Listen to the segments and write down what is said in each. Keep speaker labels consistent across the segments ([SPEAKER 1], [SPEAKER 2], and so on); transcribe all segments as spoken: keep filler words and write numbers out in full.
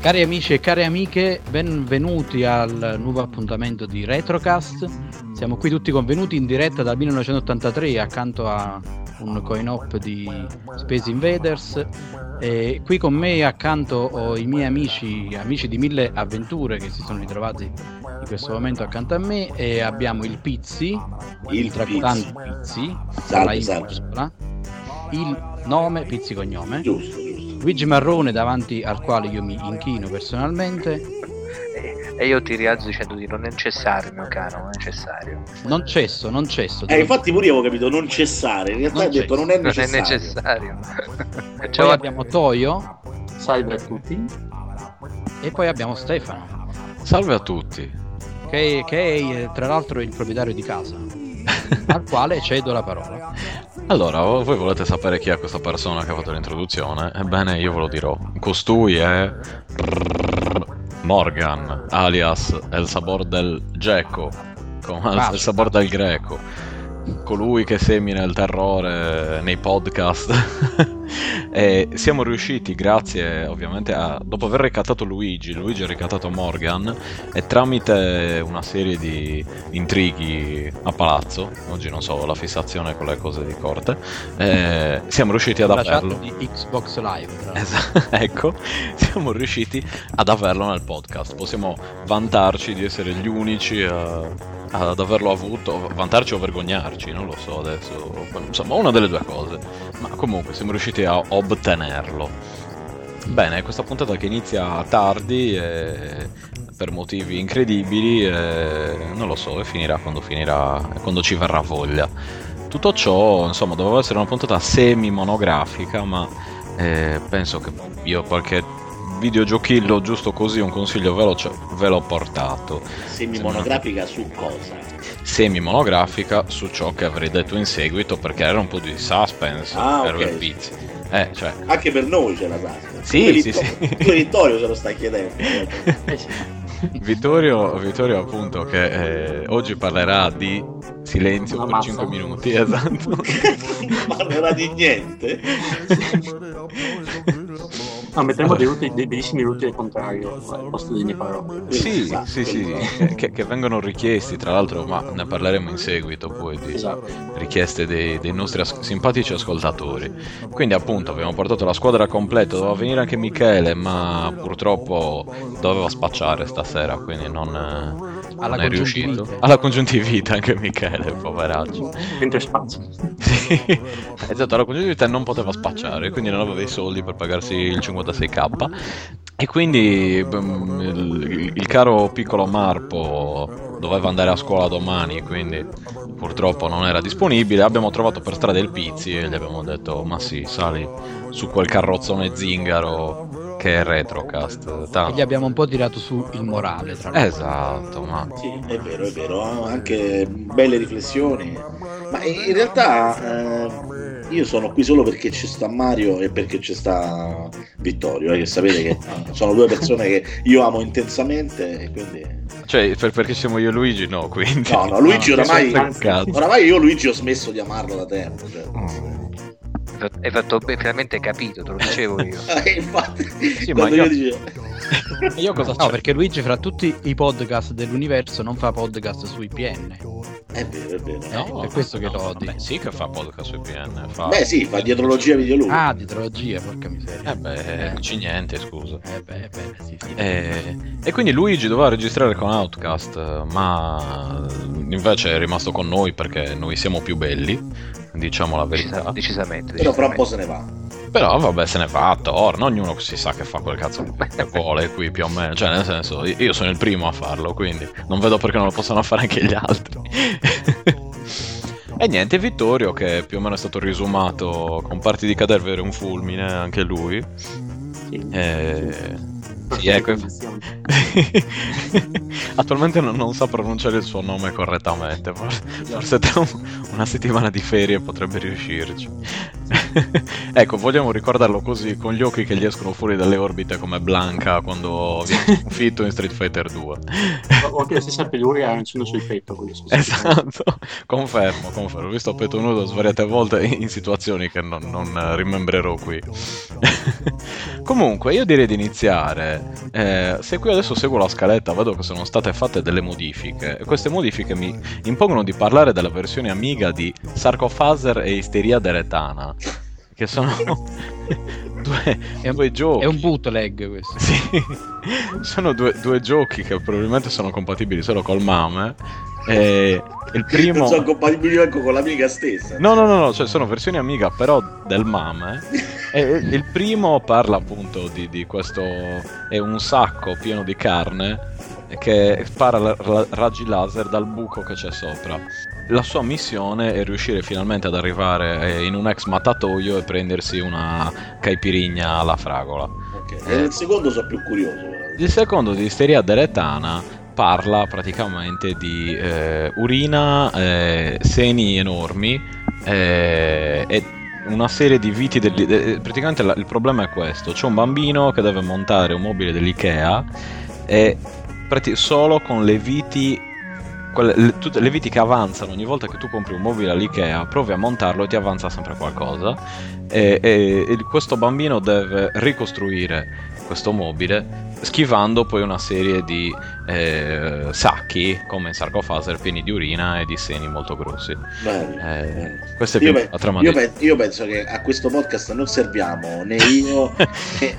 [SPEAKER 1] Cari amici e care amiche, benvenuti al nuovo appuntamento di Retrocast. Siamo qui tutti convenuti in diretta dal millenovecentottantatré accanto a un coin-op di Space Invaders. E qui con me accanto ho i miei amici, amici di Mille Avventure che si sono ritrovati in questo momento accanto a me, e abbiamo il Pizzi, il tracutante Pizzi,
[SPEAKER 2] salve, salve.
[SPEAKER 1] Il nome Pizzi cognome.
[SPEAKER 2] Giusto, giusto.
[SPEAKER 1] Luigi Marrone, davanti al quale io mi inchino personalmente.
[SPEAKER 3] E io ti rialzo dicendo di non è necessario, mio caro, non è necessario.
[SPEAKER 1] Non cesso, non cesso.
[SPEAKER 2] Eh, infatti pure io avevo capito non cessare, in realtà
[SPEAKER 1] non
[SPEAKER 2] ho detto non è necessario.
[SPEAKER 3] Non è necessario.
[SPEAKER 1] Poi cioè, abbiamo Toio.
[SPEAKER 4] Salve a tutti.
[SPEAKER 1] E poi abbiamo Stefano.
[SPEAKER 5] Salve a tutti.
[SPEAKER 1] Che, che è tra l'altro il proprietario di casa, al quale cedo la parola.
[SPEAKER 5] Allora, voi volete sapere chi è questa persona che ha fatto l'introduzione? Ebbene, io ve lo dirò. Costui è Morgan, alias El Sabor del Geco, come il sapore del greco, colui che semina il terrore nei podcast. E siamo riusciti, grazie ovviamente a, dopo aver ricattato Luigi, Luigi ha ricattato Morgan, e tramite una serie di intrighi a palazzo, oggi non so, la fissazione con le cose di corte, eh, siamo riusciti ad
[SPEAKER 1] la
[SPEAKER 5] averlo
[SPEAKER 1] chat di Xbox Live,
[SPEAKER 5] esatto, ecco, siamo riusciti ad averlo nel podcast. Possiamo vantarci di essere gli unici a ad averlo avuto, vantarci o vergognarci, non lo so adesso, insomma una delle due cose, ma comunque siamo riusciti a ottenerlo. Bene, questa puntata che inizia tardi e per motivi incredibili, e non lo so, e finirà quando finirà, quando ci verrà voglia. Tutto ciò, insomma, doveva essere una puntata semi-monografica, ma eh, penso che io qualche videogiochillo giusto così, un consiglio veloce, ve l'ho portato.
[SPEAKER 2] Semi-monografica su cosa?
[SPEAKER 5] Semi-monografica su ciò che avrei detto in seguito, perché era un po' di suspense
[SPEAKER 2] ah,
[SPEAKER 5] per
[SPEAKER 2] okay.
[SPEAKER 5] il Pizzi. Eh, cioè...
[SPEAKER 2] Anche per noi c'è la suspense.
[SPEAKER 5] Sì, sì, sì.
[SPEAKER 2] Tu Vittorio se lo stai chiedendo.
[SPEAKER 5] Vittorio, Vittorio appunto che eh, oggi parlerà di silenzio per cinque minuti, esatto.
[SPEAKER 2] Non parlerà di niente.
[SPEAKER 4] No, metteremo dei, dei, dei bellissimi minuti al contrario al posto delle mie parole.
[SPEAKER 5] Sì,
[SPEAKER 2] esatto,
[SPEAKER 5] sì, sì,
[SPEAKER 2] esatto.
[SPEAKER 5] che, che vengono richiesti, tra l'altro, ma ne parleremo in seguito poi di
[SPEAKER 4] esatto.
[SPEAKER 5] richieste dei, dei nostri as- simpatici ascoltatori. Quindi appunto abbiamo portato la squadra completa, doveva venire anche Michele, ma purtroppo doveva spacciare stasera, quindi non, non è riuscito. Alla congiuntivite anche Michele, poveraccio.
[SPEAKER 4] Mentre spazio.
[SPEAKER 5] Sì, esatto, alla congiuntivite non poteva spacciare, quindi non aveva i soldi per pagarsi il cinquantasei k, e quindi um, il, il caro piccolo Marpo doveva andare a scuola domani, quindi purtroppo non era disponibile. Abbiamo trovato per strada il Pizzi e gli abbiamo detto: ma sì, sali su quel carrozzone zingaro che è Retrocast. Tanto.
[SPEAKER 1] E gli abbiamo un po' tirato su il morale, tra l'altro.
[SPEAKER 5] Esatto, ma
[SPEAKER 2] Sì, è vero, è vero, anche belle riflessioni. Ma in realtà eh, io sono qui solo perché ci sta Mario e perché ci sta Vittorio, eh, che sapete che sono due persone che io amo intensamente, e quindi...
[SPEAKER 5] Cioè, per, perché siamo io e Luigi, no, quindi...
[SPEAKER 2] No, no, Luigi
[SPEAKER 5] no,
[SPEAKER 2] oramai...
[SPEAKER 5] cazzo.
[SPEAKER 2] Oramai io Luigi ho smesso di amarlo da tempo, cioè.
[SPEAKER 3] Hai fatto bene, finalmente capito, te lo dicevo io.
[SPEAKER 2] Eh, infatti,
[SPEAKER 5] Sì,
[SPEAKER 2] quando
[SPEAKER 5] ma io-
[SPEAKER 2] io dicevo...
[SPEAKER 5] Io cosa
[SPEAKER 1] No, perché Luigi fra tutti i podcast dell'universo non fa podcast su I P N.
[SPEAKER 2] È vero, è vero.
[SPEAKER 1] No, è questo che lo
[SPEAKER 5] vabbè,
[SPEAKER 1] dico.
[SPEAKER 5] sì che fa podcast su I P N, fa...
[SPEAKER 2] Beh sì, fa dietrologia videoludica.
[SPEAKER 1] Ah, di trilogia, porca miseria.
[SPEAKER 5] Eh beh, non c'è niente, scusa.
[SPEAKER 1] Eh beh, beh, sì, sì.
[SPEAKER 5] E, e quindi Luigi doveva registrare con Outcast, ma invece è rimasto con noi perché noi siamo più belli, diciamo la verità.
[SPEAKER 3] Decisamente,
[SPEAKER 2] Però fra un
[SPEAKER 3] decisamente.
[SPEAKER 2] po' se ne va.
[SPEAKER 5] Però vabbè, se ne va, torna, ognuno si sa che fa quel cazzo che vuole qui più o meno, cioè nel senso, io sono il primo a farlo, quindi non vedo perché non lo possano fare anche gli altri. E niente, Vittorio, che più o meno è stato risumato con parti di cadavere e un fulmine, anche lui.
[SPEAKER 4] Sì.
[SPEAKER 5] E... Sì, ecco. Attualmente non, non sa pronunciare il suo nome correttamente, forse, forse tra un- una settimana di ferie potrebbe riuscirci. Ecco, vogliamo ricordarlo così, con gli occhi che gli escono fuori dalle orbite come Blanca quando viene sconfitto in Street Fighter due.
[SPEAKER 4] Ho anche la stessa peluria arancione sul petto.
[SPEAKER 5] Esatto, confermo, confermo. Ho visto a petto nudo svariate volte in situazioni che non, non rimembrerò qui. Comunque, io direi di iniziare. Eh, se qui adesso seguo la scaletta, vedo che sono state fatte delle modifiche. E queste modifiche mi impongono di parlare della versione Amiga di Sarcophaser e Isteria Deretana, che sono due,
[SPEAKER 1] è un,
[SPEAKER 5] due giochi.
[SPEAKER 1] È un bootleg questo.
[SPEAKER 5] Sì, sono due, due giochi che probabilmente sono compatibili solo col MAME. E il primo
[SPEAKER 2] non sono compatibili anche con l'Amiga stessa.
[SPEAKER 5] No, no, no, no, cioè sono versioni Amiga però del MAME. E il primo parla appunto di, di questo, è un sacco pieno di carne che spara la, la, raggi laser dal buco che c'è sopra. La sua missione è riuscire finalmente ad arrivare in un ex mattatoio e prendersi una caipirigna alla fragola.
[SPEAKER 2] Okay. E nel secondo sono più curioso.
[SPEAKER 5] Il secondo di Isteria Deretana parla praticamente di eh, urina, eh, seni enormi eh, e una serie di viti del, eh, praticamente la, il problema è questo: c'è un bambino che deve montare un mobile dell'Ikea e prati- solo con le viti quelle, le, tutte le viti che avanzano ogni volta che tu compri un mobile all'Ikea, provi a montarlo e ti avanza sempre qualcosa e, e, e questo bambino deve ricostruire questo mobile schivando poi una serie di eh, sacchi come in Sarcophaser pieni di urina e di seni molto grossi.
[SPEAKER 2] Bello,
[SPEAKER 5] eh,
[SPEAKER 2] bello.
[SPEAKER 5] Questa è
[SPEAKER 2] io,
[SPEAKER 5] più
[SPEAKER 2] pe-
[SPEAKER 5] la trama
[SPEAKER 2] io,
[SPEAKER 5] di...
[SPEAKER 2] pe- io penso che a questo podcast non serviamo né io né,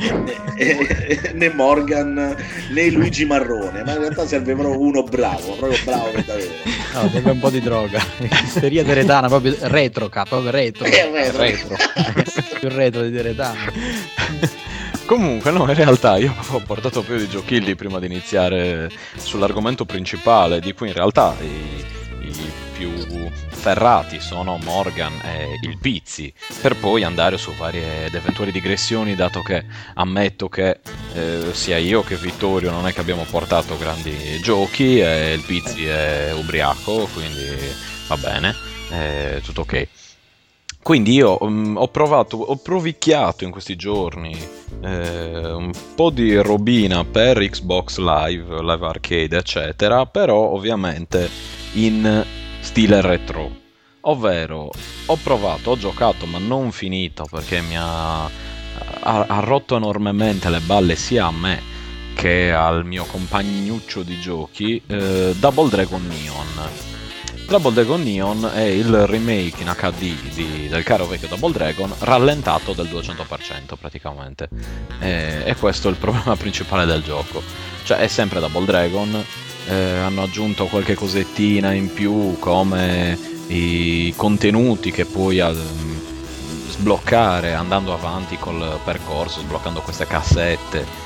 [SPEAKER 2] né, né Morgan né Luigi Marrone, ma in realtà serve proprio uno bravo, proprio bravo per davvero.
[SPEAKER 1] No, serve un po' di droga. Isteria Deretana, proprio retro, proprio retro.
[SPEAKER 2] Eh, retro.
[SPEAKER 1] retro. Più retro di Deretana.
[SPEAKER 5] Comunque no, in realtà io ho portato più di giochilli prima di iniziare sull'argomento principale, di cui in realtà i, i più ferrati sono Morgan e il Pizzi, per poi andare su varie ed eventuali digressioni, dato che ammetto che eh, sia io che Vittorio non è che abbiamo portato grandi giochi e il Pizzi è ubriaco, quindi va bene, è tutto ok. Quindi io um, ho provato, ho provicchiato in questi giorni eh, un po' di robina per Xbox Live, Live Arcade, eccetera, però ovviamente in stile retro. Ovvero, ho provato, ho giocato, ma non finito perché mi ha, ha, ha rotto enormemente le balle sia a me che al mio compagnuccio di giochi, eh, Double Dragon Neon. Double Dragon Neon è il remake in acca di, di del caro vecchio Double Dragon, rallentato del duecento per cento praticamente. E, e questo è il problema principale del gioco. Cioè è sempre Double Dragon, eh, hanno aggiunto qualche cosettina in più come i contenuti che puoi uh, sbloccare andando avanti col percorso, sbloccando queste cassette.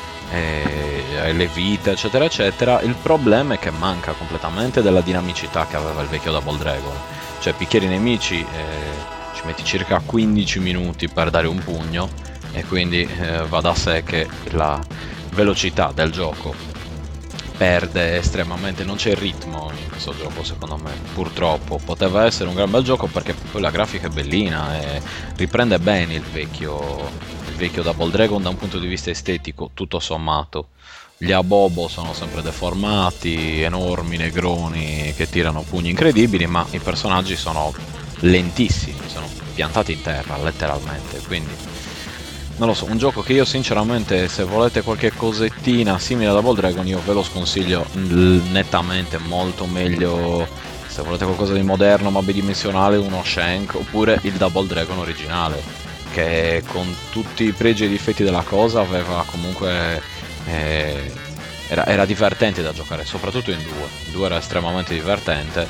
[SPEAKER 5] E le vite eccetera eccetera. Il problema è che manca completamente della dinamicità che aveva il vecchio Double Dragon, cioè picchiare i nemici eh, ci metti circa quindici minuti per dare un pugno e quindi eh, va da sé che la velocità del gioco perde estremamente, non c'è ritmo in questo gioco secondo me, purtroppo. Poteva essere un gran bel gioco perché poi la grafica è bellina e riprende bene il vecchio vecchio Double Dragon da un punto di vista estetico, tutto sommato. Gli abobo sono sempre deformati, enormi negroni che tirano pugni incredibili, ma i personaggi sono lentissimi, sono piantati in terra letteralmente, quindi non lo so, un gioco che io sinceramente, se volete qualche cosettina simile a Double Dragon, io ve lo sconsiglio nettamente molto meglio. Se volete qualcosa di moderno ma bidimensionale, uno Shank, oppure il Double Dragon originale, che con tutti i pregi e i difetti della cosa aveva comunque eh, era, era divertente da giocare, soprattutto in due in due era estremamente divertente.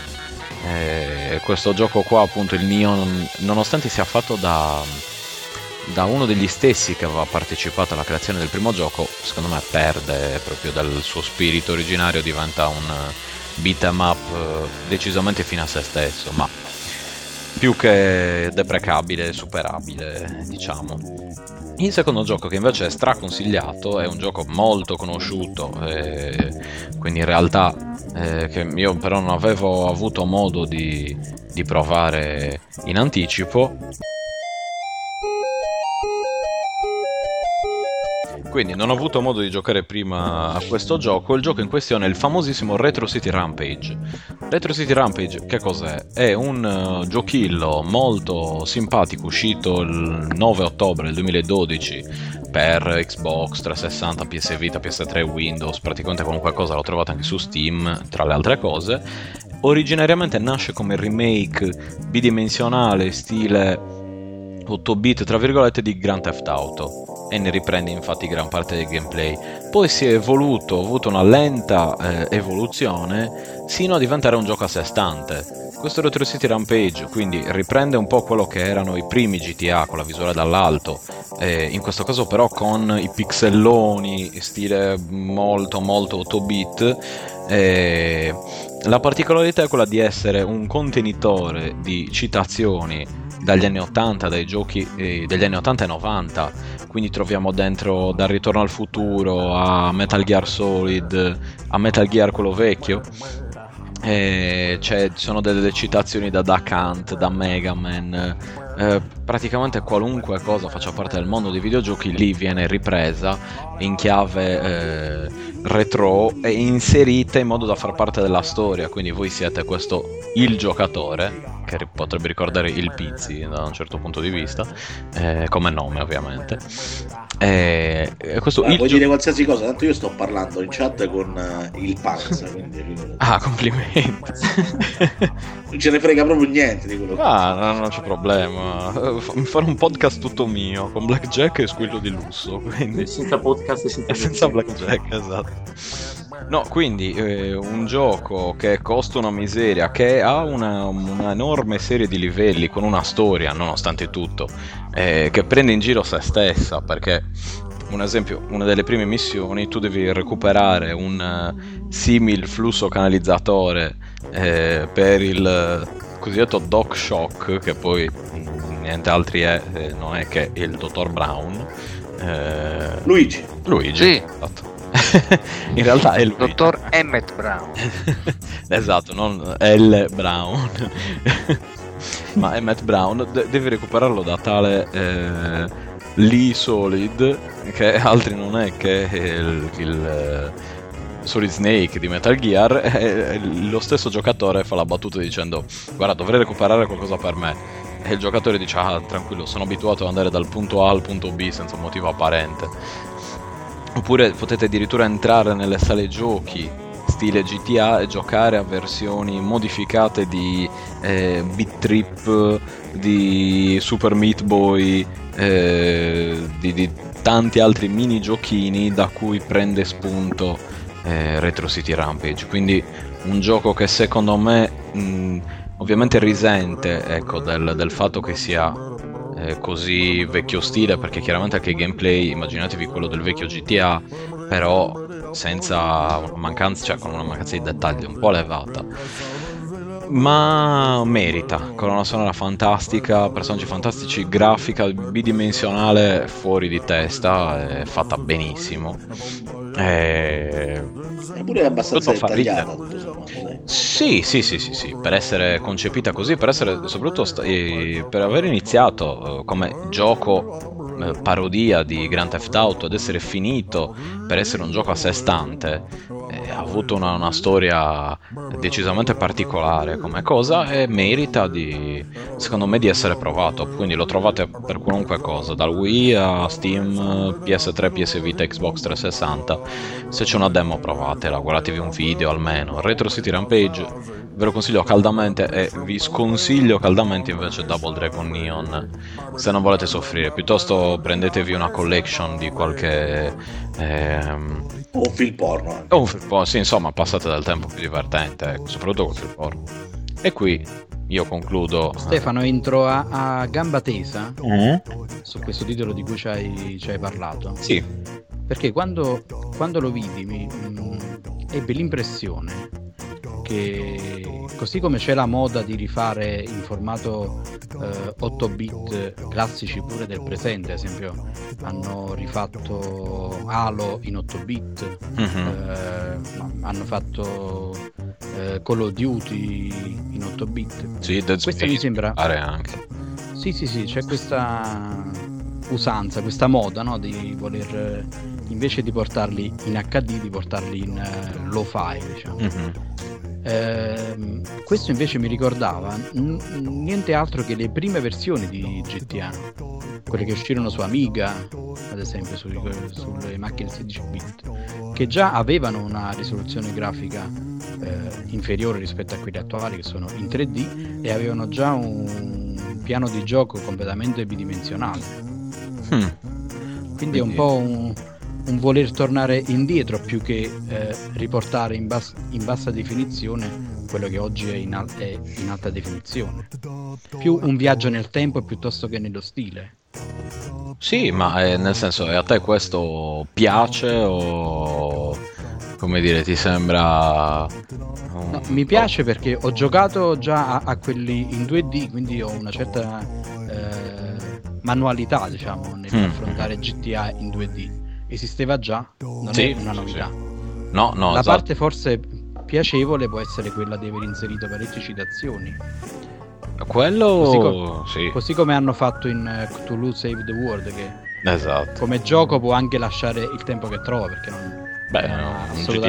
[SPEAKER 5] E eh, questo gioco qua, appunto il Neon, nonostante sia fatto da da uno degli stessi che aveva partecipato alla creazione del primo gioco, secondo me perde proprio dal suo spirito originario, diventa un beat 'em up decisamente fine a se stesso, ma più che deprecabile, superabile, diciamo. Il secondo gioco, che invece è straconsigliato, è un gioco molto conosciuto, eh, quindi in realtà eh, che io però non avevo avuto modo di, di provare in anticipo, Quindi non ho avuto modo di giocare prima a questo gioco. Il gioco in questione è il famosissimo Retro City Rampage. Retro City Rampage che cos'è? È un uh, giochillo molto simpatico uscito il nove ottobre del duemiladodici per Xbox trecentosessanta, P S Vita, P S tre, Windows, praticamente qualunque cosa l'ho trovata anche su Steam, tra le altre cose. Originariamente nasce come remake bidimensionale stile otto bit tra virgolette di Grand Theft Auto e ne riprende infatti gran parte del gameplay. Poi si è evoluto, ha avuto una lenta eh, evoluzione sino a diventare un gioco a sé stante. Questo Retro City Rampage quindi riprende un po' quello che erano i primi G T A con la visuale dall'alto, eh, in questo caso però con i pixelloni stile molto molto otto bit. eh, la particolarità è quella di essere un contenitore di citazioni dagli anni ottanta, dai giochi eh, degli anni ottanta e novanta, quindi troviamo dentro Dal Ritorno al Futuro a Metal Gear Solid, a Metal Gear quello vecchio, eh, ci sono delle citazioni da Duck Hunt, da Mega Man, eh, praticamente qualunque cosa faccia parte del mondo dei videogiochi lì viene ripresa in chiave eh, retro e inserita in modo da far parte della storia, quindi voi siete questo il giocatore, che potrebbe ricordare il Pizzi da un certo punto di vista, eh, come nome ovviamente. E questo
[SPEAKER 2] ah,
[SPEAKER 5] il
[SPEAKER 2] puoi
[SPEAKER 5] gio-
[SPEAKER 2] dire qualsiasi cosa, tanto io sto parlando in chat con uh, il Panza, quindi
[SPEAKER 5] ah, complimenti.
[SPEAKER 2] non ce ne frega proprio niente di quello che
[SPEAKER 5] ah, no, non c'è problema, mi farò un podcast tutto mio con Blackjack e Squillo di Lusso, quindi
[SPEAKER 4] senza podcast e senza,
[SPEAKER 5] senza Blackjack, esatto. No, quindi eh, un gioco che costa una miseria, che ha una, una enorme serie di livelli con una storia, nonostante tutto, eh, che prende in giro se stessa, perché un esempio, una delle prime missioni tu devi recuperare un uh, simil flusso canalizzatore eh, per il cosiddetto Doc Shock, che poi mh, niente altri è, eh, non è che il dottor Brown. Eh,
[SPEAKER 2] Luigi.
[SPEAKER 5] Luigi,
[SPEAKER 3] Sì.
[SPEAKER 5] esatto. In realtà è lui.
[SPEAKER 3] Dottor Emmett Brown.
[SPEAKER 5] Esatto, non L. Brown. Ma Emmett Brown de- devi recuperarlo da tale eh, Lee Solid, che altri non è che il, il eh, Solid Snake di Metal Gear, e lo stesso giocatore fa la battuta dicendo: guarda, dovrei recuperare qualcosa per me. E il giocatore dice: ah, tranquillo, sono abituato ad andare dal punto A al punto B senza un motivo apparente. Oppure potete addirittura entrare nelle sale giochi stile G T A e giocare a versioni modificate di eh, Beat Trip, di Super Meat Boy, eh, di, di tanti altri mini giochini da cui prende spunto eh, Retro City Rampage. Quindi un gioco che secondo me mh, ovviamente risente, ecco, del, del fatto che sia eh, così vecchio stile, perché chiaramente anche il gameplay, immaginatevi quello del vecchio G T A, però senza una mancanza, cioè con una mancanza di dettaglio un po' elevata, ma merita. Colonna sonora fantastica, personaggi fantastici, grafica bidimensionale fuori di testa, è fatta benissimo, e
[SPEAKER 2] è pure abbastanza
[SPEAKER 5] fa
[SPEAKER 2] dettagliata,
[SPEAKER 5] ridere.
[SPEAKER 2] tutto sommato, dai.
[SPEAKER 5] Sì, sì, sì, sì, sì, per essere concepita così, per essere soprattutto sta- eh, per aver iniziato eh, come gioco eh, parodia di Grand Theft Auto ed essere finito per essere un gioco a sé stante, eh, ha avuto una, una storia decisamente particolare come cosa e merita di, secondo me, di essere provato. Quindi lo trovate per qualunque cosa, dal Wii a Steam, P S tre, P S Vita, Xbox trecentosessanta. Se c'è una demo provatela, guardatevi un video almeno. Retro City Rampage ve lo consiglio caldamente, e vi sconsiglio caldamente invece Double Dragon Neon se non volete soffrire. Piuttosto prendetevi una collection di qualche ehm...
[SPEAKER 2] o un film porno anche.
[SPEAKER 5] o un film porno, sì, insomma, passate del tempo più divertente, ecco, soprattutto col film porno. E qui io concludo.
[SPEAKER 1] Stefano, entro a, a gamba tesa
[SPEAKER 5] Mm?
[SPEAKER 1] su questo titolo di cui ci hai, ci hai parlato.
[SPEAKER 5] Sì.
[SPEAKER 1] Perché quando, quando lo vidi mi mh, ebbe l'impressione che, così come c'è la moda di rifare in formato eh, otto bit classici pure del presente, ad esempio hanno rifatto Halo in otto bit,
[SPEAKER 5] Mm-hmm.
[SPEAKER 1] eh, hanno fatto eh, Call of Duty in otto bit.
[SPEAKER 5] Sì, Dead
[SPEAKER 1] Questa
[SPEAKER 5] Space
[SPEAKER 1] mi sembra
[SPEAKER 5] pare anche.
[SPEAKER 1] Sì, sì, sì, c'è questa usanza, questa moda, no? Di voler, invece di portarli in acca di, di portarli in uh, lo-fi, diciamo. Mm-hmm. Eh, questo invece mi ricordava n- niente altro che le prime versioni di G T A, quelle che uscirono su Amiga, ad esempio, su, sulle macchine sedici bit, che già avevano una risoluzione grafica eh, inferiore rispetto a quelle attuali, che sono in tre D, e avevano già un piano di gioco completamente bidimensionale. Hmm. Quindi, Quindi è un po' un, un voler tornare indietro più che eh, riportare in, bas- in bassa definizione quello che oggi è in, al- è in alta definizione. Più un viaggio nel tempo piuttosto che nello stile.
[SPEAKER 5] Sì, ma è, nel senso, a te questo piace o, come dire, ti sembra... Un...
[SPEAKER 1] No, mi piace perché ho giocato già a, a quelli in due D, quindi ho una certa eh, manualità, diciamo, nell'affrontare mm. G T A in due D. Esisteva già, non sì, è una novità.
[SPEAKER 5] Sì. No, no,
[SPEAKER 1] La
[SPEAKER 5] esatto.
[SPEAKER 1] parte forse piacevole può essere quella di aver inserito parecchie citazioni.
[SPEAKER 5] Quello
[SPEAKER 1] così, co-
[SPEAKER 5] sì.
[SPEAKER 1] così come hanno fatto in uh, Cthulhu Save the World, che
[SPEAKER 5] esatto.
[SPEAKER 1] come gioco può anche lasciare il tempo che trova, perché non
[SPEAKER 5] beh no, un G T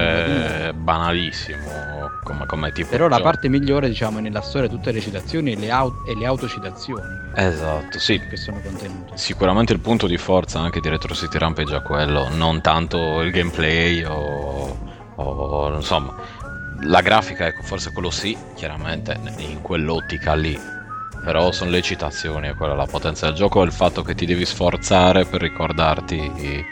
[SPEAKER 5] R banalissimo come, come tipo
[SPEAKER 1] però la
[SPEAKER 5] gioco.
[SPEAKER 1] parte migliore, diciamo, è nella storia, tutte le citazioni e le, au- e le autocitazioni
[SPEAKER 5] esatto sì
[SPEAKER 1] che sono contenute.
[SPEAKER 5] Sicuramente il punto di forza anche di Retro City Rampage è quello, non tanto il gameplay o, o insomma la grafica, ecco, forse quello sì, chiaramente in quell'ottica lì, però sono le citazioni, è quella la potenza del gioco, è il fatto che ti devi sforzare per ricordarti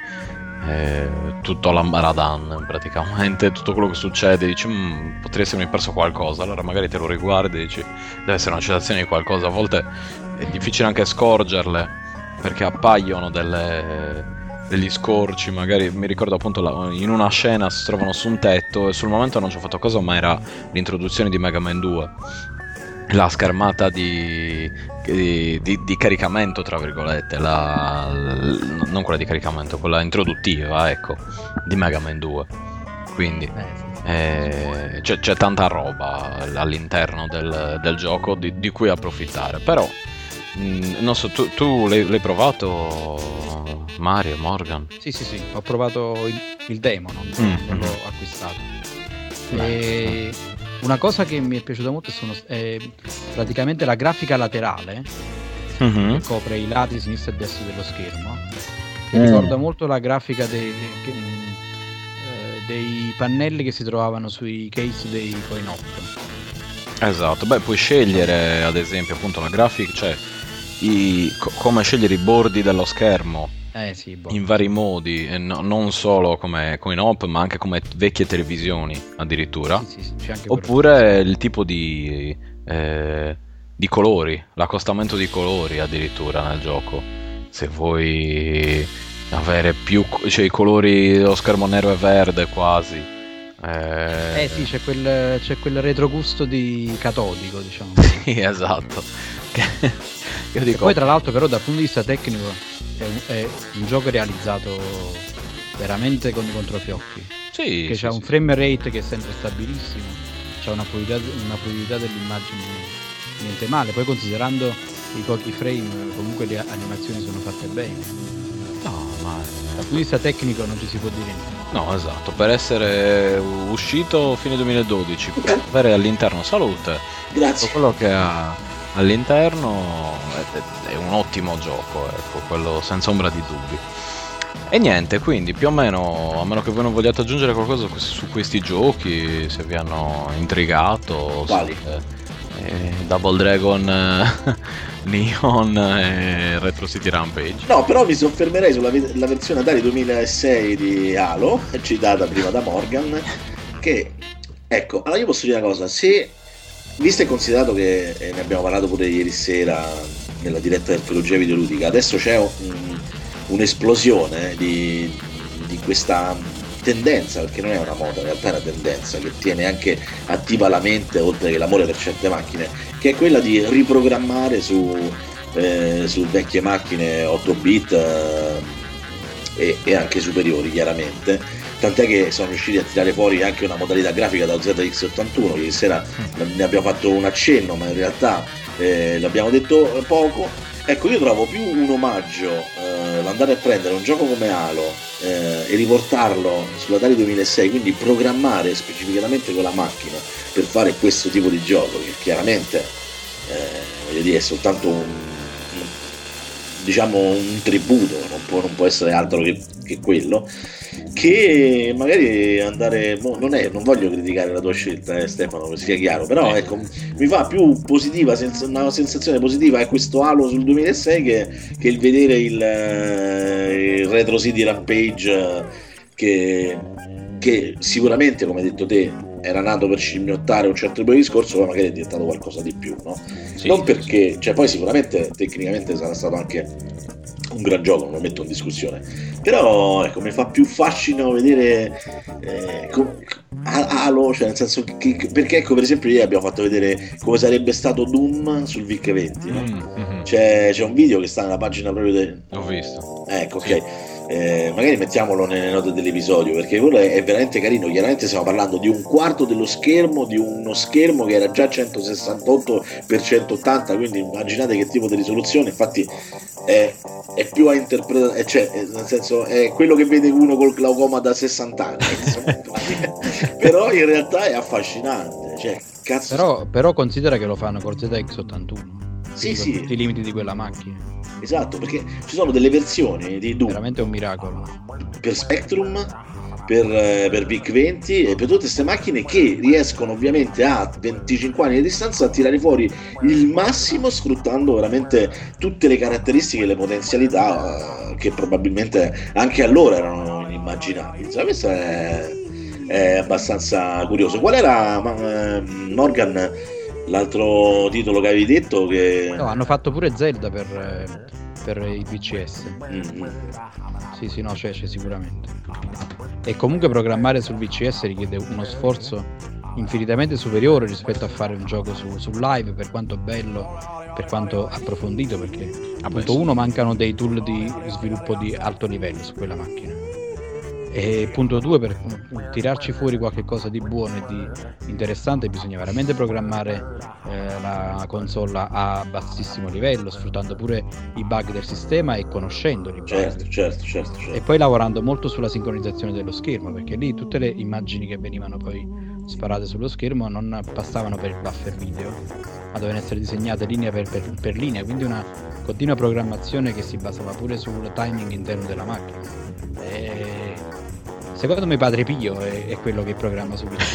[SPEAKER 5] eh, tutto l'Ambaradan, praticamente tutto quello che succede, dici mmm, potrei essermi perso qualcosa, allora magari te lo riguardi e dici deve essere una citazione di qualcosa, a volte è difficile anche scorgerle perché appaiono delle... degli scorci, magari mi ricordo appunto la, in una scena si trovano su un tetto e sul momento non ci ho fatto caso, ma era l'introduzione di Mega Man due, la schermata di, di, di, di caricamento tra virgolette, la, l, non quella di caricamento, quella introduttiva, ecco, di Mega Man due, quindi eh, c'è, c'è tanta roba all'interno del, del gioco di, di cui approfittare, però mh, non so, tu, tu l'hai, l'hai provato Mario, Morgan?
[SPEAKER 1] Sì, sì, sì, ho provato il, il demo, non, mm. non l'ho acquistato. E una cosa che mi è piaciuta molto sono, è praticamente la grafica laterale mm-hmm. che copre i lati sinistro e destro dello schermo, che mm. ricorda molto la grafica dei, dei, dei pannelli che si trovavano sui case dei coin-op.
[SPEAKER 5] Esatto, beh, puoi scegliere ad esempio appunto la grafica, cioè i, co- come scegliere i bordi dello schermo.
[SPEAKER 1] Eh sì, boh.
[SPEAKER 5] In vari modi, eh, no, non solo come coin-op ma anche come vecchie televisioni addirittura,
[SPEAKER 1] sì, sì, c'è anche
[SPEAKER 5] oppure il tipo di, eh, di colori, l'accostamento di colori addirittura nel gioco, se vuoi avere più, cioè i colori dello schermo nero e verde quasi.
[SPEAKER 1] Eh, eh sì, c'è quel, c'è quel retrogusto di catodico, diciamo.
[SPEAKER 5] Sì, esatto. Io dico...
[SPEAKER 1] Poi tra l'altro però dal punto di vista tecnico è un, è un gioco realizzato veramente con i controfiocchi.
[SPEAKER 5] Sì,
[SPEAKER 1] che
[SPEAKER 5] sì,
[SPEAKER 1] c'ha
[SPEAKER 5] sì.
[SPEAKER 1] un frame rate che è sempre stabilissimo, c'ha una fluidità, una fluidità dell'immagine niente male, poi considerando i pochi frame comunque le animazioni sono fatte bene.
[SPEAKER 5] No, ma
[SPEAKER 1] dal punto di vista tecnico non ci si può dire niente.
[SPEAKER 5] No, esatto, per essere uscito fine duemiladodici, per avere all'interno salute,
[SPEAKER 2] grazie,
[SPEAKER 5] quello che ha all'interno è, è un ottimo gioco, ecco, quello senza ombra di dubbi. E niente, quindi più o meno, a meno che voi non vogliate aggiungere qualcosa su questi giochi, se vi hanno intrigato,
[SPEAKER 2] quali?
[SPEAKER 5] Se, eh, Double Dragon, eh, Neon e Retro City Rampage.
[SPEAKER 2] No, però mi soffermerei sulla ve- la versione Atari duemilasei di Halo, citata prima da Morgan, che, ecco, allora io posso dire una cosa, se, visto e considerato che eh, ne abbiamo parlato pure ieri sera nella diretta dell'archeologia videoludica, adesso c'è un, un'esplosione di, di questa tendenza, perché non è una moda, in realtà è una tendenza che tiene anche attiva la mente, oltre che l'amore per certe macchine, che è quella di riprogrammare su, eh, su vecchie macchine otto bit eh, e, e anche superiori chiaramente, tant'è che sono riusciti a tirare fuori anche una modalità grafica da Z X ottantuno, ieri sera ne abbiamo fatto un accenno ma in realtà eh, l'abbiamo detto poco, Ecco, io trovo più un omaggio eh, l'andare a prendere un gioco come Halo eh, e riportarlo sull'Atari duemilasei, quindi programmare specificatamente quella macchina per fare questo tipo di gioco, che chiaramente eh, voglio dire, è soltanto un, un diciamo un tributo, non può, non può essere altro che, che quello, che magari andare, boh, non è, non voglio criticare la tua scelta, eh, Stefano, che sia chiaro, però ecco, mi fa più positiva, sens- una sensazione positiva è questo Halo sul duemilasei che, che il vedere il, eh, il Retro City Rampage, eh, che, che sicuramente, come hai detto te, era nato per scimmiottare un certo tipo di discorso, ma magari è diventato qualcosa di più, no? Sì, non perché, cioè poi sicuramente tecnicamente sarà stato anche un gran gioco, non lo metto in discussione, però ecco, mi fa più fascino vedere eh, com- Halo, cioè nel senso che, perché ecco, per esempio ieri abbiamo fatto vedere come sarebbe stato Doom sul V I C venti, no? Mm-hmm. c'è, c'è un video che sta nella pagina proprio del...
[SPEAKER 5] Ho visto.
[SPEAKER 2] Ecco, ok.
[SPEAKER 5] Sì.
[SPEAKER 2] Eh, magari mettiamolo nelle note dell'episodio, perché quello è, è veramente carino. Chiaramente stiamo parlando di un quarto dello schermo, di uno schermo che era già centosessantotto per centottanta, quindi immaginate che tipo di risoluzione. Infatti è, è più a interpretare, cioè nel senso è quello che vede uno col glaucoma da sessanta anni, insomma. Però in realtà è affascinante, cioè, cazzo.
[SPEAKER 1] Però, però considera che lo fanno con Z X ottantuno.
[SPEAKER 2] Sì, sì.
[SPEAKER 1] Tutti i limiti di quella macchina.
[SPEAKER 2] Esatto, perché ci sono delle versioni di Doom
[SPEAKER 1] veramente un miracolo
[SPEAKER 2] per Spectrum, per, per V I C venti e per tutte queste macchine che riescono ovviamente a venticinque anni di distanza a tirare fuori il massimo, sfruttando veramente tutte le caratteristiche e le potenzialità uh, che probabilmente anche allora erano inimmaginabili. Insomma, questo è, è abbastanza curioso. Qual era, uh, Morgan, l'altro titolo che avevi detto? Che...
[SPEAKER 1] No, hanno fatto pure Zelda per, per i V C S.
[SPEAKER 2] Mm-hmm.
[SPEAKER 1] Sì, sì, no, c'è, c'è sicuramente. E comunque programmare sul V C S richiede uno sforzo infinitamente superiore rispetto a fare un gioco su, su live, per quanto bello, per quanto approfondito, perché appunto uno, mancano dei tool di sviluppo di alto livello su quella macchina. E punto due, per tirarci fuori qualche cosa di buono e di interessante bisogna veramente programmare eh, la console a bassissimo livello, sfruttando pure i bug del sistema e conoscendoli.
[SPEAKER 2] Certo, certo, certo, certo.
[SPEAKER 1] E poi lavorando molto sulla sincronizzazione dello schermo, perché lì tutte le immagini che venivano poi sparate sullo schermo non passavano per il buffer video, ma dovevano essere disegnate linea per, per, per linea, quindi una continua programmazione che si basava pure sul timing interno della macchina. E secondo me Padre Pio è, è quello che programma su V C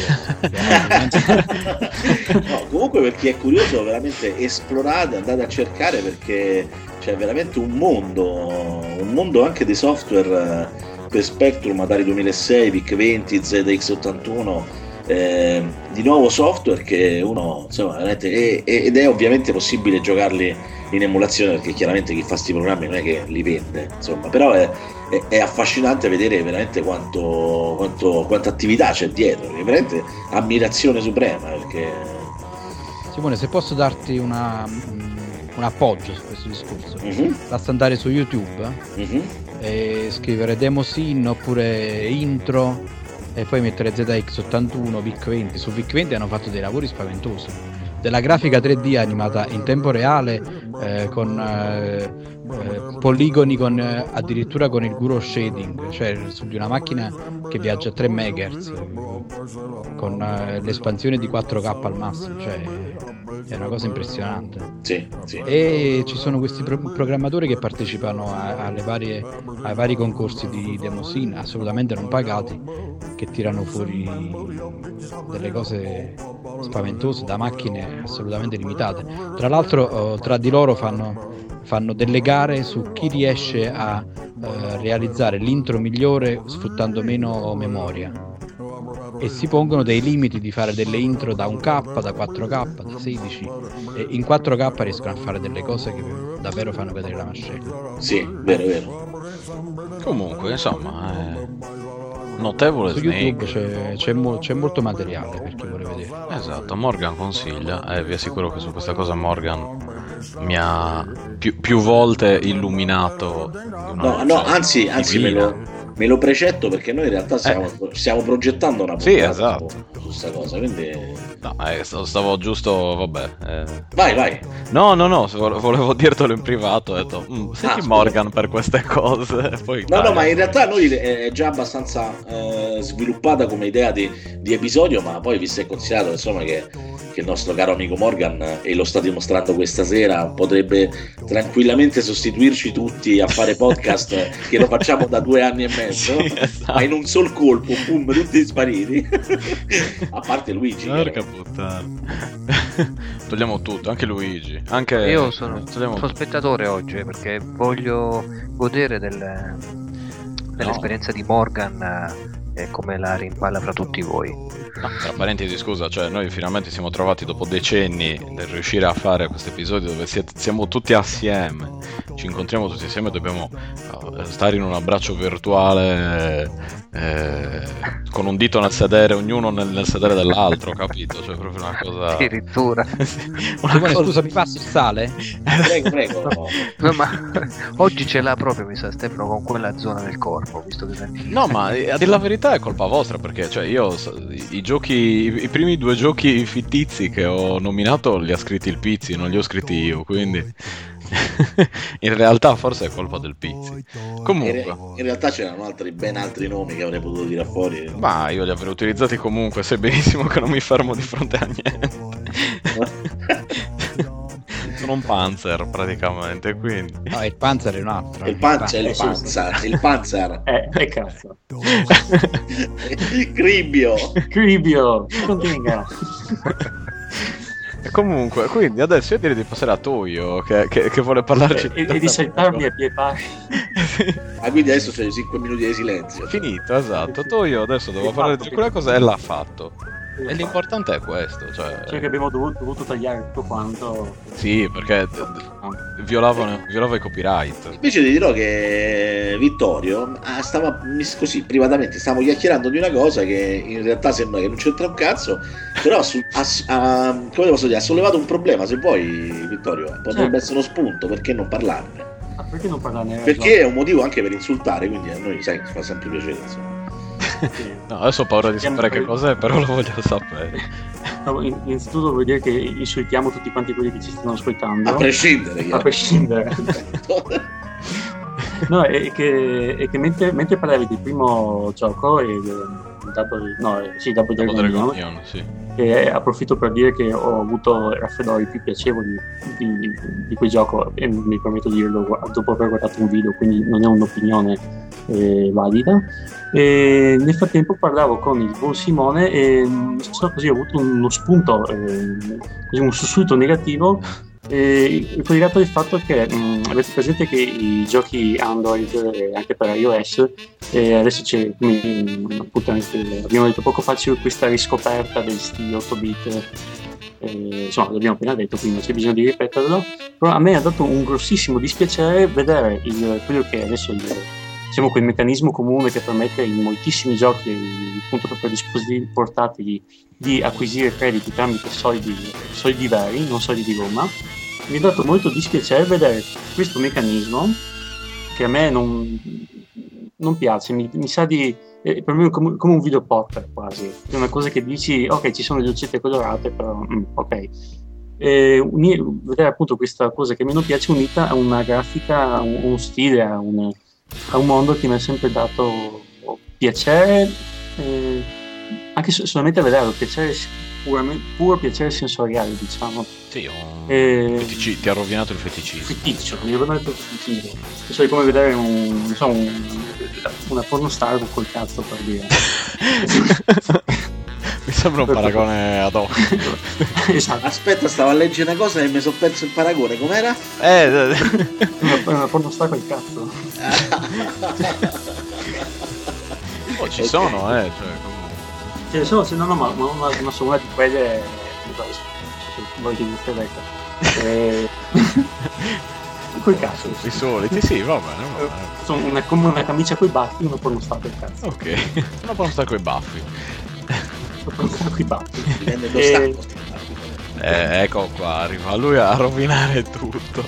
[SPEAKER 1] S.
[SPEAKER 2] No, comunque, per chi è curioso, veramente esplorate, andate a cercare, perché c'è veramente un mondo, un mondo anche di software per Spectrum, Atari duemilasei, V I C venti, Z X ottantuno, eh, di nuovo software che uno, insomma, veramente è, è, ed è ovviamente possibile giocarli in emulazione, perché chiaramente chi fa sti programmi non è che li vende, insomma, però è, è, è affascinante vedere veramente quanto, quanto quanta attività c'è dietro, è veramente ammirazione suprema. Perché
[SPEAKER 1] Simone, se posso darti una, un appoggio su questo discorso,
[SPEAKER 2] uh-huh.
[SPEAKER 1] basta andare su YouTube
[SPEAKER 2] uh-huh.
[SPEAKER 1] e scrivere Demosin oppure intro e poi mettere Z X ottantuno, V I C venti. Su V I C venti hanno fatto dei lavori spaventosi, della grafica tre D animata in tempo reale, eh, con eh, eh, poligoni con eh, addirittura con il Guro shading, cioè su di una macchina che viaggia a tre megahertz, con eh, l'espansione di quattro K al massimo, cioè è una cosa impressionante.
[SPEAKER 2] Sì, sì.
[SPEAKER 1] E ci sono questi pro- programmatori che partecipano a, alle varie, ai vari concorsi di Demosin, assolutamente non pagati, che tirano fuori delle cose spaventose da macchine assolutamente limitate. Tra l'altro tra di loro fanno, fanno delle gare su chi riesce a eh, realizzare l'intro migliore sfruttando meno memoria, e si pongono dei limiti di fare delle intro da un K, da quattro K, da sedici, e in quattro K riescono a fare delle cose che davvero fanno vedere la mascella.
[SPEAKER 2] Sì, vero, vero.
[SPEAKER 5] Comunque, insomma, è notevole.
[SPEAKER 1] Su
[SPEAKER 5] Snake.
[SPEAKER 1] YouTube c'è, c'è, mo- c'è molto materiale per chi vuole vedere.
[SPEAKER 5] Esatto, Morgan consiglia, e vi assicuro che su questa cosa Morgan mi ha più, più volte illuminato.
[SPEAKER 2] No, no, anzi, anzi me lo, me lo precetto, perché noi in realtà stiamo,
[SPEAKER 5] eh.
[SPEAKER 2] stiamo progettando una
[SPEAKER 5] sì,
[SPEAKER 2] puntata
[SPEAKER 5] esatto.
[SPEAKER 2] su questa cosa, quindi
[SPEAKER 5] No, eh, stavo giusto, vabbè. Eh.
[SPEAKER 2] Vai, vai.
[SPEAKER 5] No, no, no, volevo dirtelo in privato. Ho detto, mm, senti
[SPEAKER 2] Ah,
[SPEAKER 5] Morgan per queste cose. Poi,
[SPEAKER 2] no,
[SPEAKER 5] dai,
[SPEAKER 2] no, ma in realtà noi è già abbastanza eh, sviluppata come idea di, di episodio, ma poi visto e considerato insomma che, che il nostro caro amico Morgan, e lo sta dimostrando questa sera, potrebbe tranquillamente sostituirci tutti a fare podcast che lo facciamo da due anni e mezzo,
[SPEAKER 5] sì, esatto.
[SPEAKER 2] Ma in un sol colpo, boom, tutti spariti. A parte Luigi.
[SPEAKER 5] Porca puttana. Togliamo tutto, anche Luigi. Anche
[SPEAKER 3] Io sono,
[SPEAKER 5] togliamo
[SPEAKER 3] sono
[SPEAKER 5] tutto.
[SPEAKER 3] spettatore oggi eh, perché voglio godere del, dell'esperienza di Morgan eh, e come la rimpalla fra tutti voi.
[SPEAKER 5] No, tra parentesi, scusa, cioè noi finalmente siamo trovati dopo decenni nel riuscire a fare questo episodio dove siete, siamo tutti assieme, ci incontriamo tutti assieme, dobbiamo uh, stare in un abbraccio virtuale eh, con un dito nel sedere, ognuno nel, nel sedere dell'altro, capito? Cioè proprio una cosa...
[SPEAKER 3] Addirittura.
[SPEAKER 5] Sì, una
[SPEAKER 1] Simone,
[SPEAKER 5] cosa...
[SPEAKER 1] scusa, mi passi il sale?
[SPEAKER 2] Prego, prego.
[SPEAKER 3] No, ma oggi ce l'ha proprio, mi sa, Stefano, con quella zona del corpo, visto che senti.
[SPEAKER 5] No, ma a dire la verità è colpa vostra, perché cioè io i, i giochi, i, i primi due giochi fittizi che ho nominato li ha scritti il Pizzi, non li ho scritti io, quindi in realtà forse è colpa del Pizzi. Comunque,
[SPEAKER 2] in, in realtà c'erano altri, ben altri nomi che avrei potuto tirare fuori.
[SPEAKER 5] ma io li avrei utilizzati comunque, sai benissimo che non mi fermo di fronte a niente. Sono un Panzer praticamente, quindi.
[SPEAKER 1] No, il Panzer è un altro.
[SPEAKER 2] Il Panzer,
[SPEAKER 4] Eh,
[SPEAKER 2] il
[SPEAKER 4] sì,
[SPEAKER 2] Panzer, il Panzer.
[SPEAKER 4] Eh, che cazzo.
[SPEAKER 2] Cribio.
[SPEAKER 4] Cribio, continua.
[SPEAKER 5] E comunque, quindi adesso io direi di passare a Toyo che, che, che vuole parlarci
[SPEAKER 4] E, e di saltarmi a pie pari.
[SPEAKER 2] Ah, quindi adesso c'è cinque minuti di silenzio.
[SPEAKER 5] Finito, esatto. Toyo adesso doveva parlare di quella cosa e l'ha fatto. E l'importante è questo, cioè...
[SPEAKER 4] Cioè che abbiamo dovuto, dovuto tagliare tutto quanto.
[SPEAKER 5] Sì, perché d- d- violavano, violava i copyright.
[SPEAKER 2] Invece ti dirò che Vittorio ah, stava così privatamente, stavamo chiacchierando di una cosa che in realtà sembra che non c'entra un cazzo, però su, ha, ha, come posso dire, ha sollevato un problema. Se vuoi, Vittorio, potrebbe
[SPEAKER 4] Certo.
[SPEAKER 2] essere uno spunto, perché non parlarne?
[SPEAKER 4] Ma perché non parlarne?
[SPEAKER 2] Perché è un motivo anche per insultare, quindi a noi sai, ci fa sempre piacere, insomma.
[SPEAKER 4] Sì.
[SPEAKER 5] No, adesso ho paura di sapere che cos'è, però lo voglio sapere.
[SPEAKER 4] No, in- innanzitutto vuol dire che insultiamo tutti quanti quelli che ci stanno ascoltando.
[SPEAKER 2] A prescindere,
[SPEAKER 4] A
[SPEAKER 2] chiaro.
[SPEAKER 4] prescindere. No, è che, è che mentre, mentre parlavi del primo gioco, e del Double, no, eh, sì, Double
[SPEAKER 5] Dopo
[SPEAKER 4] Dragon,
[SPEAKER 5] Dragon
[SPEAKER 4] no?
[SPEAKER 5] Neon, sì.
[SPEAKER 4] E approfitto per dire che ho avuto raffreddori più piacevoli di, di, di quel gioco, e mi permetto di dirlo gu- dopo aver guardato un video, quindi non è un'opinione eh, valida. E nel frattempo parlavo con il buon Simone e mh, so, così ho avuto uno spunto, eh, così un sussulto negativo, eh, collegato al fatto che mh, avete presente che i giochi Android e anche per iOS e adesso c'è, come mh, appunto anche abbiamo detto poco fa, c'è questa riscoperta degli stili otto bit, eh, insomma l'abbiamo appena detto, quindi non c'è bisogno di ripeterlo, però a me ha dato un grossissimo dispiacere vedere il, quello che adesso il, diciamo quel meccanismo comune che permette in moltissimi giochi, appunto per dispositivi portatili, di acquisire crediti tramite soldi, soldi veri, non soldi di gomma. Mi ha dato molto dispiacere vedere questo meccanismo che a me non, non piace, mi, mi sa di eh, per me è come, come un video poker quasi, è una cosa che dici ok, ci sono le lucette colorate, però mm, ok. E uni- vedere appunto questa cosa che a me non piace unita a una grafica, a un, uno stile, a un, a un mondo che mi ha sempre dato piacere, eh, anche so- solamente a vederlo, piacere puramente, puro piacere sensoriale, diciamo.
[SPEAKER 5] Sì, un...
[SPEAKER 4] Eh,
[SPEAKER 5] fetici- ti ha rovinato il feticismo.
[SPEAKER 4] Feticcio, mi ricordo il feticismo. So, è come vedere un, non so, un, una pornostar col cazzo, per dire.
[SPEAKER 5] Mi sembra un paragone ad hoc.
[SPEAKER 4] Esatto,
[SPEAKER 2] Aspetta, stavo a leggere una cosa e mi sono perso il paragone, com'era?
[SPEAKER 5] Eh,
[SPEAKER 4] una, una pornostar col cazzo.
[SPEAKER 5] oh, ci
[SPEAKER 2] Ok.
[SPEAKER 5] sono, eh. Cioè, comunque.
[SPEAKER 4] Cioè, sono, se no, no, ma, ma, ma, ma sono una di quelle, non so se voi che mi vedete. Eh, col cazzo.
[SPEAKER 5] I soliti, sì, va bene, va bene.
[SPEAKER 4] Sono una, come una camicia coi baffi, una pornostar col cazzo.
[SPEAKER 5] Ok, una buona sta coi baffi.
[SPEAKER 4] Una pornostar coi baffi.
[SPEAKER 2] Dipende
[SPEAKER 4] Eh,
[SPEAKER 2] dallo stacco.
[SPEAKER 5] Eh, ecco qua, arriva lui a rovinare tutto.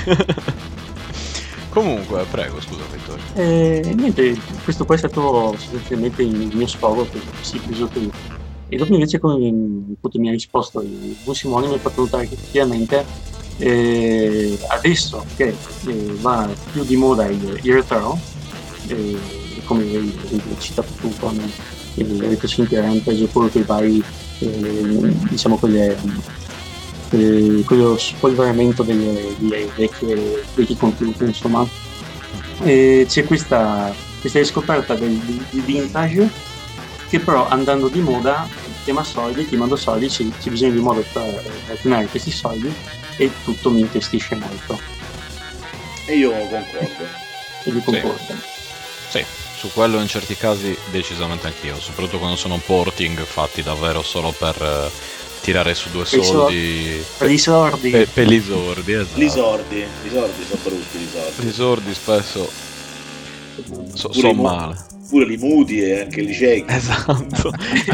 [SPEAKER 5] Comunque, prego, scusa Vittorio.
[SPEAKER 4] E niente, questo poi è stato sostanzialmente il mio sfogo, che sì, preso che E dopo invece come appunto, mi ha risposto il buon Simone, mi ha fatto notare che effettivamente eh, adesso che eh, va più di moda il, il retro, eh, come hai citato tu con il Retro cinque Rampage oppure quei vari eh, diciamo quelle eh, quello spolveramento delle, delle vecchie vecchi contenuti, insomma, eh, c'è questa questa riscoperta del, del vintage che però andando di moda chiama soldi, chiamando soldi c'è, c'è bisogno di modo per ottenere questi soldi e tutto mi intestisce molto.
[SPEAKER 2] E io concordo.
[SPEAKER 4] E io concordo.
[SPEAKER 5] Sì. Sì, su quello in certi casi decisamente anch'io, soprattutto quando sono porting fatti davvero solo per uh, tirare su due
[SPEAKER 4] per
[SPEAKER 5] soldi.
[SPEAKER 4] Per i sordi.
[SPEAKER 5] Per, per gli sordi, esatto.
[SPEAKER 2] Gli sordi, i sordi sono brutti, i sordi.
[SPEAKER 5] I sordi spesso so,
[SPEAKER 2] Pure
[SPEAKER 5] sono
[SPEAKER 2] i mu-
[SPEAKER 5] male.
[SPEAKER 2] Pure li muti e anche li ciechi.
[SPEAKER 5] Esatto.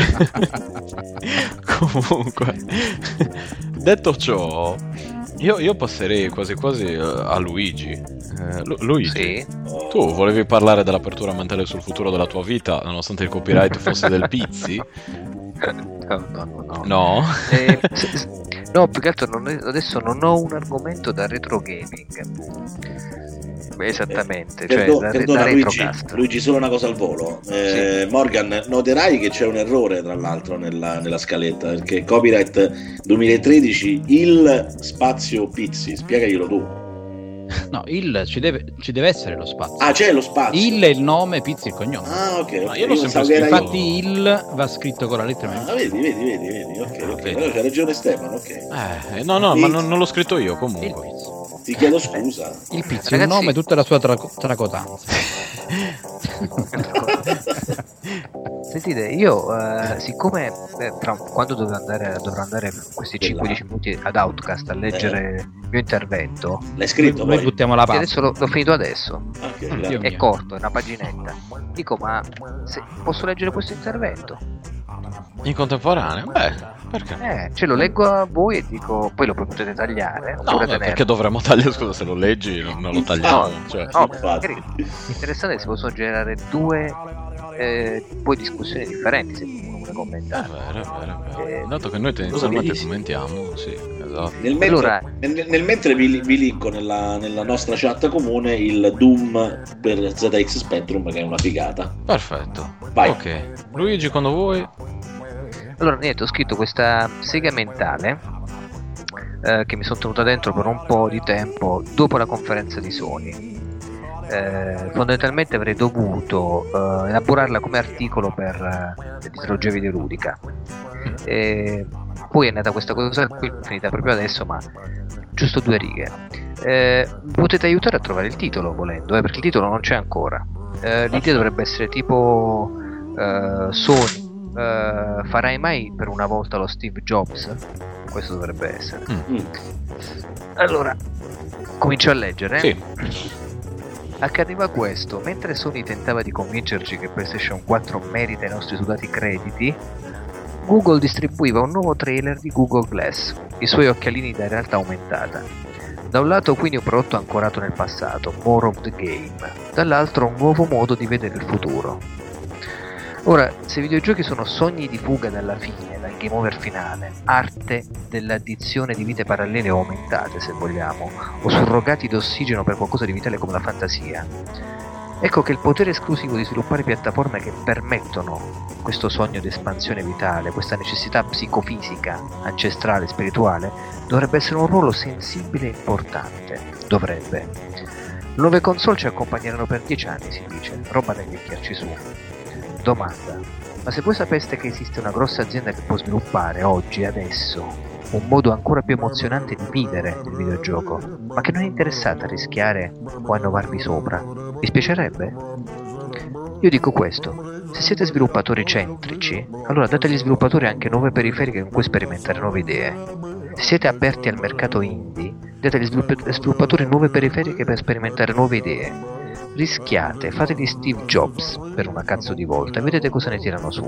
[SPEAKER 5] Comunque, detto ciò, io, io passerei quasi quasi uh, a Luigi. Eh, Lu- Luigi,
[SPEAKER 3] Sì.
[SPEAKER 5] tu volevi parlare dell'apertura mentale sul futuro della tua vita, nonostante il copyright fosse del Pizzi?
[SPEAKER 3] No, no, no. No,
[SPEAKER 5] No?
[SPEAKER 3] Eh, se- se- no, più che altro non è- adesso non ho un argomento da retro gaming. Esattamente, cioè
[SPEAKER 2] Perdo-
[SPEAKER 3] da,
[SPEAKER 2] perdona
[SPEAKER 3] da
[SPEAKER 2] Luigi,
[SPEAKER 3] retrocast.
[SPEAKER 2] Luigi, solo una cosa al volo. Eh, Morgan, noterai che c'è un errore tra l'altro nella, nella scaletta, perché copyright duemilatredici il spazio Pizzi, spiegaglielo tu.
[SPEAKER 1] No, il ci deve, ci deve essere lo spazio.
[SPEAKER 2] Ah, c'è lo spazio.
[SPEAKER 1] Il è il nome, Pizzi il cognome.
[SPEAKER 2] Ah, ok, ok.
[SPEAKER 5] Ma io l'ho sempre
[SPEAKER 2] pensavo che era
[SPEAKER 5] scritto-
[SPEAKER 1] Infatti il va scritto con la lettera
[SPEAKER 2] io-
[SPEAKER 1] M.
[SPEAKER 2] Ah, vedi, vedi, vedi, vedi. Ok, ok.
[SPEAKER 5] Vedi.
[SPEAKER 2] Allora c'ha ragione Stefano, ok.
[SPEAKER 5] Eh, no, no, ma non, non l'ho scritto io
[SPEAKER 1] Il
[SPEAKER 5] comunque.
[SPEAKER 1] Pizzi.
[SPEAKER 2] Ti chiedo scusa.
[SPEAKER 1] Il Pizzi,
[SPEAKER 3] Ragazzi-
[SPEAKER 1] un nome e tutta la sua tra- tracotanza.
[SPEAKER 3] Sentite, io eh, siccome eh, tra- quando dovrò andare, dovrò andare questi cinque dieci minuti ad Outcast a leggere il mio intervento,
[SPEAKER 2] L'hai scritto
[SPEAKER 1] Noi
[SPEAKER 2] poi?
[SPEAKER 1] buttiamo la
[SPEAKER 3] e
[SPEAKER 1] pasta.
[SPEAKER 3] adesso l'ho, l'ho finito adesso,
[SPEAKER 2] Ok,
[SPEAKER 1] Mm,
[SPEAKER 2] grazie.
[SPEAKER 1] io-
[SPEAKER 3] è corto, è una paginetta. Dico, ma se posso leggere questo intervento?
[SPEAKER 5] In contemporanea? Beh, perché?
[SPEAKER 3] Eh, ce lo leggo a voi e dico, poi lo potete tagliare.
[SPEAKER 5] No,
[SPEAKER 3] oppure
[SPEAKER 5] beh,
[SPEAKER 3] tenerlo.
[SPEAKER 5] perché dovremmo tagliare, scusa, se lo leggi non, non lo tagliamo. Cioè.
[SPEAKER 3] No,
[SPEAKER 2] Infatti.
[SPEAKER 3] magari interessante, si possono generare due eh, poi discussioni differenti se uno vuole
[SPEAKER 5] È
[SPEAKER 3] commentare.
[SPEAKER 5] vero, è vero, è vero.
[SPEAKER 3] Eh,
[SPEAKER 5] Dato che noi tendenzialmente
[SPEAKER 2] dici?
[SPEAKER 5] commentiamo, sì, esatto.
[SPEAKER 2] Nel mentre,
[SPEAKER 3] Allora-
[SPEAKER 2] nel, nel mentre vi, vi linko nella, nella nostra chat comune il Doom per Z X Spectrum, che è una figata.
[SPEAKER 5] Perfetto.
[SPEAKER 2] Vai.
[SPEAKER 5] Ok. Luigi, quando vuoi.
[SPEAKER 3] Allora, niente, ho scritto questa sega mentale eh, che mi sono tenuta dentro per un po' di tempo dopo la conferenza di Sony. Eh, fondamentalmente avrei dovuto eh, elaborarla come articolo per eh, l'editologia videoludica. E poi è nata questa cosa qui, finita proprio adesso, ma giusto due righe. Eh, potete aiutare a trovare il titolo volendo, eh, perché il titolo non c'è ancora. Eh, l'idea dovrebbe essere tipo eh, Sony. Uh, farai mai per una volta lo Steve Jobs? Questo dovrebbe essere.
[SPEAKER 2] Mm.
[SPEAKER 3] Allora, comincio a leggere.
[SPEAKER 5] Sì.
[SPEAKER 3] Accadeva questo: mentre Sony tentava di convincerci che PlayStation quattro merita i nostri sudati crediti, Google distribuiva un nuovo trailer di Google Glass, i suoi occhialini da realtà aumentata. Da un lato quindi un prodotto ancorato nel passato, more of the game, dall'altro un nuovo modo di vedere il futuro. Ora, se i videogiochi sono sogni di fuga dalla fine, dal game over finale, arte dell'addizione di vite parallele o aumentate, se vogliamo, o surrogati d'ossigeno per qualcosa di vitale come la fantasia, ecco che il potere esclusivo di sviluppare piattaforme che permettono questo sogno di espansione vitale, questa necessità psicofisica, ancestrale, spirituale, dovrebbe essere un ruolo sensibile e importante. Dovrebbe. Nuove console ci accompagneranno per dieci anni, si dice, roba da invecchiarci su. Domanda: ma se voi sapeste che esiste una grossa azienda che può sviluppare oggi, adesso, un modo ancora più emozionante di vivere il videogioco, ma che non è interessata a rischiare o a innovarvi sopra, vi spiacerebbe? Io dico questo: se siete sviluppatori centrici, allora date agli sviluppatori anche nuove periferiche con cui sperimentare nuove idee. Se siete aperti al mercato indie, date agli svilupp- sviluppatori nuove periferiche per sperimentare nuove idee. rischiate, fate di Steve Jobs per una cazzo di volta e vedete cosa ne tirano su.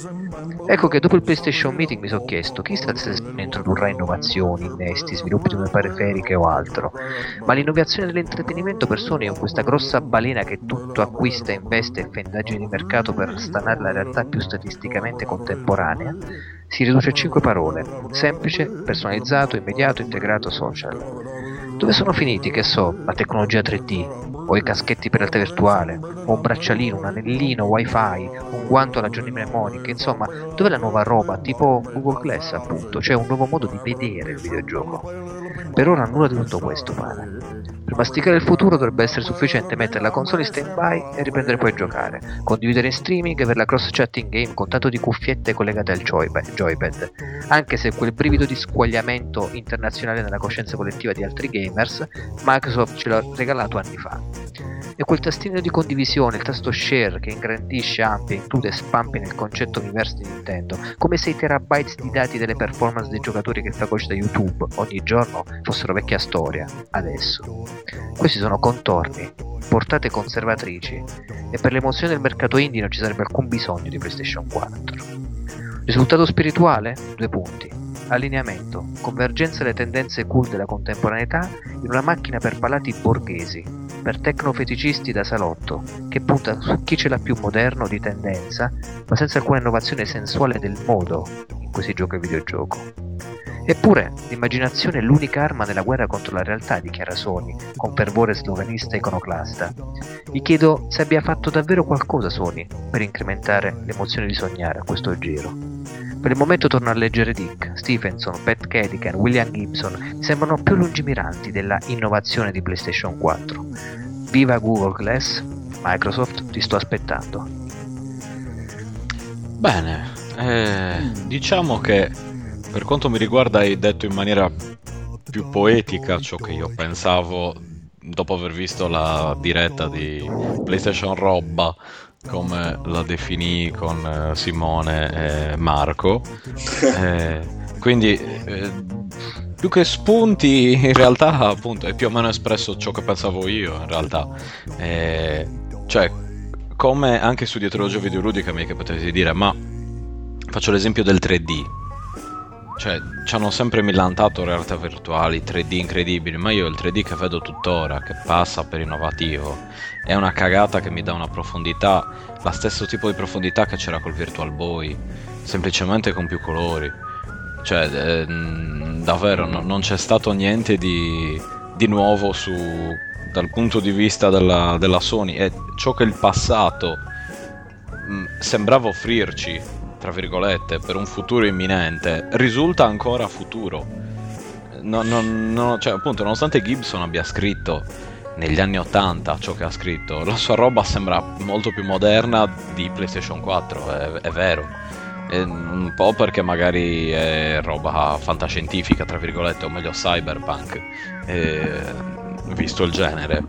[SPEAKER 3] Ecco che dopo il PlayStation Meeting mi sono chiesto chissà se introdurrà innovazioni, innesti, sviluppi di nuove periferiche o altro, ma l'innovazione dell'intrattenimento per Sony è questa grossa balena che tutto acquista, investe e fa indagini di mercato per stanare la realtà più statisticamente contemporanea, si riduce a cinque parole: semplice, personalizzato, immediato, integrato, social. Dove sono finiti, che so, la tecnologia tre D, o i caschetti per realtà virtuale, o un braccialino, un anellino, wifi, un guanto alla Johnny Mnemonic, insomma, dov'è la nuova roba, tipo Google Glass appunto, cioè un nuovo modo di vedere il videogioco? Per ora nulla di tutto questo pare. Per masticare il futuro dovrebbe essere sufficiente mettere la console in stand-by e riprendere poi a giocare, condividere in streaming e avere la cross-chat in game con tanto di cuffiette collegate al joypad, joypad, anche se quel brivido di squagliamento internazionale nella coscienza collettiva di altri gamers Microsoft ce l'ha regalato anni fa. E quel tastino di condivisione, il tasto share che ingrandisce, amplia, include e spampi nel concetto universo di Nintendo, come se i terabytes di dati delle performance dei giocatori che fagoccia da YouTube ogni giorno fossero vecchia storia, adesso. Questi sono contorni, portate conservatrici, e per l'emozione del mercato indie non ci sarebbe alcun bisogno di PlayStation quattro. Risultato spirituale? Due punti. Allineamento, convergenza delle tendenze cool della contemporaneità in una macchina per palati borghesi, per tecnofeticisti da salotto, che punta su chi ce l'ha più moderno di tendenza, ma senza alcuna innovazione sensuale del modo in cui si gioca il videogioco. Eppure, l'immaginazione è l'unica arma nella guerra contro la realtà, dichiara Sony, con fervore sloganista e iconoclasta. Gli chiedo se abbia fatto davvero qualcosa Sony per incrementare l'emozione di sognare a questo giro. Per il momento torno a leggere Dick, Stephenson, Pat Cadigan, William Gibson, mi sembrano più lungimiranti della innovazione di PlayStation quattro. Viva Google Glass, Microsoft, ti sto aspettando.
[SPEAKER 5] Bene, eh, diciamo che per quanto mi riguarda hai detto in maniera più poetica ciò che io pensavo dopo aver visto la diretta di PlayStation Roba, come la definì con eh, Simone e Marco. Eh, quindi eh, più che spunti in realtà appunto è più o meno espresso ciò che pensavo io in realtà, eh, cioè come anche su dietrologia videoludica mi capita di dire, ma faccio l'esempio del tre D, cioè ci hanno sempre millantato realtà virtuali, tre D incredibili, ma io il tre D che vedo tuttora, che passa per innovativo, è una cagata che mi dà una profondità, la stesso tipo di profondità che c'era col Virtual Boy, semplicemente con più colori. Cioè eh, davvero no, non c'è stato niente di, di nuovo su, dal punto di vista della, della Sony, e ciò che il passato mh, sembrava offrirci, tra virgolette, per un futuro imminente, risulta ancora futuro. No, no, no, cioè appunto, nonostante Gibson abbia scritto negli anni ottanta ciò che ha scritto, la sua roba sembra molto più moderna di PlayStation quattro, è, è vero, è un po' perché magari è roba fantascientifica, tra virgolette, o meglio cyberpunk, eh, visto il genere.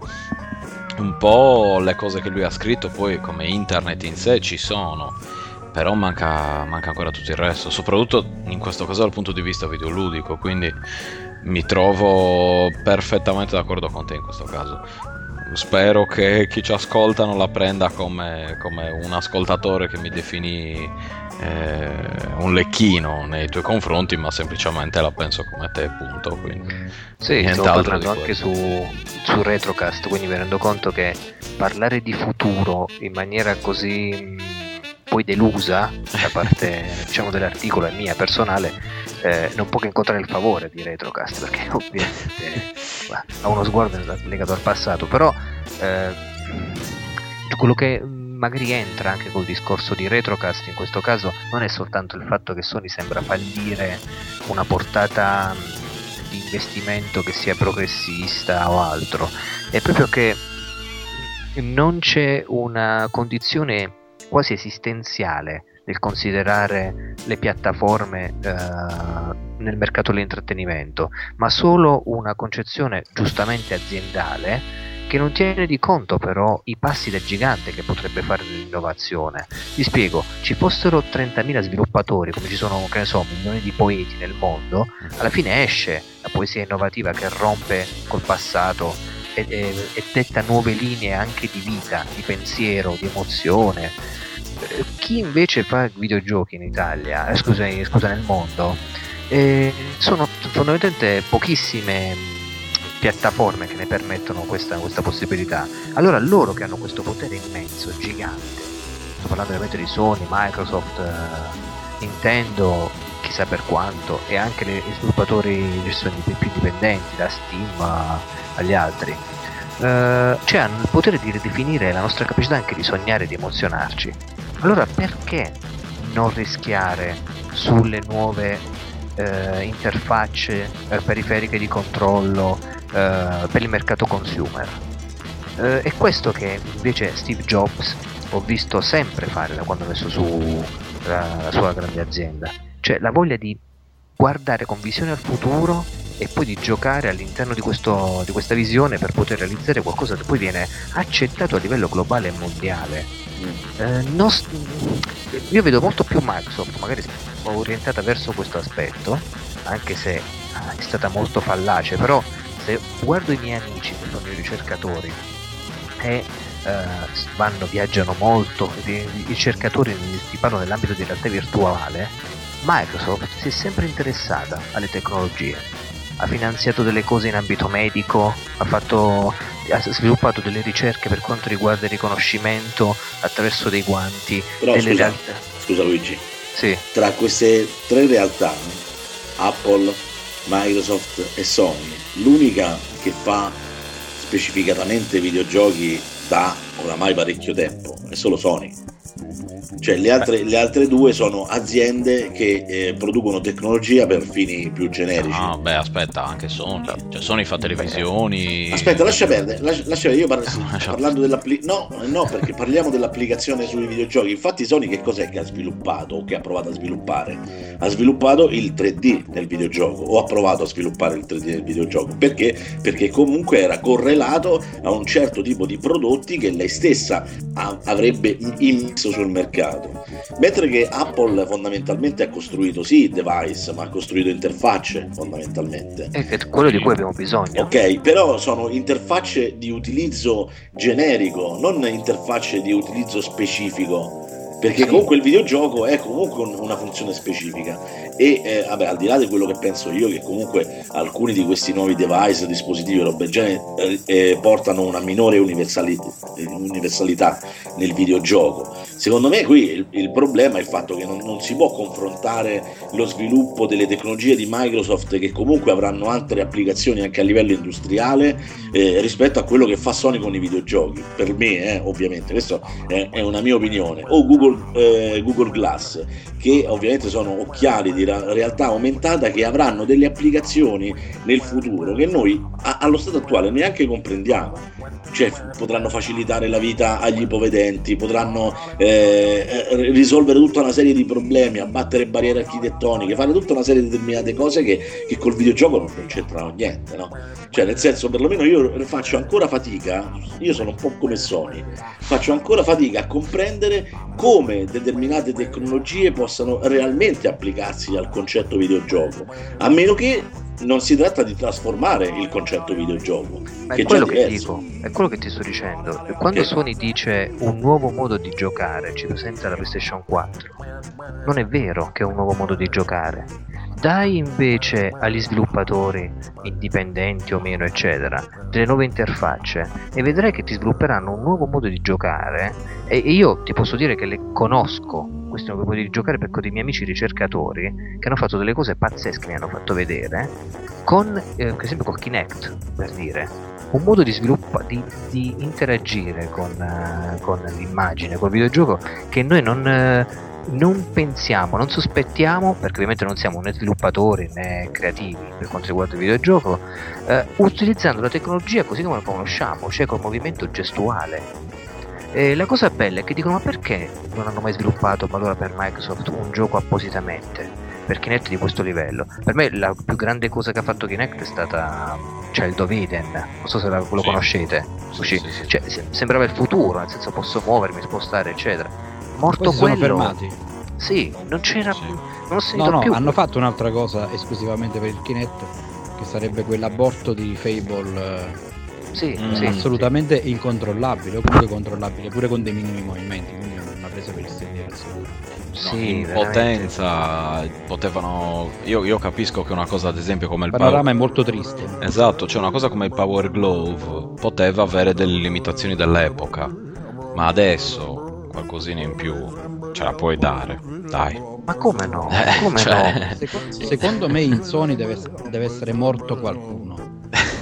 [SPEAKER 5] Un po' le cose che lui ha scritto poi come internet in sé ci sono, però manca, manca ancora tutto il resto, soprattutto in questo caso dal punto di vista videoludico, quindi mi trovo perfettamente d'accordo con te in questo caso. Spero che chi ci ascolta non la prenda come, come un ascoltatore che mi definì eh, un lecchino nei tuoi confronti, ma semplicemente la penso come te, punto. Quindi
[SPEAKER 3] sì, stavo parlando anche su, su Retrocast, quindi mi rendo conto che parlare di futuro in maniera così poi delusa da parte diciamo dell'articolo e mia personale eh, non può che incontrare il favore di Retrocast, perché ovviamente ha uno sguardo legato al passato, però eh, quello che magari entra anche col discorso di Retrocast in questo caso non è soltanto il fatto che Sony sembra fallire una portata di investimento che sia progressista o altro, è proprio che non c'è una condizione quasi esistenziale nel considerare le piattaforme eh, nel mercato dell'intrattenimento, ma solo una concezione giustamente aziendale che non tiene di conto però i passi da gigante che potrebbe fare l'innovazione. Vi spiego, ci fossero trentamila sviluppatori, come ci sono, che ne so, milioni di poeti nel mondo, alla fine esce la poesia innovativa che rompe col passato e, e, e detta nuove linee anche di vita, di pensiero, di emozione. Eh, chi invece fa videogiochi in Italia, eh, scusa, scusa nel mondo, eh, sono fondamentalmente pochissime piattaforme che ne permettono questa, questa possibilità. Allora loro che hanno questo potere immenso, gigante, sto parlando veramente di Sony, Microsoft, eh, Nintendo, chissà per quanto, e anche gli sviluppatori più indipendenti, da Steam a, agli altri, eh, cioè hanno il potere di ridefinire la nostra capacità anche di sognare, di emozionarci. Allora perché non rischiare sulle nuove eh, interfacce eh, periferiche di controllo eh, per il mercato consumer? Eh, è questo che invece Steve Jobs ho visto sempre fare da quando ha messo su la, la sua grande azienda, cioè la voglia di guardare con visione al futuro e poi di giocare all'interno di, questo, di questa visione per poter realizzare qualcosa che poi viene accettato a livello globale e mondiale. Eh, non, io vedo molto più Microsoft magari orientata verso questo aspetto, anche se è stata molto fallace, però se guardo i miei amici che sono i ricercatori e uh, vanno, viaggiano molto, i ricercatori ti parlo nell'ambito di realtà virtuale, Microsoft si è sempre interessata alle tecnologie, ha finanziato delle cose in ambito medico, ha fatto ha sviluppato delle ricerche per quanto riguarda il riconoscimento attraverso dei guanti.
[SPEAKER 2] Però
[SPEAKER 3] delle
[SPEAKER 2] scusa,
[SPEAKER 3] realtà...
[SPEAKER 2] scusa Luigi,
[SPEAKER 3] sì.
[SPEAKER 2] Tra queste tre realtà, Apple, Microsoft e Sony, l'unica che fa specificatamente videogiochi da oramai parecchio tempo è solo Sony. Cioè le altre, le altre due sono aziende che eh, producono tecnologia per fini più generici.
[SPEAKER 5] No, beh, aspetta, anche Sony. Cioè Sony fa televisioni.
[SPEAKER 2] Aspetta, lascia perdere, lascia, lascia perdere. Io parlo, sì, parlando dell'applicazione. No, no, perché parliamo dell'applicazione sui videogiochi. Infatti Sony che cos'è che ha sviluppato o che ha provato a sviluppare? Ha sviluppato il tre D nel videogioco, o ha provato a sviluppare il tre D nel videogioco. Perché? Perché comunque era correlato a un certo tipo di prodotti che lei stessa a, avrebbe immesso sul mercato. Mentre che Apple fondamentalmente ha costruito sì device, ma ha costruito interfacce fondamentalmente.
[SPEAKER 3] È quello di cui abbiamo bisogno.
[SPEAKER 2] Ok, però sono interfacce di utilizzo generico, non interfacce di utilizzo specifico. Perché comunque il videogioco è comunque una funzione specifica e eh, vabbè, al di là di quello che penso io, che comunque alcuni di questi nuovi device, dispositivi e robe genere eh, eh, portano una minore universali- universalità nel videogioco. Secondo me qui il, il problema è il fatto che non, non si può confrontare lo sviluppo delle tecnologie di Microsoft, che comunque avranno altre applicazioni anche a livello industriale, eh, rispetto a quello che fa Sony con i videogiochi. Per me, eh, ovviamente, questa è, è una mia opinione. O Google Eh, Google Glass, che ovviamente sono occhiali di ra- realtà aumentata che avranno delle applicazioni nel futuro che noi a- allo stato attuale neanche comprendiamo. Cioè potranno facilitare la vita agli ipovedenti, potranno eh, risolvere tutta una serie di problemi, abbattere barriere architettoniche, fare tutta una serie di determinate cose che, che col videogioco non c'entrano niente, no? Cioè nel senso, perlomeno io faccio ancora fatica, io sono un po' come Sony, faccio ancora fatica a comprendere come determinate tecnologie possano realmente applicarsi al concetto videogioco, a meno che non si tratta di trasformare il concetto videogioco.
[SPEAKER 3] Ma
[SPEAKER 2] che
[SPEAKER 3] è quello
[SPEAKER 2] già
[SPEAKER 3] che
[SPEAKER 2] diverso.
[SPEAKER 3] dico, è quello che ti sto dicendo. Quando
[SPEAKER 2] Che?
[SPEAKER 3] Sony dice un nuovo modo di giocare, ci presenta la PlayStation quattro, non è vero che è un nuovo modo di giocare. Dai invece agli sviluppatori indipendenti o meno eccetera delle nuove interfacce e vedrai che ti svilupperanno un nuovo modo di giocare, e io ti posso dire che le conosco questi nuovi modi di giocare per dei miei amici ricercatori che hanno fatto delle cose pazzesche, mi hanno fatto vedere con eh, per esempio col Kinect, per dire un modo di sviluppo, di, di interagire con, uh, con l'immagine, col videogioco, che noi non uh, non pensiamo, non sospettiamo, perché ovviamente non siamo né sviluppatori né creativi per quanto riguarda il videogioco, eh, utilizzando la tecnologia così come la conosciamo, cioè col movimento gestuale. E la cosa bella è che dicono: ma perché non hanno mai sviluppato allora per Microsoft un gioco appositamente per Kinect di questo livello? Per me la più grande cosa che ha fatto Kinect è stata Child of Eden, non so se la, lo
[SPEAKER 5] Sì.
[SPEAKER 3] conoscete.
[SPEAKER 5] Sì, sì, sì.
[SPEAKER 3] Cioè, se- sembrava il futuro, nel senso posso muovermi, spostare eccetera. Morto
[SPEAKER 1] Poi si sono
[SPEAKER 3] quello,
[SPEAKER 1] fermati.
[SPEAKER 3] sì, non c'era,
[SPEAKER 5] Sì.
[SPEAKER 3] non ho sentito
[SPEAKER 1] No, no,
[SPEAKER 3] più.
[SPEAKER 1] hanno fatto un'altra cosa esclusivamente per il Kinect, che sarebbe quell'aborto di Fable, eh,
[SPEAKER 3] Sì,
[SPEAKER 1] eh,
[SPEAKER 3] sì,
[SPEAKER 1] assolutamente incontrollabile, o comunque controllabile pure con dei minimi movimenti, quindi una presa per il sedere.
[SPEAKER 3] sì,
[SPEAKER 5] in
[SPEAKER 3] veramente.
[SPEAKER 5] potenza potevano. Io, io capisco che una cosa, ad esempio, come il
[SPEAKER 1] Il panorama
[SPEAKER 5] Power.
[SPEAKER 1] è molto triste.
[SPEAKER 5] Esatto, cioè una cosa come il Power Glove poteva avere delle limitazioni dell'epoca, ma adesso qualcosina in più ce la puoi dare, dai.
[SPEAKER 3] Ma come no?
[SPEAKER 5] Eh,
[SPEAKER 3] Come
[SPEAKER 5] cioè-
[SPEAKER 3] no?
[SPEAKER 1] Seco- secondo me in Sony deve, deve essere morto qualcuno.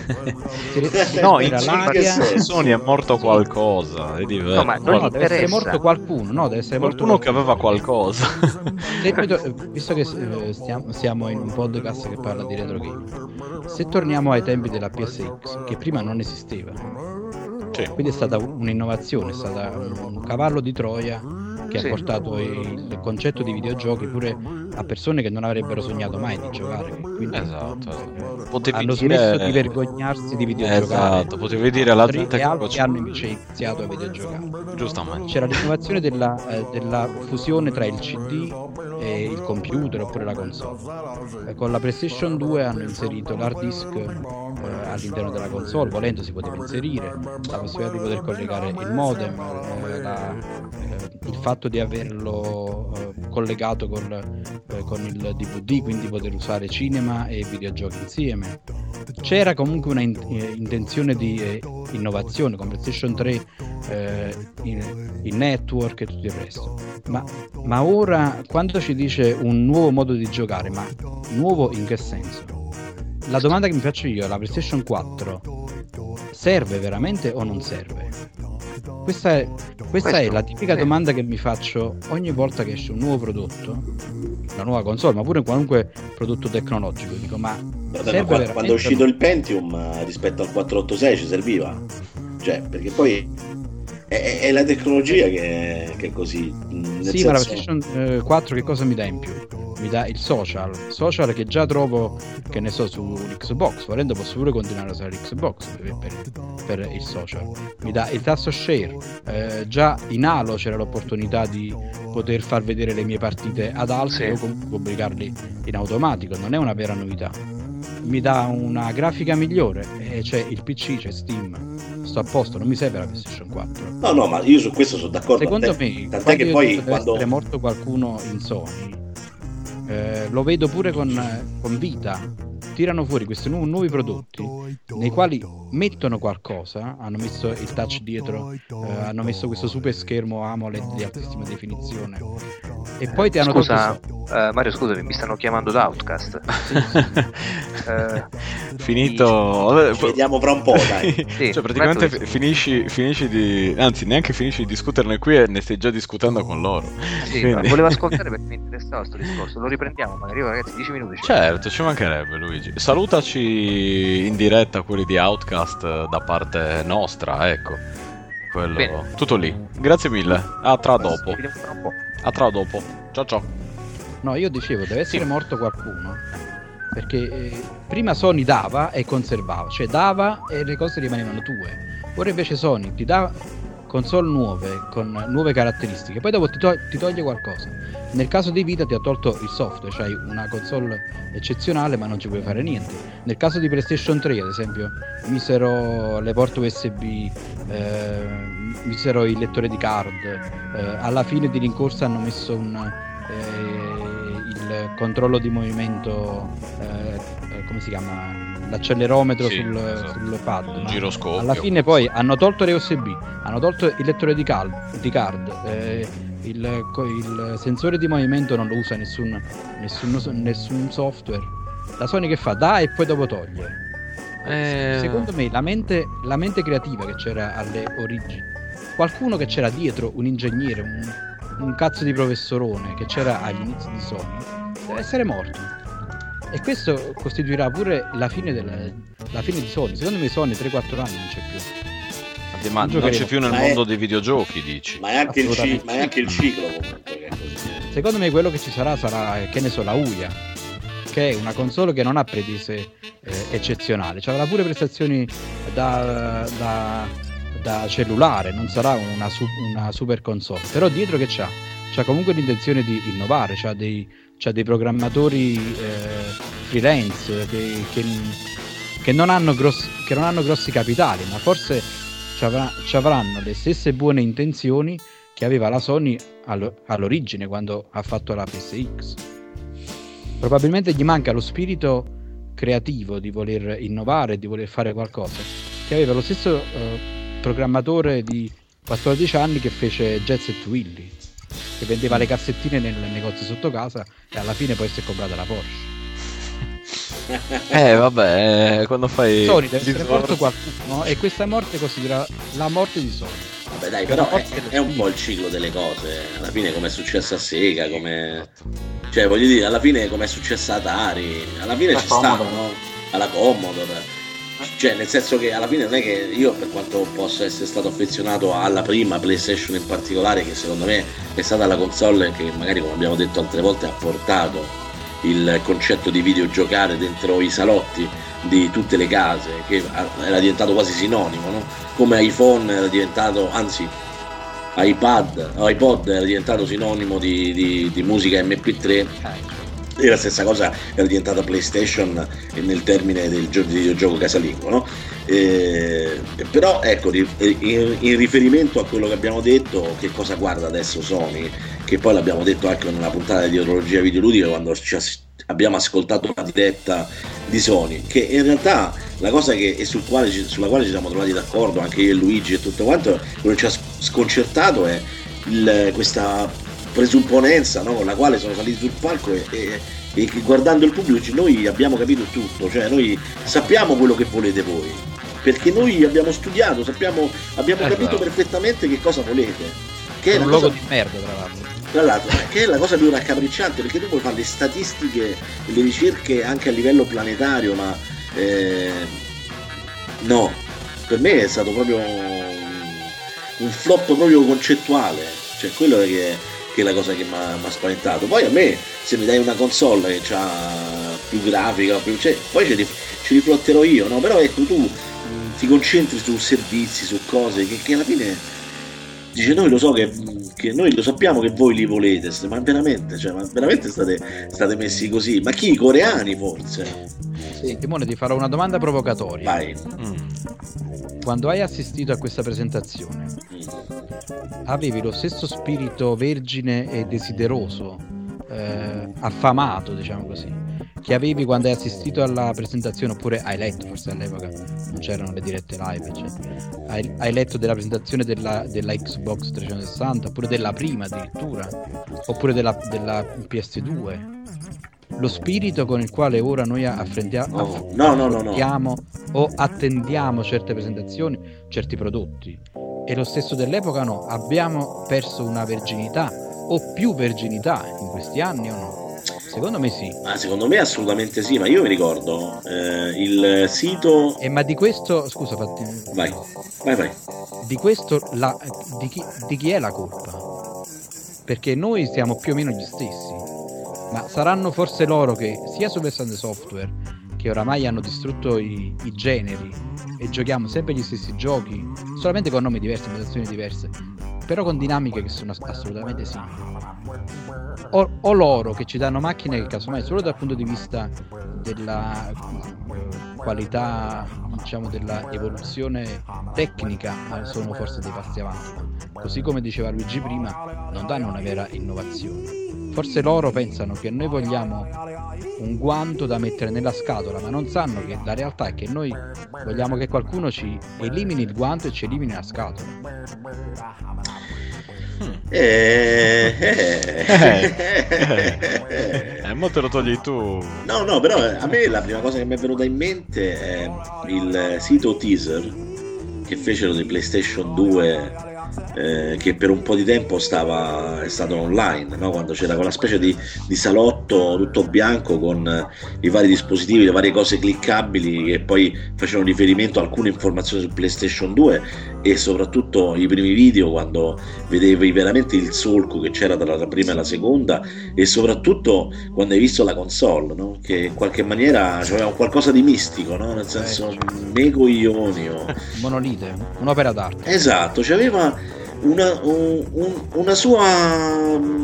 [SPEAKER 1] Si
[SPEAKER 5] No,
[SPEAKER 1] respira
[SPEAKER 5] in Sony,
[SPEAKER 1] l'aria.
[SPEAKER 2] che
[SPEAKER 5] Sony è morto qualcosa, è diverso.
[SPEAKER 3] No, ma non
[SPEAKER 1] No, deve essere
[SPEAKER 3] interessa.
[SPEAKER 1] morto qualcuno, no, deve essere morto
[SPEAKER 5] Qualcuno che aveva qualcosa.
[SPEAKER 1] Se noi to- visto che eh, stiamo, siamo in un podcast che parla di retro gaming, se torniamo ai tempi della P S X, che prima non esisteva,
[SPEAKER 5] Sì.
[SPEAKER 1] quindi è stata un'innovazione, è stata un, un cavallo di Troia che
[SPEAKER 3] Sì.
[SPEAKER 1] ha portato il concetto di videogiochi pure a persone che non avrebbero sognato mai di giocare, quindi
[SPEAKER 5] Esatto,
[SPEAKER 1] eh,
[SPEAKER 5] potevi
[SPEAKER 1] hanno
[SPEAKER 5] dire-
[SPEAKER 1] smesso di vergognarsi di videogiocare.
[SPEAKER 5] Esatto, potevi dire alla
[SPEAKER 1] Altri-
[SPEAKER 5] gente
[SPEAKER 1] e
[SPEAKER 5] che
[SPEAKER 1] altri
[SPEAKER 5] faceva-
[SPEAKER 1] hanno invece iniziato a videogiocare.
[SPEAKER 5] Giustamente.
[SPEAKER 1] C'era l'innovazione della, eh, della fusione tra il C D e il computer oppure la console. Eh, con la PlayStation due hanno inserito l'hard disk eh, all'interno della console, volendo si poteva inserire la possibilità di poter collegare il modem, eh, la- eh, il fatto di averlo eh, collegato col, eh, con il D V D, quindi poter usare cinema e videogiochi insieme. C'era comunque una in- eh, intenzione di eh, innovazione con PlayStation tre, eh, in, in network e tutto il resto, ma, ma ora quando ci dice un nuovo modo di giocare, ma nuovo in che senso? La domanda che mi faccio io, la PlayStation quattro serve veramente o non serve? Questa è, questa è
[SPEAKER 3] Questo-
[SPEAKER 1] la tipica
[SPEAKER 3] sì.
[SPEAKER 1] domanda che mi faccio ogni volta che esce un nuovo prodotto, una nuova console, ma pure qualunque prodotto tecnologico. Dico, ma
[SPEAKER 2] Vabbè,
[SPEAKER 1] serve
[SPEAKER 2] ma qua-
[SPEAKER 1] veramente
[SPEAKER 2] quando è
[SPEAKER 1] o
[SPEAKER 2] uscito
[SPEAKER 1] no?
[SPEAKER 2] il Pentium eh, rispetto al quattrocentottantasei ci serviva, cioè perché poi è, è la tecnologia che, che è così, mh, nel
[SPEAKER 1] Sì, ma la
[SPEAKER 2] senso-
[SPEAKER 1] PlayStation eh, quattro che cosa mi dà in più? Mi dà il social, social che già trovo, che ne so, sull'Xbox, volendo posso pure continuare a usare l'Xbox per, per, per il social. Mi dà il tasto share, eh, già in Halo c'era l'opportunità di poter far vedere le mie partite ad altri
[SPEAKER 3] Sì.
[SPEAKER 1] o comunque pubblicarli in automatico, non è una vera novità. Mi dà una grafica migliore, e c'è il P C, c'è Steam, sto a posto, non mi serve la PlayStation quattro.
[SPEAKER 2] no no, ma io su questo sono d'accordo.
[SPEAKER 1] Secondo
[SPEAKER 2] tant'è,
[SPEAKER 1] me,
[SPEAKER 2] tant'è
[SPEAKER 1] quando
[SPEAKER 2] che
[SPEAKER 1] io
[SPEAKER 2] poi
[SPEAKER 1] dico deve
[SPEAKER 2] quando
[SPEAKER 1] essere morto qualcuno in Sony, eh, lo vedo pure con, con Vita. Tirano fuori questi nu- nuovi prodotti nei quali mettono qualcosa, hanno messo il touch dietro, eh, hanno messo questo super schermo AMOLED di altissima definizione e poi ti hanno
[SPEAKER 3] Scusa,
[SPEAKER 1] tolto
[SPEAKER 3] eh, Mario, scusami, mi stanno chiamando da Outcast. Eh,
[SPEAKER 5] Finito. Vabbè,
[SPEAKER 2] ci vediamo fra un po', dai.
[SPEAKER 3] Sì,
[SPEAKER 5] cioè, praticamente
[SPEAKER 3] vai tu.
[SPEAKER 5] fi- finisci, finisci di. Anzi, neanche finisci di discuterne qui e ne stai già discutendo con loro.
[SPEAKER 3] Sì,
[SPEAKER 5] Quindi-
[SPEAKER 3] volevo ascoltare perché mi interessava sto discorso. Lo riprendiamo magari. Io, ragazzi, dieci minuti. ci-
[SPEAKER 5] Certo, ci mancherebbe Luigi. Salutaci in diretta quelli di Outcast eh, da parte nostra, ecco. Quello.
[SPEAKER 3] Bene.
[SPEAKER 5] Tutto lì. Grazie mille. A tra
[SPEAKER 3] Ci
[SPEAKER 5] dopo.
[SPEAKER 3] vediamo tra un po'.
[SPEAKER 5] A tra dopo. Ciao ciao.
[SPEAKER 1] No, io dicevo, deve essere
[SPEAKER 5] Sì.
[SPEAKER 1] morto qualcuno. Perché eh, prima Sony dava e conservava, cioè dava e le cose rimanevano tue. Ora invece Sony ti dà console nuove con nuove caratteristiche, poi dopo ti, to- ti toglie qualcosa. Nel caso di Vita ti ha tolto il software, cioè una console eccezionale ma non ci puoi fare niente. Nel caso di PlayStation tre, ad esempio, misero le porte U S B, eh, misero il lettore di card, eh, alla fine di rincorsa hanno messo un, eh, il controllo di movimento, eh, eh, come si chiama? L'accelerometro
[SPEAKER 5] Sì,
[SPEAKER 1] sul,
[SPEAKER 5] esatto.
[SPEAKER 1] sul pad.
[SPEAKER 5] Un
[SPEAKER 1] no?
[SPEAKER 5] giroscopio.
[SPEAKER 1] Alla fine poi hanno tolto le U S B, hanno tolto il lettore di, cal- di card, eh, il, co- il sensore di movimento non lo usa nessun, nessun, nessun software. La Sony che fa? Dà e poi dopo toglie.
[SPEAKER 5] Eh,
[SPEAKER 1] Secondo me la mente, la mente creativa che c'era alle origini, qualcuno che c'era dietro, un ingegnere, un, un cazzo di professorone che c'era agli inizi di Sony, deve essere morto. E questo costituirà pure la fine, della, la fine di Sony. Secondo me Sony tra quattro anni non c'è più.
[SPEAKER 5] Ma non
[SPEAKER 1] giocheremo.
[SPEAKER 5] c'è più nel
[SPEAKER 2] Ma è-
[SPEAKER 5] mondo dei videogiochi, dici?
[SPEAKER 2] Ma è anche il, ci-
[SPEAKER 1] Assolutamente.
[SPEAKER 2] ma è anche il ciclo comunque che è così.
[SPEAKER 1] Secondo me quello che ci sarà sarà, che ne so, la Uia, che è una console che non ha pretese eh, eccezionali, cioè avrà pure prestazioni da, da, da cellulare, non sarà una, su- una super console, però dietro che c'ha? C'ha comunque l'intenzione di innovare, c'ha dei, c'ha dei programmatori eh, freelance che, che, che non hanno grossi, che non hanno grossi capitali, ma forse ci, avrà, ci avranno le stesse buone intenzioni che aveva la Sony allo, all'origine quando ha fatto la P S X. Probabilmente gli manca lo spirito creativo di voler innovare, di voler fare qualcosa, che aveva lo stesso eh, programmatore di quattordici anni che fece Jet Set Willy, che vendeva le cassettine nel negozio sotto casa e alla fine poi si è comprata la Porsche.
[SPEAKER 5] Eh vabbè, quando fai
[SPEAKER 1] Sony deve essere morto qualcuno e questa morte considera la morte di Sony.
[SPEAKER 2] Vabbè dai, però è, è un po' il ciclo delle cose. Alla fine come è successo a Sega, come... cioè voglio dire, alla fine come è successo a Atari, alla fine ci sta, no? Alla Commodore. Cioè nel senso che alla fine non è che io, per quanto possa essere stato affezionato alla prima PlayStation in particolare, che secondo me è stata la console che magari, come abbiamo detto altre volte, ha portato il concetto di videogiocare dentro i salotti di tutte le case, che era diventato quasi sinonimo, no? Come iPhone era diventato, anzi iPad, iPod era diventato sinonimo di, di, di musica M P tre, e la stessa cosa era diventata PlayStation nel termine del gioco di videogioco casalingo, no? Eh, però ecco, in, in riferimento a quello che abbiamo detto, che cosa guarda adesso Sony, che poi l'abbiamo detto anche nella puntata di Orologia Videoludica quando ci abbiamo ascoltato la diretta di Sony, che in realtà la cosa che è sul quale, sulla quale ci siamo trovati d'accordo anche io e Luigi e tutto quanto, quello che ci ha sconcertato è il, questa presupponenza, no, con la quale sono saliti sul palco e, e, e guardando il pubblico noi abbiamo capito tutto, cioè noi sappiamo quello che volete voi, perché noi abbiamo studiato, sappiamo, abbiamo
[SPEAKER 1] esatto.
[SPEAKER 2] capito perfettamente che cosa volete, che è
[SPEAKER 1] un
[SPEAKER 2] una
[SPEAKER 1] logo
[SPEAKER 2] cosa...
[SPEAKER 1] di merda tra l'altro.
[SPEAKER 2] Tra l'altro, che è la cosa più raccapricciante, perché tu puoi fare le statistiche, le ricerche anche a livello planetario, ma eh, no, per me è stato proprio un, un flop proprio concettuale, cioè quello è che, che è la cosa che mi ha spaventato. Poi a me, se mi dai una console che ha più grafica, più, cioè, poi ci, ci riflotterò io, no? Però ecco, tu mh, ti concentri su servizi, su cose che, che alla fine... Dice noi lo so che, che noi lo sappiamo che voi li volete, ma veramente, cioè, ma veramente state, state messi così? Ma chi? I coreani forse?
[SPEAKER 1] Sì, Timone, ti farò una domanda provocatoria.
[SPEAKER 2] Vai.
[SPEAKER 1] Mm. Quando hai assistito a questa presentazione, mm. avevi lo stesso spirito vergine e desideroso, eh, affamato, diciamo così, che avevi quando hai assistito alla presentazione, oppure hai letto, forse all'epoca non c'erano le dirette live, eccetera. Hai, hai letto della presentazione della, della Xbox trecentosessanta, oppure della prima addirittura, oppure della, della P S due? Lo spirito con il quale ora noi affrontiamo,
[SPEAKER 2] no, no, no, no, no.
[SPEAKER 1] o attendiamo certe presentazioni, certi prodotti, è lo stesso dell'epoca? No? Abbiamo perso una verginità o più verginità in questi anni o no? Secondo me sì.
[SPEAKER 2] Ah, secondo me assolutamente sì, ma io mi ricordo eh, il sito...
[SPEAKER 1] Eh, ma di questo, scusa, fatti...
[SPEAKER 2] Vai, vai, vai.
[SPEAKER 1] Di questo, la, di, chi, di chi è la colpa? Perché noi siamo più o meno gli stessi, ma saranno forse loro che, sia sul versante software, che oramai hanno distrutto i, i generi e giochiamo sempre gli stessi giochi, solamente con nomi diversi, motivazioni diverse, però con dinamiche che sono assolutamente simili. O, o loro che ci danno macchine che casomai solo dal punto di vista della eh, qualità, diciamo, della evoluzione tecnica sono forse dei passi avanti, così come diceva Luigi prima, non danno una vera innovazione. Forse loro pensano che noi vogliamo un guanto da mettere nella scatola, ma non sanno che la realtà è che noi vogliamo che qualcuno ci elimini il guanto e ci elimini la scatola.
[SPEAKER 2] Eh, eh,
[SPEAKER 5] eh, eh, eh, mo te lo togli tu.
[SPEAKER 2] No, no, però a me la prima cosa che mi è venuta in mente è il sito teaser che fecero di PlayStation due, eh, che per un po' di tempo stava è stato online, no? Quando c'era quella specie di, di salotto tutto bianco con i vari dispositivi, le varie cose cliccabili che poi facevano riferimento a alcune informazioni su PlayStation due, e soprattutto i primi video quando vedevi veramente il solco che c'era tra la prima e la seconda, e soprattutto quando hai visto la console, no? Che in qualche maniera aveva qualcosa di mistico, no? Nel senso, nei coglioni o...
[SPEAKER 1] monolite, un'opera d'arte.
[SPEAKER 2] Esatto, c'aveva una, un, un, una sua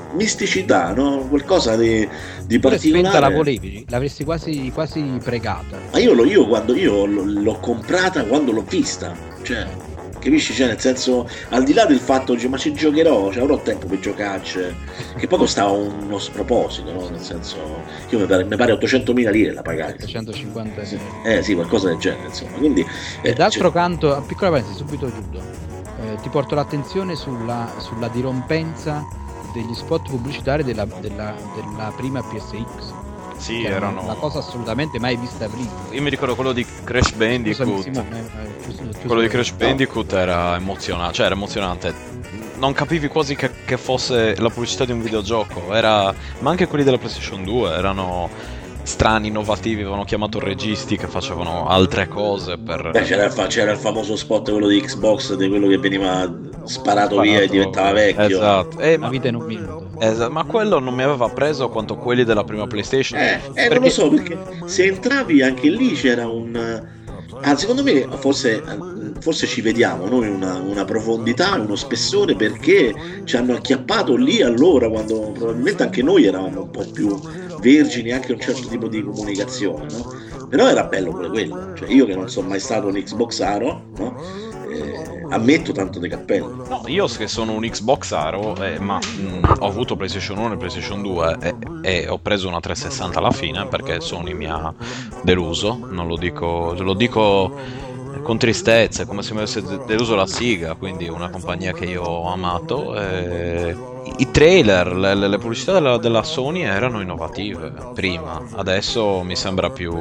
[SPEAKER 2] misticità, no? Qualcosa di, di particolare.
[SPEAKER 1] La volevi, l'avresti quasi, quasi pregata.
[SPEAKER 2] Ma io, lo, io quando io l'ho comprata quando l'ho vista, cioè, capisci? Cioè, nel senso, al di là del fatto, cioè, ma ci giocherò, cioè, avrò tempo per giocarci, che poi costava uno sproposito, no? Nel senso, io mi pare, mi pare ottocentomila lire la pagai.
[SPEAKER 1] ottocentocinquanta
[SPEAKER 2] sì. Eh sì, qualcosa del genere, insomma. Quindi,
[SPEAKER 1] e
[SPEAKER 2] eh,
[SPEAKER 1] d'altro
[SPEAKER 2] cioè...
[SPEAKER 1] canto, a piccola parentesi, subito chiudo, eh, ti porto l'attenzione sulla, sulla dirompenza degli spot pubblicitari della, della, della prima P S X.
[SPEAKER 5] Sì,
[SPEAKER 1] che
[SPEAKER 5] erano
[SPEAKER 1] una cosa assolutamente mai vista prima.
[SPEAKER 5] Io mi ricordo quello di Crash Bandicoot.
[SPEAKER 1] Simone, eh, chiuso, chiuso
[SPEAKER 5] quello di Crash Bandicoot era emozionante, cioè era emozionante. Non capivi quasi che, che fosse la pubblicità di un videogioco, era, ma anche quelli della PlayStation due erano strani, innovativi, avevano chiamato registi che facevano altre cose per...
[SPEAKER 2] Beh, c'era il, fa- c'era il famoso spot, quello di Xbox, di quello che veniva sparato, sparato via e diventava vecchio.
[SPEAKER 5] Esatto. Eh,
[SPEAKER 1] la
[SPEAKER 5] ma...
[SPEAKER 1] vita in un minuto.
[SPEAKER 5] Esatto, ma quello non mi aveva preso quanto quelli della prima PlayStation.
[SPEAKER 2] Eh, eh
[SPEAKER 5] perché...
[SPEAKER 2] non lo so, perché se entravi anche lì c'era un... Ah, secondo me forse, forse ci vediamo noi una, una profondità, uno spessore, perché ci hanno acchiappato lì allora, quando probabilmente anche noi eravamo un po' più vergini anche a un certo tipo di comunicazione, no? Però era bello pure quello, cioè io che non sono mai stato un Xboxaro, no? Eh, ammetto tanto dei cappelli.
[SPEAKER 5] No, io che sono un Xboxaro, eh, ma mh, ho avuto PlayStation uno e PlayStation due e, e ho preso una trecentosessanta alla fine perché Sony mi ha deluso, non lo dico, lo dico con tristezza, come se mi avesse deluso la Sega, quindi una compagnia che io ho amato. E... i trailer, le, le pubblicità della, della Sony erano innovative prima, adesso mi sembra più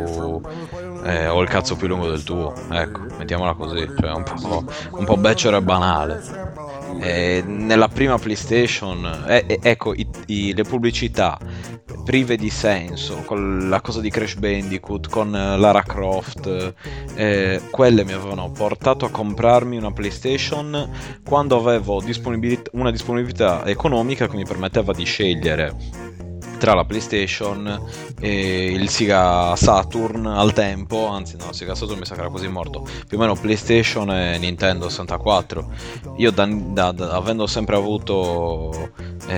[SPEAKER 5] eh, ho il cazzo più lungo del tuo, ecco, mettiamola così, cioè un po', un po' becero e banale. E nella prima PlayStation eh, eh, ecco i, i, le pubblicità prive di senso, con la cosa di Crash Bandicoot, con Lara Croft, eh, quelle mi avevano portato a comprarmi una PlayStation quando avevo disponibilità, una disponibilità economica che mi permetteva di scegliere tra la PlayStation e il Sega Saturn al tempo, anzi no, Sega Saturn mi sa che era quasi morto, più o meno PlayStation e Nintendo sessantaquattro. Io da, da, da, avendo sempre avuto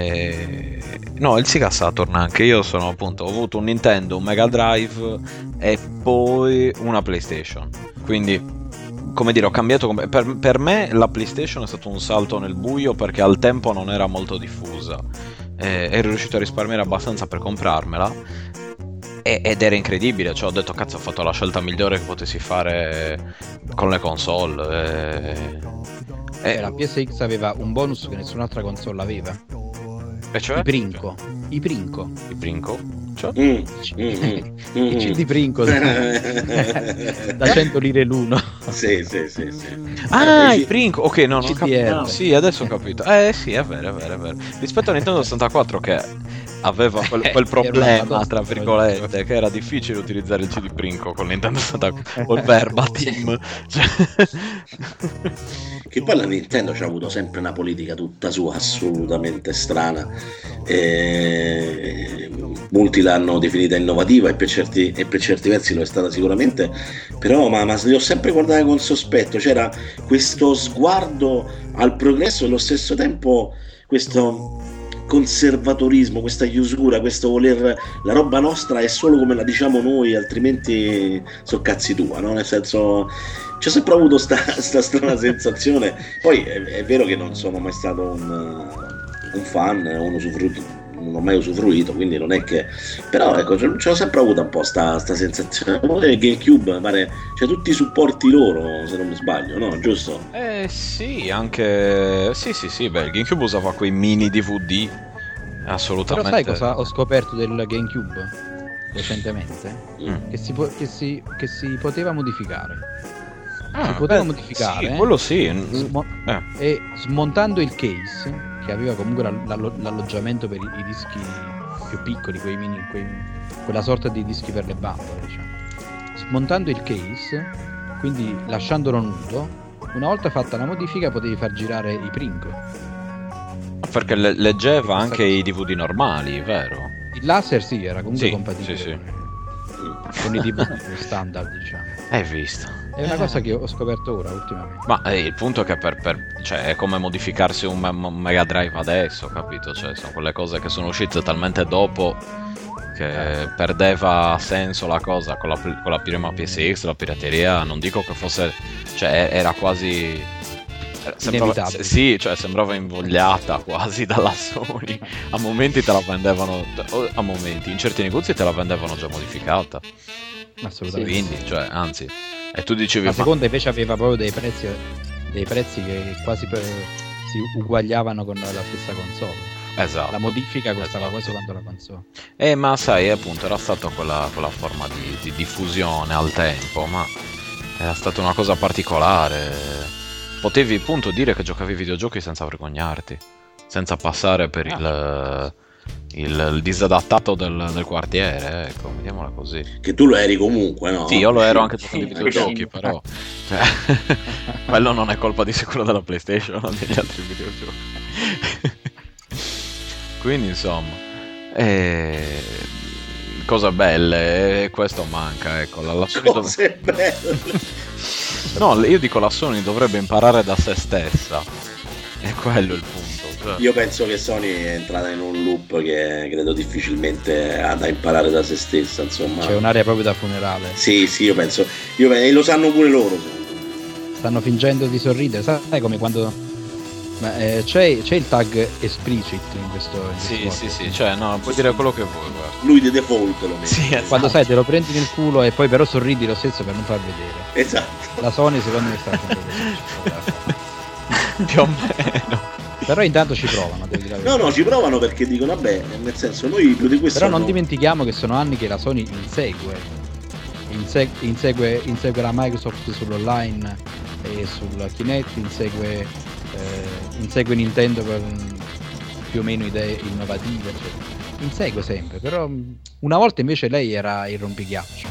[SPEAKER 5] eh, no, il Sega Saturn anche, io sono appunto, ho avuto un Nintendo, un Mega Drive e poi una PlayStation, quindi come dire, ho cambiato. Per, per me la PlayStation è stato un salto nel buio perché al tempo non era molto diffusa. Eh, ero riuscito a risparmiare abbastanza per comprarmela e, ed era incredibile, cioè ho detto cazzo, ho fatto la scelta migliore che potessi fare con le console. E,
[SPEAKER 1] e... la P S X aveva un bonus che nessun'altra console aveva,
[SPEAKER 5] e cioè?
[SPEAKER 1] I Princo. I Princo.
[SPEAKER 5] I Princo? Cioè?
[SPEAKER 2] Mm, mm, mm,
[SPEAKER 1] I C D Princo da cento lire l'uno.
[SPEAKER 2] Sì, sì, sì, sì.
[SPEAKER 5] Ah,
[SPEAKER 2] eh,
[SPEAKER 5] i Princo. Ok, no, non ho capito.
[SPEAKER 1] No.
[SPEAKER 5] Sì, adesso ho capito. Eh sì, è vero, è vero, è vero. Rispetto a Nintendo sessantaquattro che aveva quel, quel problema, tra virgolette, che era difficile utilizzare il C D Princo con Nintendo sessantaquattro o il Verbatim. Cioè...
[SPEAKER 2] Che poi la Nintendo ci ha avuto sempre una politica tutta sua assolutamente strana. E... molti l'hanno definita innovativa e per certi, e per certi versi lo è stata sicuramente, però ma, ma li ho sempre guardati con sospetto. C'era questo sguardo al progresso e allo stesso tempo questo conservatorismo, questa chiusura, questo voler la roba nostra è solo come la diciamo noi, altrimenti so cazzi tua, no? Nel senso, c'ho sempre avuto sta, sta strana sensazione. Poi è, è vero che non sono mai stato un, un fan, un usufruito, non ho mai usufruito, quindi non è che, però ecco, ce l'ho sempre avuta un po' sta, sta sensazione. Il GameCube pare, cioè tutti i supporti loro, se non mi sbaglio, no? Giusto?
[SPEAKER 5] Eh sì, anche sì sì sì, beh, il GameCube usava quei mini D V D, assolutamente.
[SPEAKER 1] Però sai cosa ho scoperto del GameCube recentemente?
[SPEAKER 5] Mm.
[SPEAKER 1] Che, si po- che, si, che si poteva modificare.
[SPEAKER 5] Ah,
[SPEAKER 1] si poteva
[SPEAKER 5] beh,
[SPEAKER 1] modificare
[SPEAKER 5] sì, quello sì.
[SPEAKER 1] Smo-
[SPEAKER 5] eh.
[SPEAKER 1] E smontando il case, che aveva comunque la- la- l'alloggiamento per i-, i dischi più piccoli, quei mini, quei, quella sorta di dischi per le bambole, diciamo. Smontando il case, quindi lasciandolo nudo, una volta fatta la modifica potevi far girare i Princo.
[SPEAKER 5] Perché le- leggeva anche i D V D normali, vero?
[SPEAKER 1] Il laser sì, era comunque
[SPEAKER 5] Sì,
[SPEAKER 1] compatibile
[SPEAKER 5] sì, sì.
[SPEAKER 1] con i D V D standard, diciamo.
[SPEAKER 5] Hai visto?
[SPEAKER 1] È una cosa che ho scoperto ora ultimamente.
[SPEAKER 5] Ma eh, il punto è che per, per cioè, è come modificarsi un, me- un Mega Drive adesso, capito? Cioè, sono quelle cose che sono uscite talmente dopo che perdeva senso la cosa con la, con la prima P S X, la pirateria. Non dico che fosse, cioè, era quasi sembrava, sì, cioè sembrava invogliata quasi dalla Sony. A momenti te la vendevano, a momenti in certi negozi te la vendevano già modificata.
[SPEAKER 1] Assolutamente.
[SPEAKER 5] Quindi, cioè, anzi, e tu dicevi,
[SPEAKER 1] la seconda invece aveva proprio dei prezzi dei prezzi che quasi per, si uguagliavano con la stessa console.
[SPEAKER 5] Esatto.
[SPEAKER 1] La modifica costava
[SPEAKER 5] esatto.
[SPEAKER 1] quasi quanto la console.
[SPEAKER 5] Eh, ma sai, appunto, era stata quella, quella forma di, di diffusione al tempo, ma era stata una cosa particolare. Potevi appunto dire che giocavi ai videogiochi senza vergognarti, senza passare per ah. il, il, il disadattato del, del quartiere, ecco, mettiamola così.
[SPEAKER 2] Che tu lo eri comunque, no?
[SPEAKER 5] Sì, io lo ero anche giocando ai videogiochi, però cioè, quello non è colpa di sicuro della PlayStation o degli altri videogiochi. Quindi insomma, eh, cose belle, e questo manca, ecco. La, la Sony
[SPEAKER 2] cose dov- belle.
[SPEAKER 5] No, io dico la Sony dovrebbe imparare da se stessa, è quello il punto. Cioè.
[SPEAKER 2] Io penso che Sony è entrata in un loop che credo difficilmente ha da imparare da se stessa, insomma.
[SPEAKER 1] C'è un'area proprio da funerale.
[SPEAKER 2] Sì, sì, io penso, io, e lo sanno pure loro.
[SPEAKER 1] Stanno fingendo di sorridere, sai come quando... Ma, eh, c'è, c'è il tag explicit in questo, in
[SPEAKER 5] sì
[SPEAKER 1] questo
[SPEAKER 5] sì sì, cioè no, puoi dire quello che vuoi, guarda.
[SPEAKER 2] Lui di default lo mette.
[SPEAKER 5] Sì, esatto.
[SPEAKER 1] Quando sai te lo prendi nel culo e poi però sorridi lo stesso per non far vedere.
[SPEAKER 2] Esatto.
[SPEAKER 1] La Sony secondo me sta facendo questo.
[SPEAKER 5] Più o meno.
[SPEAKER 1] Però intanto ci provano, devo dire.
[SPEAKER 2] No, no, ci provano perché dicono vabbè, nel senso noi più di questo.
[SPEAKER 1] Però non
[SPEAKER 2] no.
[SPEAKER 1] dimentichiamo che sono anni che la Sony insegue. Insegue, insegue, insegue la Microsoft sull'online e sul Kinect, insegue Eh, insegue Nintendo per più o meno idee innovative, cioè, insegue sempre, però una volta invece lei era il rompichiaccio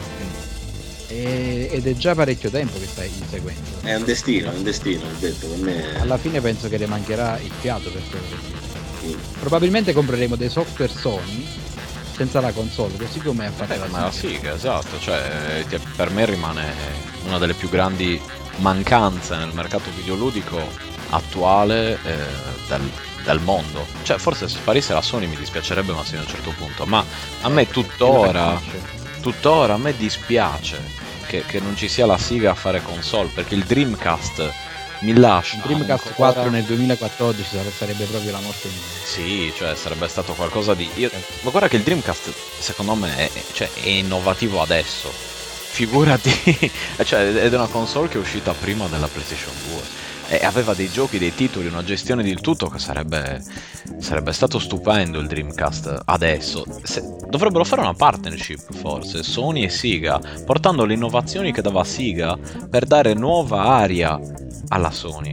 [SPEAKER 1] e, ed è già parecchio tempo che sta inseguendo.
[SPEAKER 2] È un destino, è un destino, ho detto per me.
[SPEAKER 1] Alla fine penso che le mancherà il fiato per quello che sì. Probabilmente compreremo dei software Sony senza la console, così come ha fatto
[SPEAKER 5] eh,
[SPEAKER 1] la
[SPEAKER 5] ma la Sega, esatto, cioè per me rimane una delle più grandi mancanze nel mercato videoludico attuale eh, del, del mondo. Cioè forse se sparisse la Sony mi dispiacerebbe, ma fino a un certo punto. Ma a me tuttora tuttora a me dispiace che, che non ci sia la Sega a fare console, perché il Dreamcast mi lascia.
[SPEAKER 1] Il Dreamcast ancora... quattro nel duemilaquattordici sarebbe proprio la morte mia.
[SPEAKER 5] Sì, cioè sarebbe stato qualcosa di io... ma guarda che il Dreamcast secondo me è, cioè, è innovativo adesso. Figurati, cioè ed è una console che è uscita prima della PlayStation due e aveva dei giochi, dei titoli, una gestione di tutto che sarebbe sarebbe stato stupendo il Dreamcast adesso. Se, dovrebbero fare una partnership forse Sony e Sega, portando le innovazioni che dava Sega per dare nuova aria alla Sony.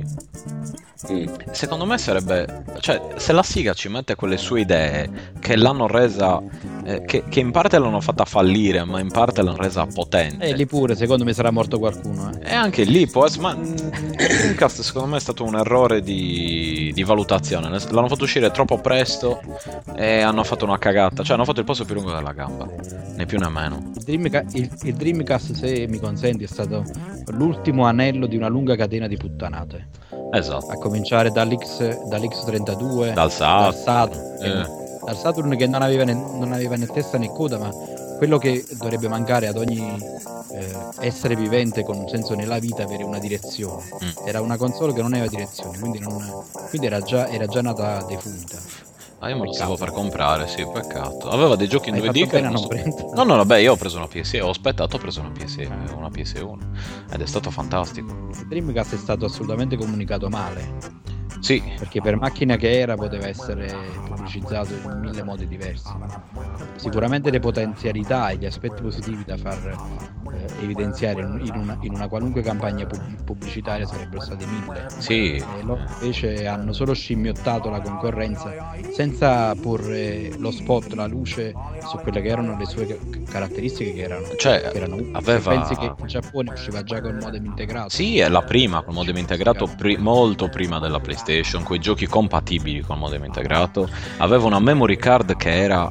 [SPEAKER 5] Mm. Secondo me sarebbe, cioè, se la Sega ci mette quelle sue idee che l'hanno resa, eh, che, che in parte l'hanno fatta fallire, ma in parte l'hanno resa potente.
[SPEAKER 1] E lì pure, secondo me, sarà morto qualcuno. Eh.
[SPEAKER 5] E anche lì può essere, ma Dreamcast secondo me è stato un errore di, di valutazione. L'hanno fatto uscire troppo presto e hanno fatto una cagata. Cioè, hanno fatto il passo più lungo della gamba, né più né meno.
[SPEAKER 1] Il, Dreamcast, il, il Dreamcast, se mi consenti, è stato l'ultimo anello di una lunga catena di puttanate.
[SPEAKER 5] Esatto.
[SPEAKER 1] A cominciare dall'X, dall'X trentadue,
[SPEAKER 5] dal Saturn,
[SPEAKER 1] dal Saturn,
[SPEAKER 5] eh.
[SPEAKER 1] dal Saturn che non aveva, né, non aveva né testa né coda, ma quello che dovrebbe mancare ad ogni eh, essere vivente con un senso nella vita, avere una direzione. Mm. Era una console che non aveva direzione, quindi, non, quindi era, già, era già nata defunta.
[SPEAKER 5] Ah, io me lo stavo per comprare, sì, peccato. Aveva dei giochi in
[SPEAKER 1] Hai
[SPEAKER 5] due D che non
[SPEAKER 1] so...
[SPEAKER 5] No, no, vabbè, io ho preso una P S, ho aspettato, ho preso una P S, una P S uno ed è stato fantastico.
[SPEAKER 1] Il Dreamcast è stato assolutamente comunicato male.
[SPEAKER 5] Sì.
[SPEAKER 1] Perché per macchina che era poteva essere pubblicizzato in mille modi diversi. Sicuramente le potenzialità e gli aspetti positivi da far eh, evidenziare in una, in una qualunque campagna pub- pubblicitaria sarebbero stati mille.
[SPEAKER 5] Sì.
[SPEAKER 1] E loro invece hanno solo scimmiottato la concorrenza senza porre lo spot, la luce su quelle che erano le sue caratteristiche che erano,
[SPEAKER 5] cioè,
[SPEAKER 1] che erano
[SPEAKER 5] aveva...
[SPEAKER 1] pensi che in Giappone usciva già col modem integrato?
[SPEAKER 5] Sì, è la prima col modem integrato pri- molto prima della PlayStation, con i giochi compatibili col modem integrato. Aveva una memory card che era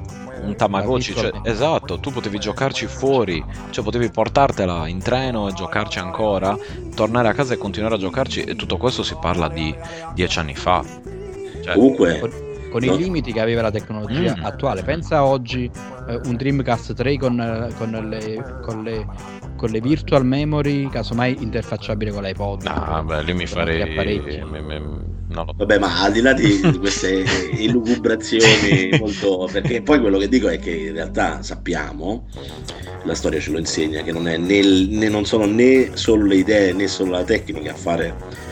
[SPEAKER 5] un Tamagotchi, cioè, esatto, tu potevi giocarci fuori, cioè potevi portartela in treno e giocarci ancora, tornare a casa e continuare a giocarci, e tutto questo si parla di dieci anni fa. Cioè,
[SPEAKER 2] comunque
[SPEAKER 1] con, con no. i limiti che aveva la tecnologia mm. attuale. Pensa oggi eh, un Dreamcast tre con, con, le, con, le, con le virtual memory, casomai interfacciabile con l'iPod.
[SPEAKER 5] Ah, beh, lì mi farei... Mi, mi, no.
[SPEAKER 2] Vabbè, ma al di là di, di queste elucubrazioni molto... perché poi quello che dico è che in realtà sappiamo, la storia ce lo insegna, che non, è né, né, non sono né solo le idee né solo la tecnica a fare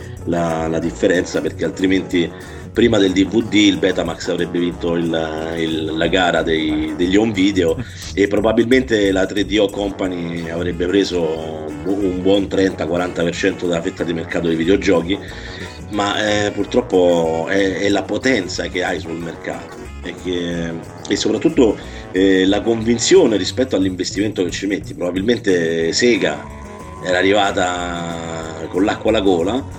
[SPEAKER 2] la, la differenza, perché altrimenti prima del D V D il Betamax avrebbe vinto il, il, la gara dei, degli home video e probabilmente la tre D O Company avrebbe preso un buon trenta quaranta per cento della fetta di mercato dei videogiochi, ma eh, purtroppo è, è la potenza che hai sul mercato e, che, e soprattutto eh, la convinzione rispetto all'investimento che ci metti. Probabilmente Sega era arrivata con l'acqua alla gola,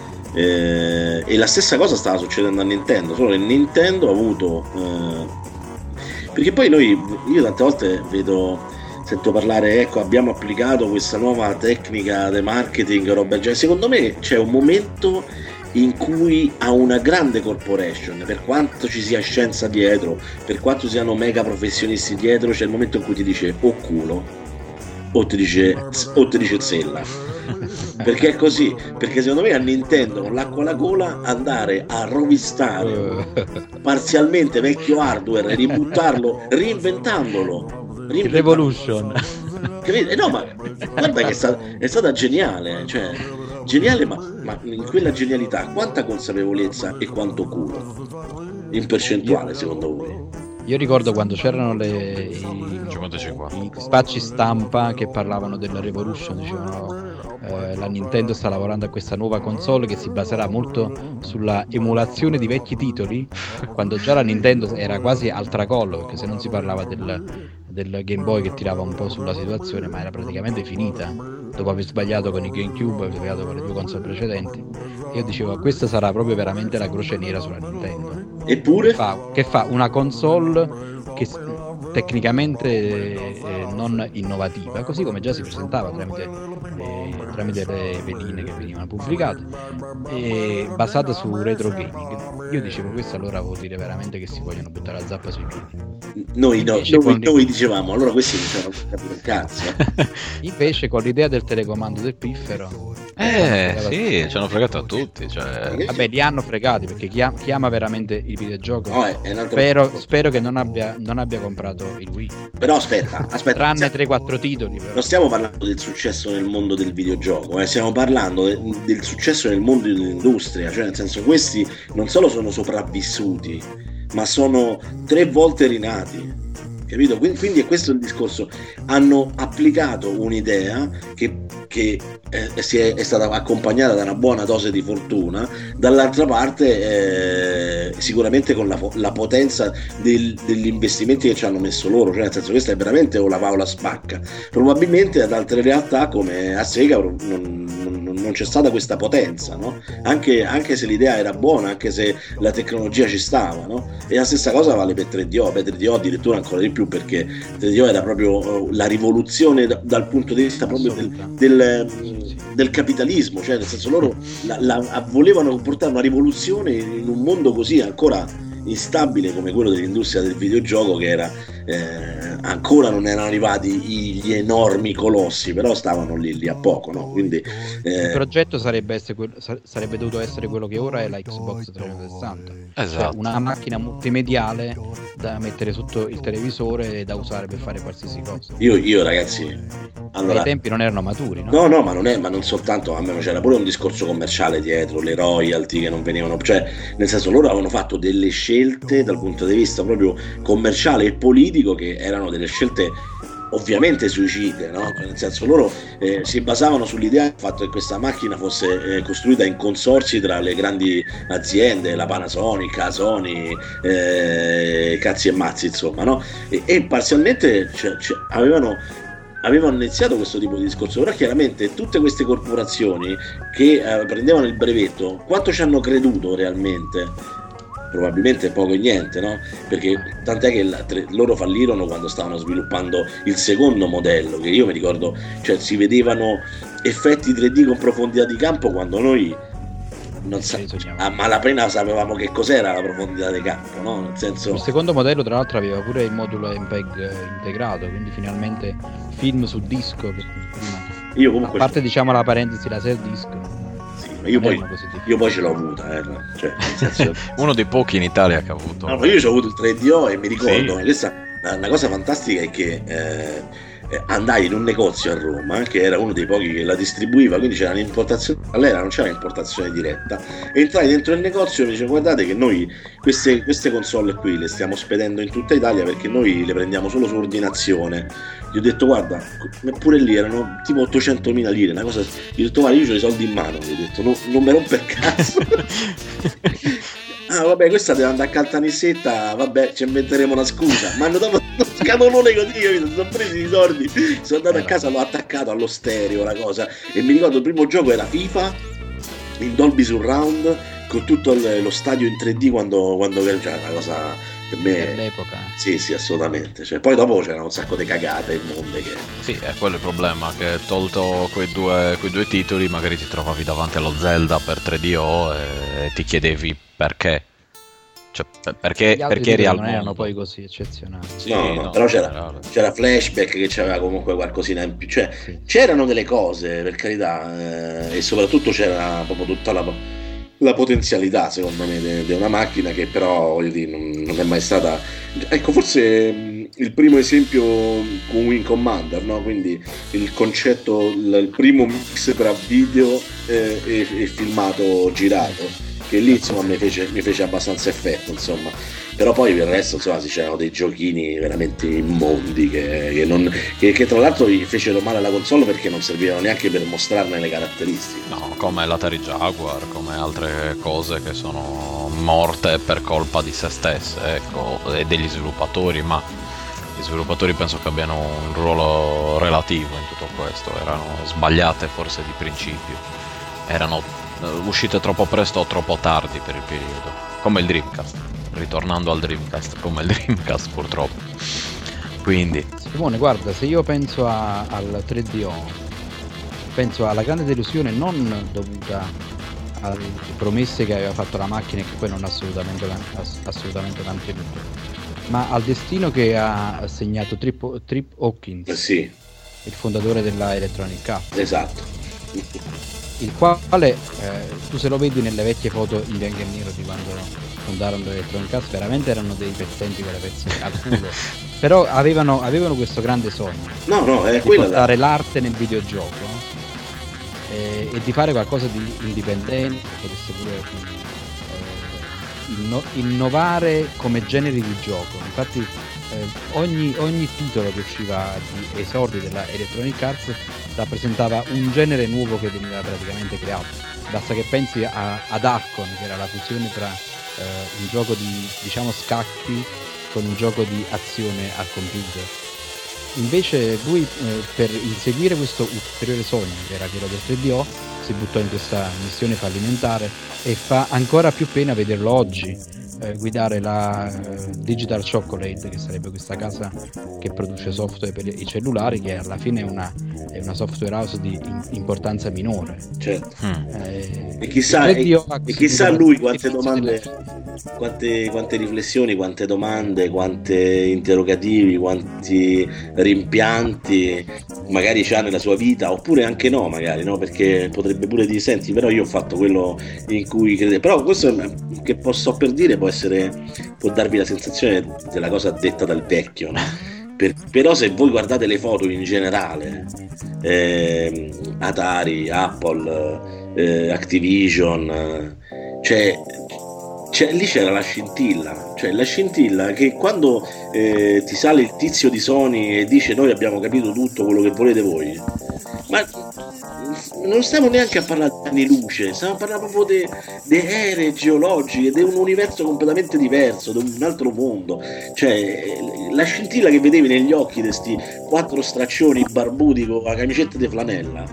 [SPEAKER 2] Eh, e la stessa cosa stava succedendo a Nintendo, solo che Nintendo ha avuto eh, perché poi noi, io tante volte vedo, sento parlare, ecco, abbiamo applicato questa nuova tecnica di marketing, roba, cioè, secondo me c'è un momento in cui a una grande corporation, per quanto ci sia scienza dietro, per quanto siano mega professionisti dietro, c'è il momento in cui ti dice o culo o ti dice o ti dice zella. Perché è così, perché secondo me a Nintendo con l'acqua alla gola andare a rovistare parzialmente vecchio hardware e ributtarlo reinventandolo, reinventandolo.
[SPEAKER 1] Revolution,
[SPEAKER 2] capite? No, ma guarda che è stata, è stata geniale, cioè geniale, ma, ma in quella genialità quanta consapevolezza e quanto culo in percentuale secondo voi?
[SPEAKER 1] Io ricordo quando c'erano le, i, i dispacci stampa che parlavano della Revolution, dicevano eh, la Nintendo sta lavorando a questa nuova console che si baserà molto sulla emulazione di vecchi titoli, quando già la Nintendo era quasi al tracollo, perché se non si parlava del, del Game Boy che tirava un po' sulla situazione, ma era praticamente finita dopo aver sbagliato con i GameCube, aver sbagliato con le due console precedenti. Io dicevo, questa sarà proprio veramente la croce nera sulla Nintendo.
[SPEAKER 2] Eppure
[SPEAKER 1] che fa, che fa una console che tecnicamente eh, non innovativa, così come già si presentava tramite, eh, tramite le veline che venivano pubblicate, e basata su retro gaming. Io dicevo, questo allora vuol dire veramente che si vogliono buttare la zappa sui piedi.
[SPEAKER 2] Noi, no, noi, quando... noi dicevamo, allora questi non c'erano capito il cazzo.
[SPEAKER 1] Invece con l'idea del telecomando del piffero,
[SPEAKER 5] eh sì, ci hanno fregato a tutti, cioè...
[SPEAKER 1] vabbè, li hanno fregati, perché chi, am- chi ama veramente il videogioco
[SPEAKER 2] no, è, è
[SPEAKER 1] spero, spero che non abbia, non abbia comprato il Wii.
[SPEAKER 2] Però aspetta, aspetta,
[SPEAKER 1] tranne tre quattro titoli però.
[SPEAKER 2] Non stiamo parlando del successo nel mondo del videogioco, eh, stiamo parlando de- del successo nel mondo dell'industria, cioè nel senso, questi non solo sono sopravvissuti, ma sono tre volte rinati, capito? Quindi, quindi è questo il discorso. Hanno applicato un'idea che, che eh, si è, è stata accompagnata da una buona dose di fortuna, dall'altra parte eh, sicuramente con la, la potenza del, degli investimenti che ci hanno messo loro, cioè nel senso, questa è veramente o la va o la spacca. Probabilmente ad altre realtà come a Sega non, non, non c'è stata questa potenza, no? Anche, anche se l'idea era buona, anche se la tecnologia ci stava, no? E la stessa cosa vale per tre D O, per tre D O addirittura ancora di più, perché tre D O era proprio la rivoluzione da, dal punto di vista proprio del, del, del capitalismo, cioè nel senso, loro la, la, volevano portare una rivoluzione in un mondo così ancora instabile come quello dell'industria del videogioco, che era eh, ancora non erano arrivati gli enormi colossi, però stavano lì lì a poco, no? Quindi eh...
[SPEAKER 1] il progetto sarebbe, essere que- sarebbe dovuto essere quello che ora è la Xbox trecentosessanta,
[SPEAKER 5] esatto.
[SPEAKER 1] Cioè una macchina multimediale da mettere sotto il televisore e da usare per fare qualsiasi cosa.
[SPEAKER 2] Io, io ragazzi, allora,
[SPEAKER 1] ai tempi non erano maturi, no?
[SPEAKER 2] No, no, ma non è, ma non soltanto, a me c'era pure un discorso commerciale dietro, le royalty che non venivano, cioè nel senso, loro avevano fatto delle scelte dal punto di vista proprio commerciale e politico che erano delle scelte ovviamente suicide, no? Nel senso, loro eh, si basavano sull'idea del fatto che questa macchina fosse eh, costruita in consorzi tra le grandi aziende, la Panasonic, la Sony, eh, cazzi e mazzi, insomma, no? E, e parzialmente cioè, cioè, avevano avevano iniziato questo tipo di discorso, però chiaramente tutte queste corporazioni che eh, prendevano il brevetto, quanto ci hanno creduto realmente? probabilmente poco e niente, no? Perché tant'è che la, tre, loro fallirono quando stavano sviluppando il secondo modello, che io mi ricordo, cioè si vedevano effetti tre D con profondità di campo quando noi non sa- a malapena sapevamo che cos'era la profondità di campo, no? Nel senso...
[SPEAKER 1] Il secondo modello tra l'altro aveva pure il modulo M P E G integrato, quindi finalmente film su disco, prima.
[SPEAKER 2] Io comunque
[SPEAKER 1] a parte diciamo la parentesi Laserdisc.
[SPEAKER 2] Sì, ma io poi, io poi ce l'ho avuta, eh, cioè, nel senso...
[SPEAKER 5] uno dei pochi in Italia che ha avuto.
[SPEAKER 2] No, ma io ho avuto il tre D O e mi ricordo, sì. Questa una cosa fantastica è che eh, andai in un negozio a Roma che era uno dei pochi che la distribuiva, quindi c'era un'importazione, all'era non c'era importazione diretta, e entrai dentro il negozio e mi dice: guardate che noi queste, queste console qui le stiamo spedendo in tutta Italia perché noi le prendiamo solo su ordinazione. Gli ho detto: guarda, pure lì erano tipo ottocentomila lire, una cosa. Gli ho detto: guarda, io ho i soldi in mano. Gli ho detto: no, non mi rompe il cazzo. Ah, vabbè, questa deve andare a Caltanissetta, vabbè, ci inventeremo una scusa. Ma hanno dato uno scatolone così, capito? Si sono presi i soldi, sono andato a casa, l'ho attaccato allo stereo la cosa. E mi ricordo il primo gioco era FIFA in Dolby Surround con tutto il, lo stadio in tre D quando, quando cioè, una cosa per me
[SPEAKER 1] all'epoca.
[SPEAKER 2] Sì, sì, assolutamente. Cioè, poi dopo c'erano un sacco di cagate in mondo che...
[SPEAKER 5] Sì, è quello il problema, che tolto quei due, quei due titoli magari ti trovavi davanti allo Zelda per tre D O e ti chiedevi perché. Cioè, perché, perché eri al
[SPEAKER 1] non
[SPEAKER 5] mondo.
[SPEAKER 1] erano poi così eccezionali.
[SPEAKER 2] Sì, no, no, no, però c'era, c'era Flashback che c'aveva comunque qualcosina in più, cioè sì. C'erano delle cose, per carità, eh, e soprattutto c'era proprio tutta la, la potenzialità, secondo me, di una macchina che però, voglio dire, non, non è mai stata... Ecco, forse mh, il primo esempio con Wing Commander, no? Quindi il concetto, il, il primo mix tra video eh, e, e filmato girato, che lì insomma mi fece, mi fece abbastanza effetto, insomma. Però poi per il resto insomma si c'erano dei giochini veramente immondi che, che, non, che, che tra l'altro gli fecero male alla console perché non servivano neanche per mostrarne le caratteristiche.
[SPEAKER 5] No, come l'Atari Jaguar, come altre cose che sono morte per colpa di se stesse, ecco, e degli sviluppatori, ma gli sviluppatori penso che abbiano un ruolo relativo in tutto questo, erano sbagliate forse di principio, erano uscite troppo presto o troppo tardi per il periodo, come il Dreamcast, ritornando al Dreamcast, come il Dreamcast purtroppo. Quindi
[SPEAKER 1] Simone, guarda, se io penso a, al tre D O, penso alla grande delusione non dovuta alle promesse che aveva fatto la macchina e che poi non ha assolutamente, assolutamente mantenuto, ma al destino che ha assegnato Trip, Trip Hawkins,
[SPEAKER 2] eh sì.
[SPEAKER 1] il fondatore della Electronic Arts.
[SPEAKER 2] Esatto.
[SPEAKER 1] Il quale, eh, tu se lo vedi nelle vecchie foto in bianco e nero di quando fondarono Electronic Arts, veramente erano dei pezzenti quelle pezze al culo. Però avevano, avevano questo grande sogno,
[SPEAKER 2] no, no, è
[SPEAKER 1] di portare da... l'arte nel videogioco eh, e di fare qualcosa di indipendente che potesse pure eh, inno- innovare come generi di gioco. Infatti eh, ogni, ogni titolo che usciva di esordi della Electronic Arts rappresentava un genere nuovo che veniva praticamente creato. Basta che pensi a, ad Archon, che era la fusione tra eh, un gioco di, diciamo, scacchi con un gioco di azione al computer. Invece lui eh, per inseguire questo ulteriore sogno, che era quello del tre D O, si buttò in questa missione fallimentare e fa ancora più pena vederlo oggi eh, guidare la eh, Digital Chocolate, che sarebbe questa casa che produce software per i cellulari, che alla fine è una, è una software house di in, importanza minore.
[SPEAKER 2] Certo.
[SPEAKER 1] Mm. Eh,
[SPEAKER 2] e chissà, e, e chissà lui quante domande, quante, quante riflessioni, quante domande, quante interrogativi, quanti rimpianti magari c'ha nella sua vita, oppure anche no, magari no, perché potrebbe pure dire: senti, però io ho fatto quello in cui crede. Però questo che posso per dire può essere, può darvi la sensazione della cosa detta dal vecchio, no? Per, però se voi guardate le foto in generale, eh, Atari, Apple, eh, Activision, eh, cioè, cioè lì c'era la scintilla, cioè la scintilla che quando eh, ti sale il tizio di Sony e dice: noi abbiamo capito tutto quello che volete voi, ma non stiamo neanche a parlare di anni luce, stiamo a parlare proprio di ere geologiche, di un universo completamente diverso, di un altro mondo. Cioè la scintilla che vedevi negli occhi di questi quattro straccioni barbuti con la camicetta di flanella,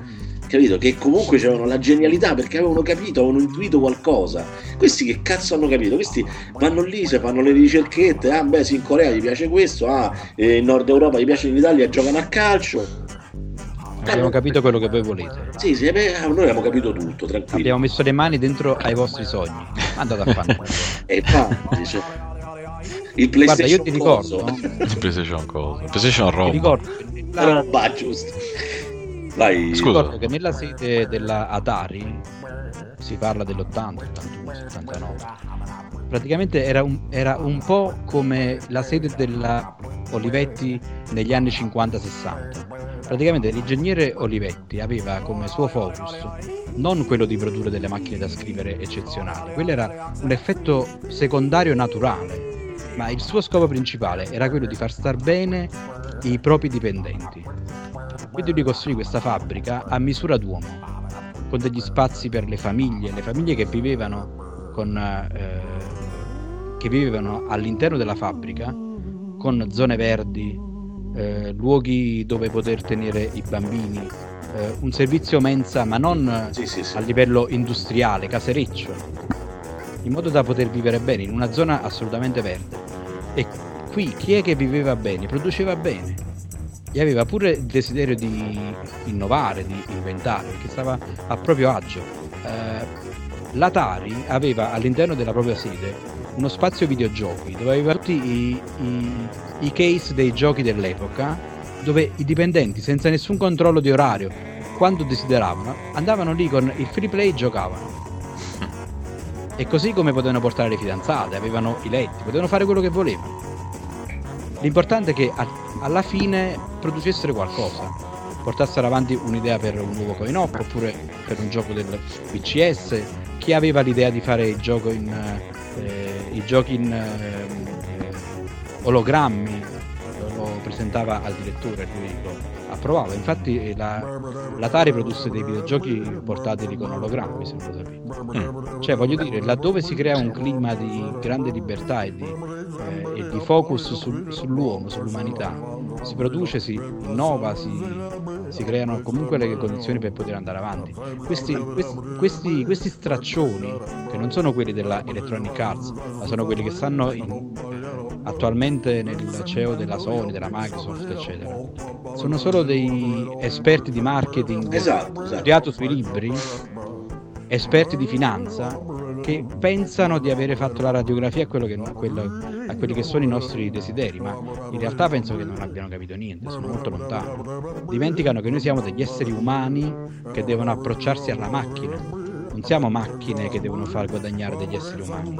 [SPEAKER 2] capito? Che comunque avevano la genialità perché avevano capito, avevano intuito qualcosa. Questi che cazzo hanno capito? Questi vanno lì, se fanno le ricerchette, ah beh sì, in Corea gli piace questo, ah eh, in Nord Europa gli piace, in Italia giocano a calcio.
[SPEAKER 1] Abbiamo capito quello che voi volete.
[SPEAKER 2] Sì, sì, beh, noi abbiamo capito tutto, tranquillo.
[SPEAKER 1] Abbiamo messo le mani dentro ai vostri sogni. Andate a fare.
[SPEAKER 2] E infatti, cioè, il PlayStation.
[SPEAKER 1] Guarda, io ti ricordo,
[SPEAKER 2] cosa?
[SPEAKER 1] no?
[SPEAKER 5] Il PlayStation cosa? Il PlayStation roba.
[SPEAKER 1] Ti ricordo che nella,
[SPEAKER 2] roba, giusto. Vai.
[SPEAKER 5] Scusa.
[SPEAKER 1] ricordo che nella sede della Atari, si parla dell'ottanta, ottantuno, settantanove, praticamente era un, era un po' come la sede della Olivetti negli anni cinquanta sessanta. Praticamente l'ingegnere Olivetti aveva come suo focus non quello di produrre delle macchine da scrivere eccezionali, quello era un effetto secondario naturale, ma il suo scopo principale era quello di far star bene i propri dipendenti. Quindi lui costruì questa fabbrica a misura d'uomo, con degli spazi per le famiglie, le famiglie che vivevano con eh, che vivevano all'interno della fabbrica, con zone verdi, eh, luoghi dove poter tenere i bambini, eh, un servizio mensa, ma non
[SPEAKER 2] Sì, sì, sì.
[SPEAKER 1] a livello industriale, casereccio, in modo da poter vivere bene in una zona assolutamente verde. E qui chi è che viveva bene, produceva bene e aveva pure il desiderio di innovare, di inventare, perché stava a proprio agio. Eh, L'Atari aveva all'interno della propria sede uno spazio videogiochi dove aveva tutti i, i, i case dei giochi dell'epoca, dove i dipendenti, senza nessun controllo di orario, quando desideravano, andavano lì con il free play e giocavano. E così come potevano portare le fidanzate, avevano i letti, potevano fare quello che volevano. L'importante è che a, alla fine producessero qualcosa, portassero avanti un'idea per un nuovo coin-op oppure per un gioco del V C S. Chi aveva l'idea di fare il gioco in eh, i giochi in eh, ologrammi lo presentava al direttore, lui lo approvava. Infatti la, l'Atari produsse dei videogiochi portatili con ologrammi, se non lo sapete. Mm. Cioè, voglio dire, laddove si crea un clima di grande libertà e di, eh, e di focus sul, sull'uomo, sull'umanità, si produce, si innova, si, si creano comunque le condizioni per poter andare avanti. Questi, questi, questi, questi straccioni, che non sono quelli della Electronic Arts, ma sono quelli che stanno in, attualmente nel C E O della Sony, della Microsoft, eccetera, sono solo dei esperti di marketing,
[SPEAKER 2] Esatto, esatto.
[SPEAKER 1] studiato sui libri, esperti di finanza, che pensano di avere fatto la radiografia a, quello che, quello, a quelli che sono i nostri desideri, ma in realtà penso che non abbiano capito niente, sono molto lontani. Dimenticano che noi siamo degli esseri umani che devono approcciarsi alla macchina, non siamo macchine che devono far guadagnare degli esseri umani.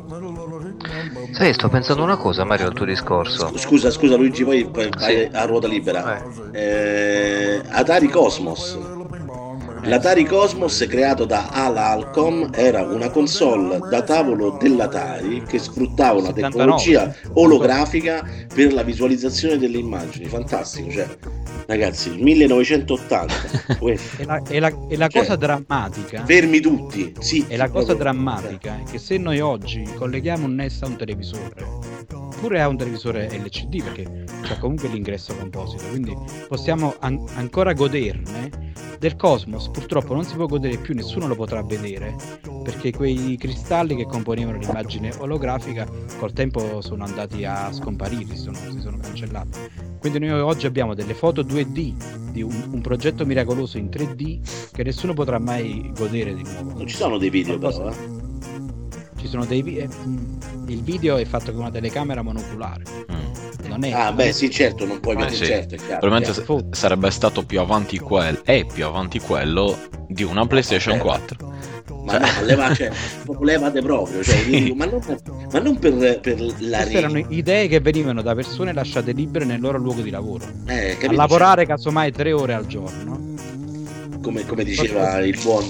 [SPEAKER 3] Sai, sto pensando una cosa, Mario, al tuo discorso.
[SPEAKER 2] Scusa, scusa Luigi, poi vai sì. a ruota libera. Eh, Atari Cosmos. L'Atari Cosmos, creato da Ala Alcom, era una console da tavolo dell'Atari che sfruttava una tecnologia olografica per la visualizzazione delle immagini. Fantastico, cioè, ragazzi, millenovecentottanta.
[SPEAKER 1] e la, e la, e la
[SPEAKER 2] cioè,
[SPEAKER 1] cosa drammatica,
[SPEAKER 2] fermi tutti, sì.
[SPEAKER 1] E la cosa drammatica è che se noi oggi colleghiamo un N E S a un televisore, oppure a un televisore L C D, perché c'è comunque l'ingresso composito, quindi possiamo an- ancora goderne del Cosmos. Purtroppo non si può godere più, nessuno lo potrà vedere, perché quei cristalli che componevano l'immagine olografica col tempo sono andati a scomparire, si sono, si sono cancellati. Quindi noi oggi abbiamo delle foto due D di un, un progetto miracoloso in tre D che nessuno potrà mai godere di nuovo.
[SPEAKER 2] Non ci sono dei video però, eh?
[SPEAKER 1] Ci sono dei vi- eh, il video è fatto con una telecamera monoculare.
[SPEAKER 5] Mm.
[SPEAKER 1] Non è,
[SPEAKER 2] ah beh sì, certo, non puoi
[SPEAKER 5] eh,
[SPEAKER 2] vedere,
[SPEAKER 5] sì.
[SPEAKER 2] certo, è chiaro.
[SPEAKER 5] Probabilmente
[SPEAKER 1] chiaro.
[SPEAKER 5] s- sarebbe stato più avanti quello, è più avanti quello di una PlayStation quattro.
[SPEAKER 2] Ma no, leva, cioè, levate proprio, cioè, dico, ma non per, ma non per, per la
[SPEAKER 1] Queste erano idee che venivano da persone lasciate libere nel loro luogo di lavoro,
[SPEAKER 2] eh,
[SPEAKER 1] a
[SPEAKER 2] capito,
[SPEAKER 1] lavorare casomai tre ore al giorno.
[SPEAKER 2] Come, come diceva il buon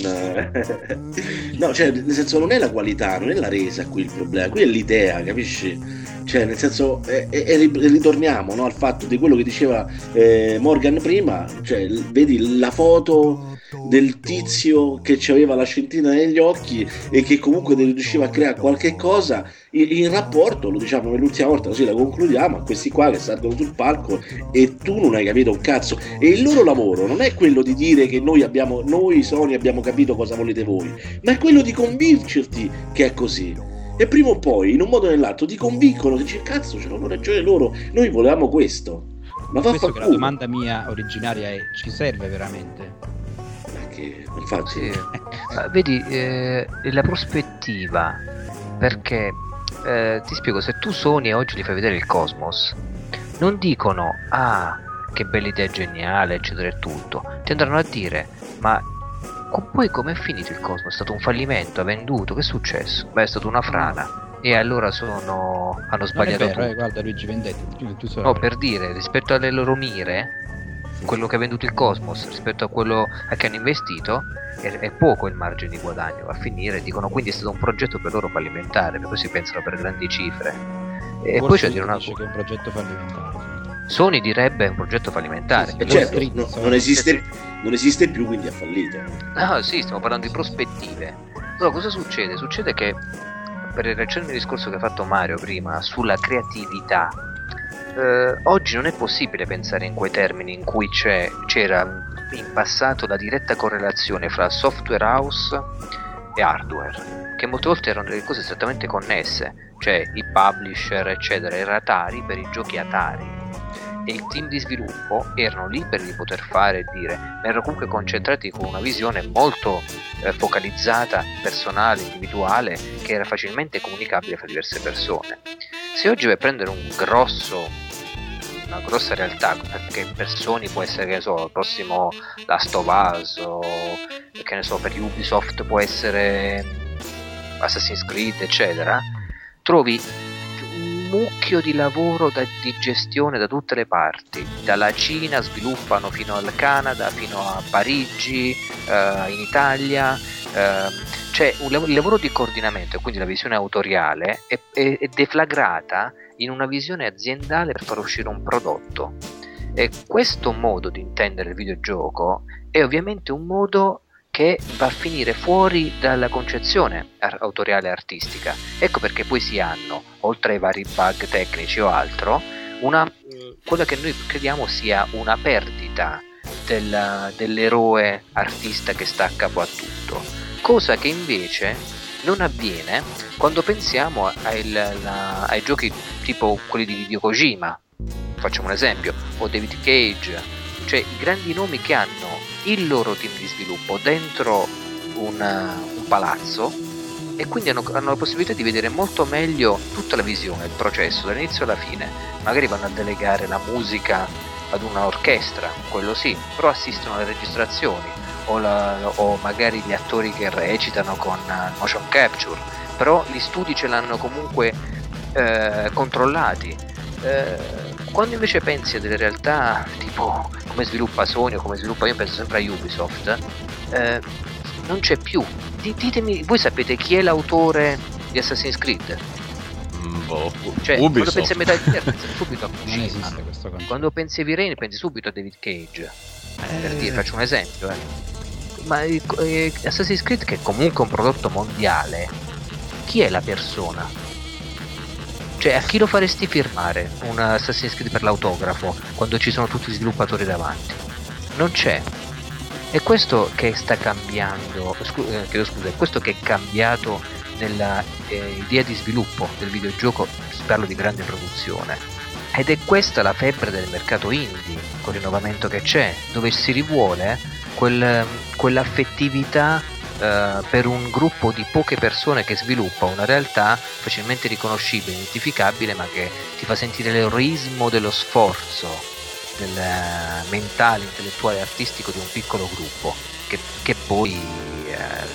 [SPEAKER 2] no, cioè nel senso non è la qualità, non è la resa qui il problema, qui è l'idea, capisci? Cioè nel senso e, e, e ritorniamo, no, al fatto di quello che diceva eh, Morgan prima, cioè vedi la foto del tizio che ci aveva la scentina negli occhi e che comunque riusciva a creare qualche cosa in, in rapporto, lo diciamo l'ultima volta così la concludiamo, a questi qua che salgono sul palco e tu non hai capito un cazzo, e il loro lavoro non è quello di dire che noi abbiamo, noi Sony abbiamo capito cosa volete voi, ma è quello di convincerti che è così. E prima o poi, in un modo o nell'altro, ti convincono, dici cazzo, c'hanno ragione loro, noi volevamo questo. Ma
[SPEAKER 1] questo che la domanda mia originaria è: ci serve veramente?
[SPEAKER 2] Perché, infatti,
[SPEAKER 3] sì. Ma vedi, eh, la prospettiva, perché eh, ti spiego, se tu Sony e oggi gli fai vedere il Cosmos, non dicono ah che bella idea geniale eccetera e tutto, ti andranno a dire ma poi com'è finito il Cosmos? È stato un fallimento, ha venduto, che è successo? Beh, è stata una frana. E allora sono hanno sbagliato.
[SPEAKER 1] Non è vero,
[SPEAKER 3] tutto.
[SPEAKER 1] Eh, guarda Luigi Vendetti, tu sai.
[SPEAKER 3] No, per dire, rispetto alle loro mire, quello che ha venduto il Cosmos rispetto a quello a che hanno investito è, è poco il margine di guadagno, va a finire, dicono, quindi è stato un progetto per loro fallimentare, per cui si pensano per grandi cifre. E
[SPEAKER 1] Forse
[SPEAKER 3] poi c'è dire una
[SPEAKER 1] dice che è un progetto fallimentare.
[SPEAKER 3] Sony direbbe è un progetto fallimentare.
[SPEAKER 1] Sì,
[SPEAKER 2] e
[SPEAKER 1] sì,
[SPEAKER 2] certo,
[SPEAKER 1] Street,
[SPEAKER 2] no,
[SPEAKER 1] so-
[SPEAKER 2] non, esiste, non esiste più, quindi ha fallito.
[SPEAKER 3] Ah sì, stiamo parlando di prospettive. Allora cosa succede? Succede che, per riaccenno al discorso che ha fatto Mario prima sulla creatività, eh, oggi non è possibile pensare in quei termini in cui c'è, c'era in passato la diretta correlazione fra software house e hardware, che molte volte erano delle cose strettamente connesse, cioè i publisher eccetera, era Atari per i giochi Atari e il team di sviluppo erano liberi di poter fare e dire, ma erano comunque concentrati con una visione molto eh, focalizzata, personale, individuale, che era facilmente comunicabile fra diverse persone. Se oggi vai a prendere un grosso una grossa realtà, perché per Sony può essere, che ne so, il prossimo Last of Us, o che ne so, per Ubisoft può essere Assassin's Creed eccetera, trovi un mucchio di lavoro da, di gestione da tutte le parti, dalla Cina sviluppano fino al Canada, fino a Parigi, eh, in Italia, eh, c'è un lav- il lavoro di coordinamento, quindi la visione autoriale è, è, è deflagrata in una visione aziendale per far uscire un prodotto, e questo modo di intendere il videogioco è ovviamente un modo che va a finire fuori dalla concezione ar- autoriale e artistica. Ecco perché poi si hanno, oltre ai vari bug tecnici o altro, una, mh, quella che noi crediamo sia una perdita del, dell'eroe artista che sta a capo a tutto, cosa che invece non avviene quando pensiamo ai, la, ai giochi tipo quelli di Hideo Kojima, facciamo un esempio, o David Cage, cioè i grandi nomi che hanno il loro team di sviluppo dentro un, un palazzo, e quindi hanno, hanno la possibilità di vedere molto meglio tutta la visione, il processo dall'inizio alla fine. Magari vanno a delegare la musica ad una orchestra, quello sì, però assistono alle registrazioni, o, la, o magari gli attori che recitano con uh, motion capture, però gli studi ce l'hanno comunque eh, controllati. Eh, quando invece pensi a delle realtà tipo come sviluppa Sony o come sviluppa, io penso sempre a Ubisoft, eh, non c'è più. D- ditemi, voi sapete chi è l'autore di Assassin's Creed?
[SPEAKER 5] Mm, boh.
[SPEAKER 3] Cioè,
[SPEAKER 5] Ubisoft.
[SPEAKER 3] quando pensi a Metal Gear pensi subito a
[SPEAKER 1] Non
[SPEAKER 3] Kojima,
[SPEAKER 1] esiste questo concetto.
[SPEAKER 3] quando pensi a V-Rain pensi subito a David Cage,
[SPEAKER 1] Eh.
[SPEAKER 3] per dire, faccio un esempio, eh. Ma eh, eh, Assassin's Creed, che è comunque un prodotto mondiale, chi è la persona? Cioè, a chi lo faresti firmare un Assassin's Creed per l'autografo quando ci sono tutti gli sviluppatori davanti? Non c'è. E questo che sta cambiando, scu- eh, chiedo scusa, è questo che è cambiato nella eh, idea di sviluppo del videogioco, parlo di grande produzione. Ed è questa la febbre del mercato indie, col rinnovamento che c'è, dove si rivuole quel, quell'affettività Uh, per un gruppo di poche persone che sviluppa una realtà facilmente riconoscibile, identificabile, ma che ti fa sentire l'eroismo dello sforzo del uh, mentale, intellettuale e artistico di un piccolo gruppo che, che poi uh,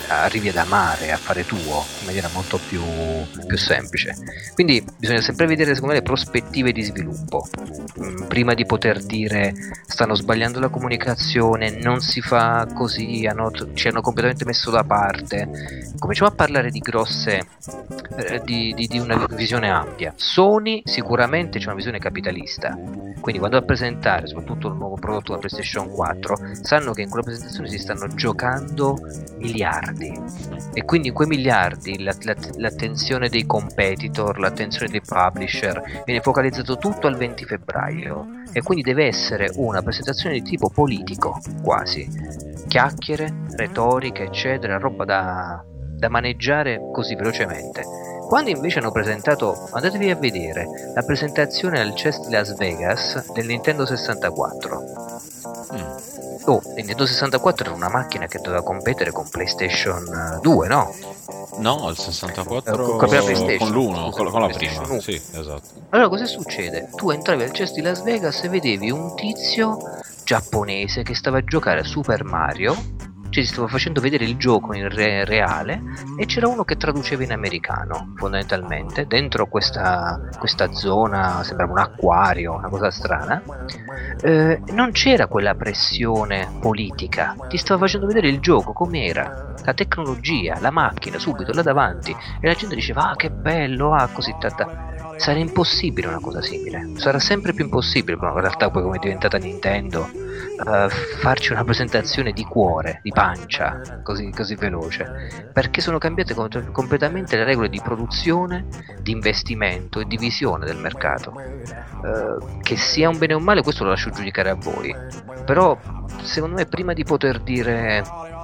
[SPEAKER 3] arrivi ad amare, a fare tuo in maniera molto più, più semplice. Quindi bisogna sempre vedere, secondo me, le prospettive di sviluppo prima di poter dire stanno sbagliando la comunicazione, non si fa così, hanno, ci hanno completamente messo da parte. Cominciamo a parlare di grosse eh, di, di, di una visione ampia. Sony sicuramente c'è una visione capitalista, quindi quando va a presentare soprattutto il nuovo prodotto della PlayStation quattro sanno che in quella presentazione si stanno giocando miliardi, e quindi in quei miliardi la, la, l'attenzione dei competitor, l'attenzione dei publisher viene focalizzato tutto al venti febbraio, e quindi deve essere una presentazione di tipo politico, quasi chiacchiere, retorica, eccetera, roba da, da maneggiare così velocemente. Quando invece hanno presentato, andatevi a vedere la presentazione al C E S di Las Vegas del Nintendo sessantaquattro. mm. Oh, il Nintendo sessantaquattro era una macchina che doveva competere con PlayStation due, no?
[SPEAKER 5] No, il sessantaquattro
[SPEAKER 3] con, con, la
[SPEAKER 5] con l'uno,
[SPEAKER 3] scusa,
[SPEAKER 5] con, con la prima, uno. Sì, esatto.
[SPEAKER 3] Allora cosa succede? Tu entravi al C E S di Las Vegas e vedevi un tizio giapponese che stava a giocare a Super Mario, cioè si stava facendo vedere il gioco in re- reale, e c'era uno che traduceva in americano, fondamentalmente, dentro questa, questa zona, sembrava un acquario, una cosa strana. Eh, non c'era quella pressione politica, ti stava facendo vedere il gioco com'era, la tecnologia, la macchina, subito là davanti, e la gente diceva ah che bello, ah così tanta. Sarà impossibile una cosa simile, sarà sempre più impossibile, però in realtà poi come è diventata Nintendo, uh, farci una presentazione di cuore, di pancia, così, così veloce, perché sono cambiate com- completamente le regole di produzione, di investimento e di visione del mercato. Uh, che sia un bene o un male, questo lo lascio giudicare a voi, però secondo me prima di poter dire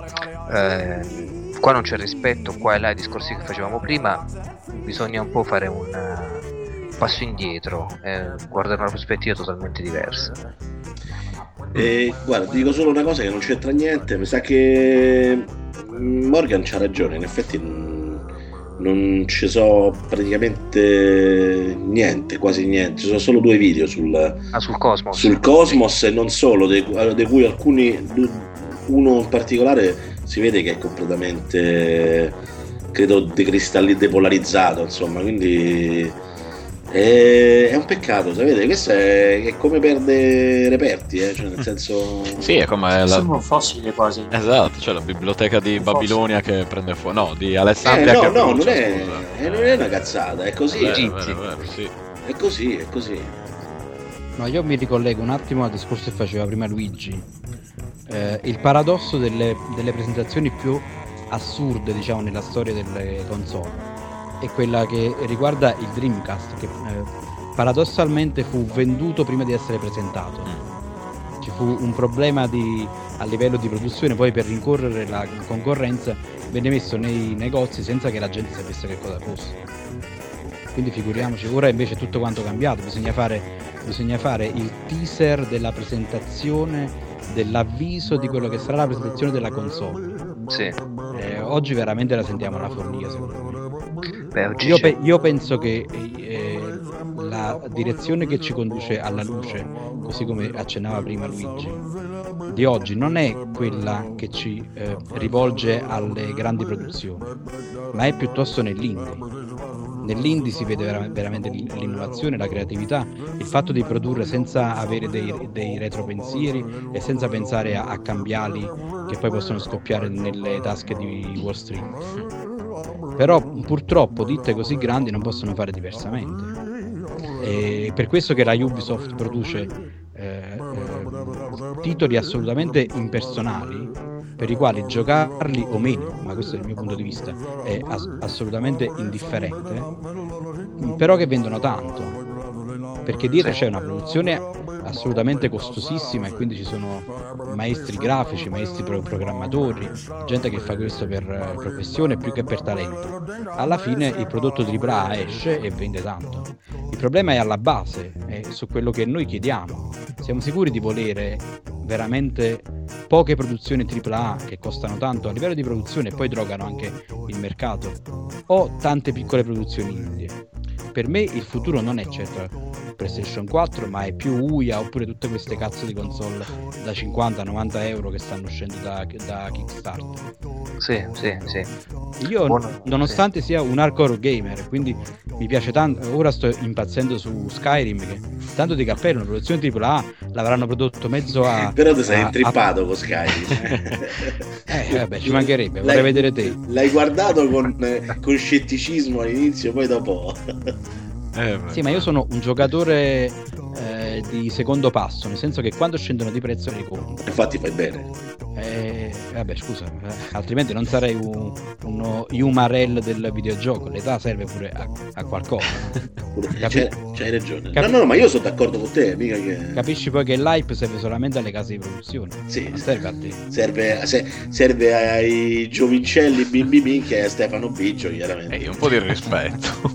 [SPEAKER 3] eh, qua non c'è rispetto, qua e là i discorsi che facevamo prima, bisogna un po' fare un passo indietro e guardare una prospettiva totalmente diversa.
[SPEAKER 2] E guarda, ti dico solo una cosa che non c'entra niente, mi sa che Morgan c'ha ragione, in effetti non ci so praticamente niente, quasi niente, ci sono solo due video sul,
[SPEAKER 3] ah, sul Cosmos,
[SPEAKER 2] sul Cosmos sì. E non solo, di cui alcuni, uno in particolare si vede che è completamente, credo, decristalli depolarizzato, insomma, quindi è, è un peccato, sapete, questo è, è come perde reperti, eh? Cioè nel senso
[SPEAKER 5] sì, è come la...
[SPEAKER 4] sono fossili quasi,
[SPEAKER 5] esatto, cioè la biblioteca di Babilonia che prende fuoco, no, di Alessandria,
[SPEAKER 2] eh, no,
[SPEAKER 5] che
[SPEAKER 2] no,
[SPEAKER 5] brucia,
[SPEAKER 2] non, è, eh, non è una cazzata, è così,
[SPEAKER 5] vero, vero, vero, sì.
[SPEAKER 2] è così, è così.
[SPEAKER 1] No, io mi ricollego un attimo al discorso che faceva prima Luigi. Eh, il paradosso delle, delle presentazioni più assurde, diciamo, nella storia delle console è quella che riguarda il Dreamcast, che eh, paradossalmente fu venduto prima di essere presentato. Ci fu un problema di, a livello di produzione, poi per rincorrere la concorrenza venne messo nei negozi senza che la gente sapesse che cosa fosse. Quindi figuriamoci, ora invece tutto quanto è cambiato, bisogna fare, bisogna fare il teaser della presentazione, dell'avviso di quello che sarà la presentazione della console.
[SPEAKER 3] Sì.
[SPEAKER 1] Eh, oggi veramente la sentiamo una follia, secondo me.
[SPEAKER 3] Beh, oggi
[SPEAKER 1] io, pe- io penso che eh, la direzione che ci conduce alla luce, così come accennava prima Luigi, di oggi non è quella che ci eh, rivolge alle grandi produzioni, ma è piuttosto nell'indie. Nell'indie si vede vera- veramente l'innovazione, la creatività, il fatto di produrre senza avere dei, dei retropensieri e senza pensare a, a cambiali che poi possono scoppiare nelle tasche di Wall Street. Però purtroppo ditte così grandi non possono fare diversamente. È per questo che la Ubisoft produce eh, eh, titoli assolutamente impersonali, per i quali giocarli o meno, ma questo è il mio punto di vista, è ass- assolutamente indifferente, però che vendono tanto, perché dietro c'è una produzione assolutamente costosissima, e quindi ci sono maestri grafici, maestri pro- programmatori, gente che fa questo per uh, professione più che per talento. Alla fine il prodotto tripla A esce e vende tanto. Il problema è alla base, è su quello che noi chiediamo. Siamo sicuri di volere veramente poche produzioni tripla A che costano tanto a livello di produzione e poi drogano anche il mercato, o tante piccole produzioni indie? Per me il futuro non è certo PlayStation quattro, ma è più Uia oppure tutte queste cazzo di console da cinquanta novanta euro che stanno uscendo da, da Kickstarter.
[SPEAKER 3] Sì, sì, sì.
[SPEAKER 1] Io,
[SPEAKER 3] Buono,
[SPEAKER 1] nonostante
[SPEAKER 3] sì.
[SPEAKER 1] sia un hardcore gamer, quindi mi piace tanto, ora sto impazzendo su Skyrim, che tanto di cappello, una produzione tripla A, l'avranno prodotto mezzo a...
[SPEAKER 2] Però ti sei
[SPEAKER 1] a,
[SPEAKER 2] intrippato
[SPEAKER 1] a...
[SPEAKER 2] con Skyrim.
[SPEAKER 1] eh, vabbè, ci mancherebbe, vorrei
[SPEAKER 2] l'hai,
[SPEAKER 1] vedere te.
[SPEAKER 2] L'hai guardato con, con scetticismo all'inizio, poi dopo...
[SPEAKER 5] Eh,
[SPEAKER 1] sì, ma io sono un giocatore eh, di secondo passo, nel senso che quando scendono di prezzo li compro.
[SPEAKER 2] Infatti fai bene.
[SPEAKER 1] Eh, vabbè, scusa, eh, altrimenti non sarei un, uno Umarell del videogioco. L'età serve pure a, a qualcosa.
[SPEAKER 2] C'hai, c'hai ragione.
[SPEAKER 1] Capi-
[SPEAKER 2] no, no, ma io sono d'accordo con te, mica che...
[SPEAKER 1] Capisci poi che l'hype serve solamente alle case di produzione.
[SPEAKER 2] Sì,
[SPEAKER 1] non serve a te.
[SPEAKER 2] Serve, se, serve ai giovincelli bimbi minchia e a Stefano Biggio, chiaramente.
[SPEAKER 5] Ehi, un po' di rispetto.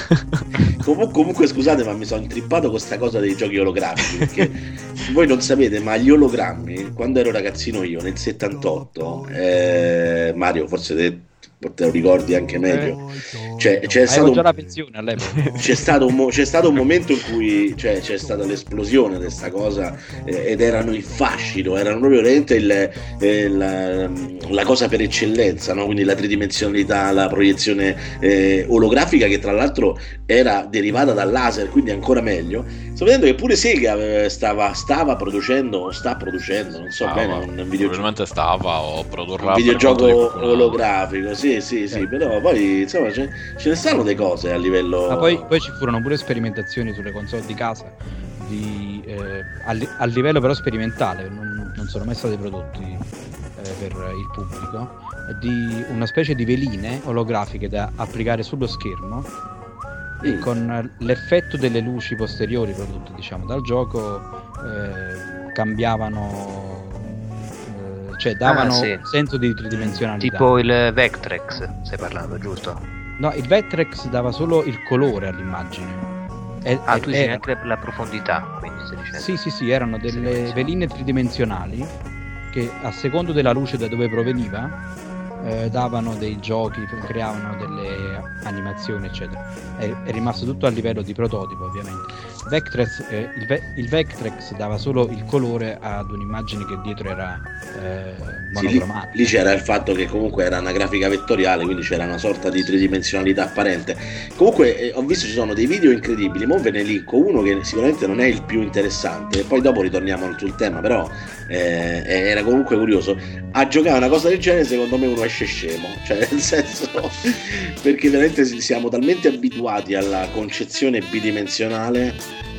[SPEAKER 2] Comun- comunque scusate, ma mi sono intrippato con sta cosa dei giochi olografici, perché voi non sapete, ma gli ologrammi, quando ero ragazzino io nel settantotto, eh, Mario forse te, te lo ricordi anche meglio, cioè, c'è, stato
[SPEAKER 1] già
[SPEAKER 2] un,
[SPEAKER 1] la pensione all'epoca.
[SPEAKER 2] c'è, stato un mo- c'è stato un momento in cui cioè, c'è stata l'esplosione di questa cosa, eh, ed erano il fascino, erano proprio veramente il, eh, la, la cosa per eccellenza, no? Quindi la tridimensionalità, la proiezione eh, olografica, che tra l'altro era derivata dal laser, quindi ancora meglio. Sto vedendo che pure Sega eh, stava, stava producendo o sta producendo, non so
[SPEAKER 5] Stava,
[SPEAKER 2] bene, un videogioco,
[SPEAKER 5] probabilmente stava o produrrà
[SPEAKER 2] un
[SPEAKER 5] per
[SPEAKER 2] videogioco
[SPEAKER 5] conto di qualcun
[SPEAKER 2] olografico, sì sì sì,
[SPEAKER 1] Eh.
[SPEAKER 2] però poi insomma ce, ce ne stanno delle cose a livello...
[SPEAKER 1] Ma poi, poi ci furono pure sperimentazioni sulle console di casa di, eh, a, li- a livello però sperimentale, non, non sono mai stati prodotti eh, per il pubblico, di una specie di veline olografiche da applicare sullo schermo e
[SPEAKER 2] Mm.
[SPEAKER 1] con l'effetto delle luci posteriori prodotte diciamo dal gioco eh, cambiavano, eh, cioè davano
[SPEAKER 3] Ah, sì.
[SPEAKER 1] un senso di tridimensionalità.
[SPEAKER 3] Tipo il Vectrex, stai parlando, giusto?
[SPEAKER 1] No, il Vectrex dava solo il colore all'immagine. E-
[SPEAKER 3] Ah,
[SPEAKER 1] e-
[SPEAKER 3] tu dici
[SPEAKER 1] era-
[SPEAKER 3] anche la profondità, quindi stai dicendo.
[SPEAKER 1] Sì, sì, sì, erano delle
[SPEAKER 3] Sì, sì.
[SPEAKER 1] veline tridimensionali che a secondo della luce da dove proveniva eh, davano dei giochi, creavano delle animazioni, eccetera. È, è rimasto tutto a livello di prototipo, ovviamente. Vectrex, eh, il, Ve- il Vectrex dava solo il colore ad un'immagine che dietro era eh,
[SPEAKER 2] Sì, lì,
[SPEAKER 1] monocromatica.
[SPEAKER 2] lì c'era il fatto che comunque era una grafica vettoriale, quindi c'era una sorta di tridimensionalità apparente. Comunque eh, ho visto ci sono dei video incredibili, mo ve ne linko uno che sicuramente non è il più interessante, e poi dopo ritorniamo sul tema, però eh, era comunque curioso. A giocare una cosa del genere secondo me uno esce scemo, cioè nel senso, perché veramente siamo talmente abituati alla concezione bidimensionale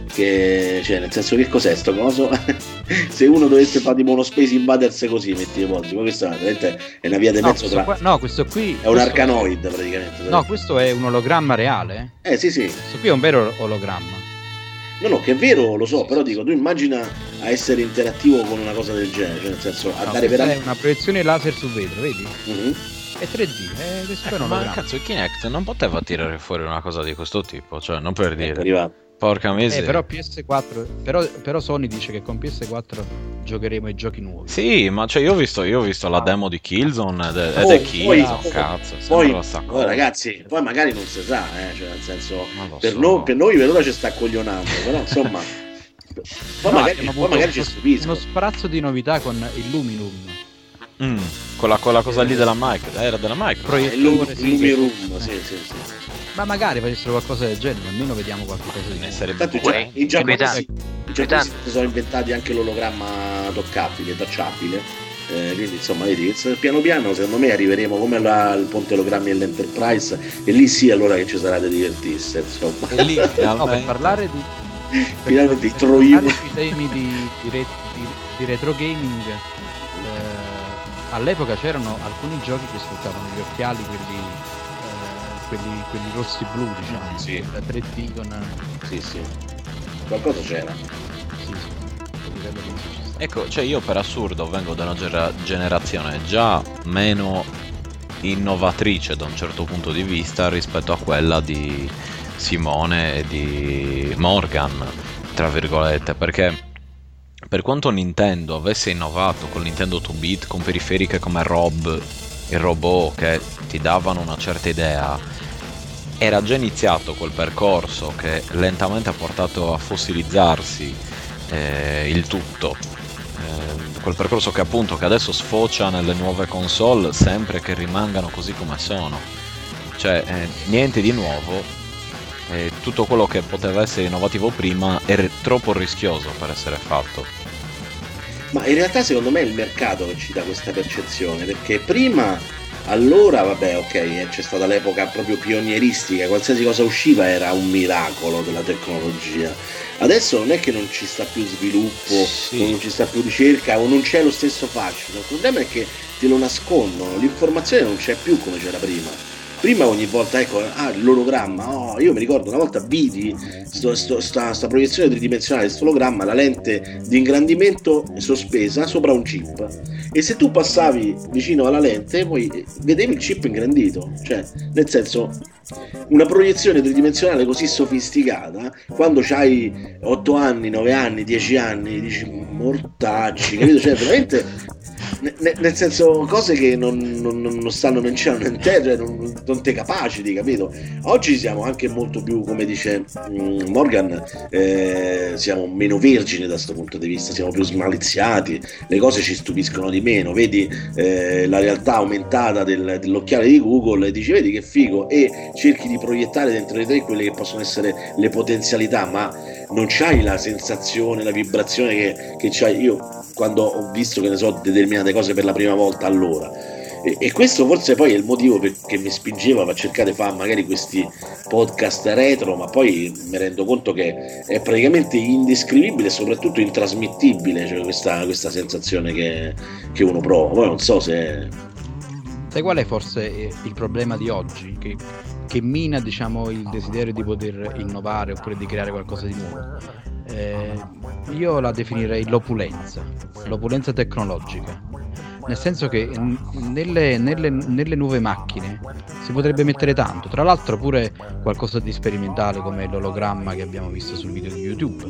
[SPEAKER 2] che, cioè nel senso, che cos'è sto coso? Se uno dovesse fare di Mono Space Invaders così metti i polsi, ma questa veramente è una via di
[SPEAKER 1] No,
[SPEAKER 2] mezzo
[SPEAKER 1] questo
[SPEAKER 2] tra...
[SPEAKER 1] qua- no, questo qui
[SPEAKER 2] è un
[SPEAKER 1] questo-
[SPEAKER 2] arcanoid praticamente.
[SPEAKER 1] No, questo è un ologramma reale.
[SPEAKER 2] Eh sì sì,
[SPEAKER 1] Questo qui è un vero ologramma.
[SPEAKER 2] no no, che è vero, lo so,
[SPEAKER 1] Sì,
[SPEAKER 2] però
[SPEAKER 1] sì,
[SPEAKER 2] dico, tu immagina a essere interattivo con una cosa del genere, cioè nel senso a
[SPEAKER 1] No,
[SPEAKER 2] dare per...
[SPEAKER 1] questa è una proiezione laser su vetro, vedi?
[SPEAKER 2] Mhm.
[SPEAKER 1] È tre D, eh, questo è un
[SPEAKER 5] Ecco, ma
[SPEAKER 1] ologramma.
[SPEAKER 5] cazzo, il Kinect non poteva tirare fuori una cosa di questo tipo, cioè non per
[SPEAKER 2] Ecco,
[SPEAKER 5] dire.
[SPEAKER 2] arrivato.
[SPEAKER 5] Porca
[SPEAKER 1] Eh,
[SPEAKER 5] miseria.
[SPEAKER 1] però P S quattro, però, però Sony dice che con P S quattro giocheremo i giochi nuovi.
[SPEAKER 5] Sì, ma cioè io ho visto, io ho visto la demo di Killzone ed è, ed
[SPEAKER 2] Oh,
[SPEAKER 5] è
[SPEAKER 2] poi-
[SPEAKER 5] Killzone,
[SPEAKER 2] poi-
[SPEAKER 5] cazzo,
[SPEAKER 2] Poi,
[SPEAKER 5] sembra sta
[SPEAKER 2] oh,
[SPEAKER 5] cosa.
[SPEAKER 2] ragazzi, poi magari non si sa, eh, cioè nel senso,
[SPEAKER 5] Non lo
[SPEAKER 2] per,
[SPEAKER 5] so.
[SPEAKER 2] noi, per noi per ora ci sta coglionando, però insomma, poi,
[SPEAKER 1] No,
[SPEAKER 2] magari,
[SPEAKER 1] abbiamo
[SPEAKER 2] poi
[SPEAKER 1] avuto
[SPEAKER 2] magari ci
[SPEAKER 1] uno-
[SPEAKER 2] stupiscono.
[SPEAKER 1] Uno sprazzo di novità con il Luminum.
[SPEAKER 5] Mm, quella, quella cosa lì della Microsoft, era della Microsoft.
[SPEAKER 1] Proie-
[SPEAKER 2] Eh, Lumi-
[SPEAKER 1] proiettore, sì,
[SPEAKER 2] Lumiroom,
[SPEAKER 1] sì.
[SPEAKER 2] sì, sì, sì.
[SPEAKER 1] Ma magari facessero qualcosa del genere, almeno vediamo qualcosa di
[SPEAKER 5] Ne
[SPEAKER 1] nuovo.
[SPEAKER 5] sarebbe
[SPEAKER 2] Tanto i
[SPEAKER 5] buono.
[SPEAKER 2] gia- i giapponesi,
[SPEAKER 3] Inquietante.
[SPEAKER 2] i giapponesi si sono inventati anche l'ologramma toccabile, touchabile, eh, quindi insomma vedi, piano piano secondo me arriveremo come alla- al ponte ologrammi dell'Enterprise, e lì sì allora che ci sarà da divertirsi, insomma.
[SPEAKER 5] E lì,
[SPEAKER 1] No, per
[SPEAKER 5] finalmente-
[SPEAKER 1] parlare di
[SPEAKER 2] Finalmente i
[SPEAKER 1] per
[SPEAKER 2] troivi.
[SPEAKER 1] parlare sui temi di, di, re- di- di retro gaming, eh, all'epoca c'erano alcuni giochi che sfruttavano gli occhiali, quelli, eh, quelli, quelli rossi blu, diciamo,
[SPEAKER 2] Sì.
[SPEAKER 1] da tre D con
[SPEAKER 2] Sì, sì. Qualcosa c'era.
[SPEAKER 1] sì, sì, a livello di ci sta.
[SPEAKER 5] Ecco, cioè io per assurdo vengo da una gera- generazione già meno innovatrice da un certo punto di vista rispetto a quella di Simone e di Morgan, tra virgolette, perché per quanto Nintendo avesse innovato con Nintendo due bit, con periferiche come Rob, il robot che ti davano una certa idea, era già iniziato quel percorso che lentamente ha portato a fossilizzarsi eh, il tutto, eh, quel percorso che appunto che adesso sfocia nelle nuove console, sempre che rimangano così come sono, cioè eh, niente di nuovo, eh, tutto quello che poteva essere innovativo prima era troppo rischioso per essere fatto.
[SPEAKER 2] Ma in realtà secondo me è il mercato che ci dà questa percezione, perché prima, allora vabbè, ok, c'è stata l'epoca proprio pionieristica, qualsiasi cosa usciva era un miracolo della tecnologia. Adesso non è che non ci sta più sviluppo, sì, o non ci sta più ricerca, o non c'è lo stesso fascino. Il problema è che te lo nascondono, l'informazione non c'è più come c'era prima. Prima ogni volta, ecco, ah, l'ologramma, oh, io mi ricordo una volta vidi sto, sto, sta, sta proiezione tridimensionale di sto ologramma, la lente di ingrandimento sospesa sopra un chip, e se tu passavi vicino alla lente poi vedevi il chip ingrandito, cioè nel senso, una proiezione tridimensionale così sofisticata, quando c'hai otto anni, nove anni, dieci anni, dici mortacci, capito? Cioè veramente... N- nel senso, cose che non, non, non stanno né in cielo né in terra, non, non te capaciti, capito? Oggi siamo anche molto più, come dice mm, Morgan, eh, siamo meno vergini da questo punto di vista, siamo più smaliziati, le cose ci stupiscono di meno, vedi eh, la realtà aumentata del, dell'occhiale di Google e dici vedi che figo, e cerchi di proiettare dentro di te quelle che possono essere le potenzialità, ma non c'hai la sensazione, la vibrazione che, che c'hai. Io quando ho visto, che ne so, determinate cose per la prima volta, allora, e, e questo forse poi è il motivo per, che mi spingeva a cercare di fare magari questi podcast retro, ma poi mi rendo conto che è praticamente indescrivibile e soprattutto intrasmittibile, cioè questa, questa sensazione che, che uno prova. Poi non so se...
[SPEAKER 1] Sai qual è forse il problema di oggi? Che, che mina, diciamo, il desiderio di poter innovare oppure di creare qualcosa di nuovo. Eh, io la definirei l'opulenza, l'opulenza tecnologica, nel senso che nelle, nelle, nelle nuove macchine si potrebbe mettere tanto, tra l'altro pure qualcosa di sperimentale come l'ologramma che abbiamo visto sul video di YouTube.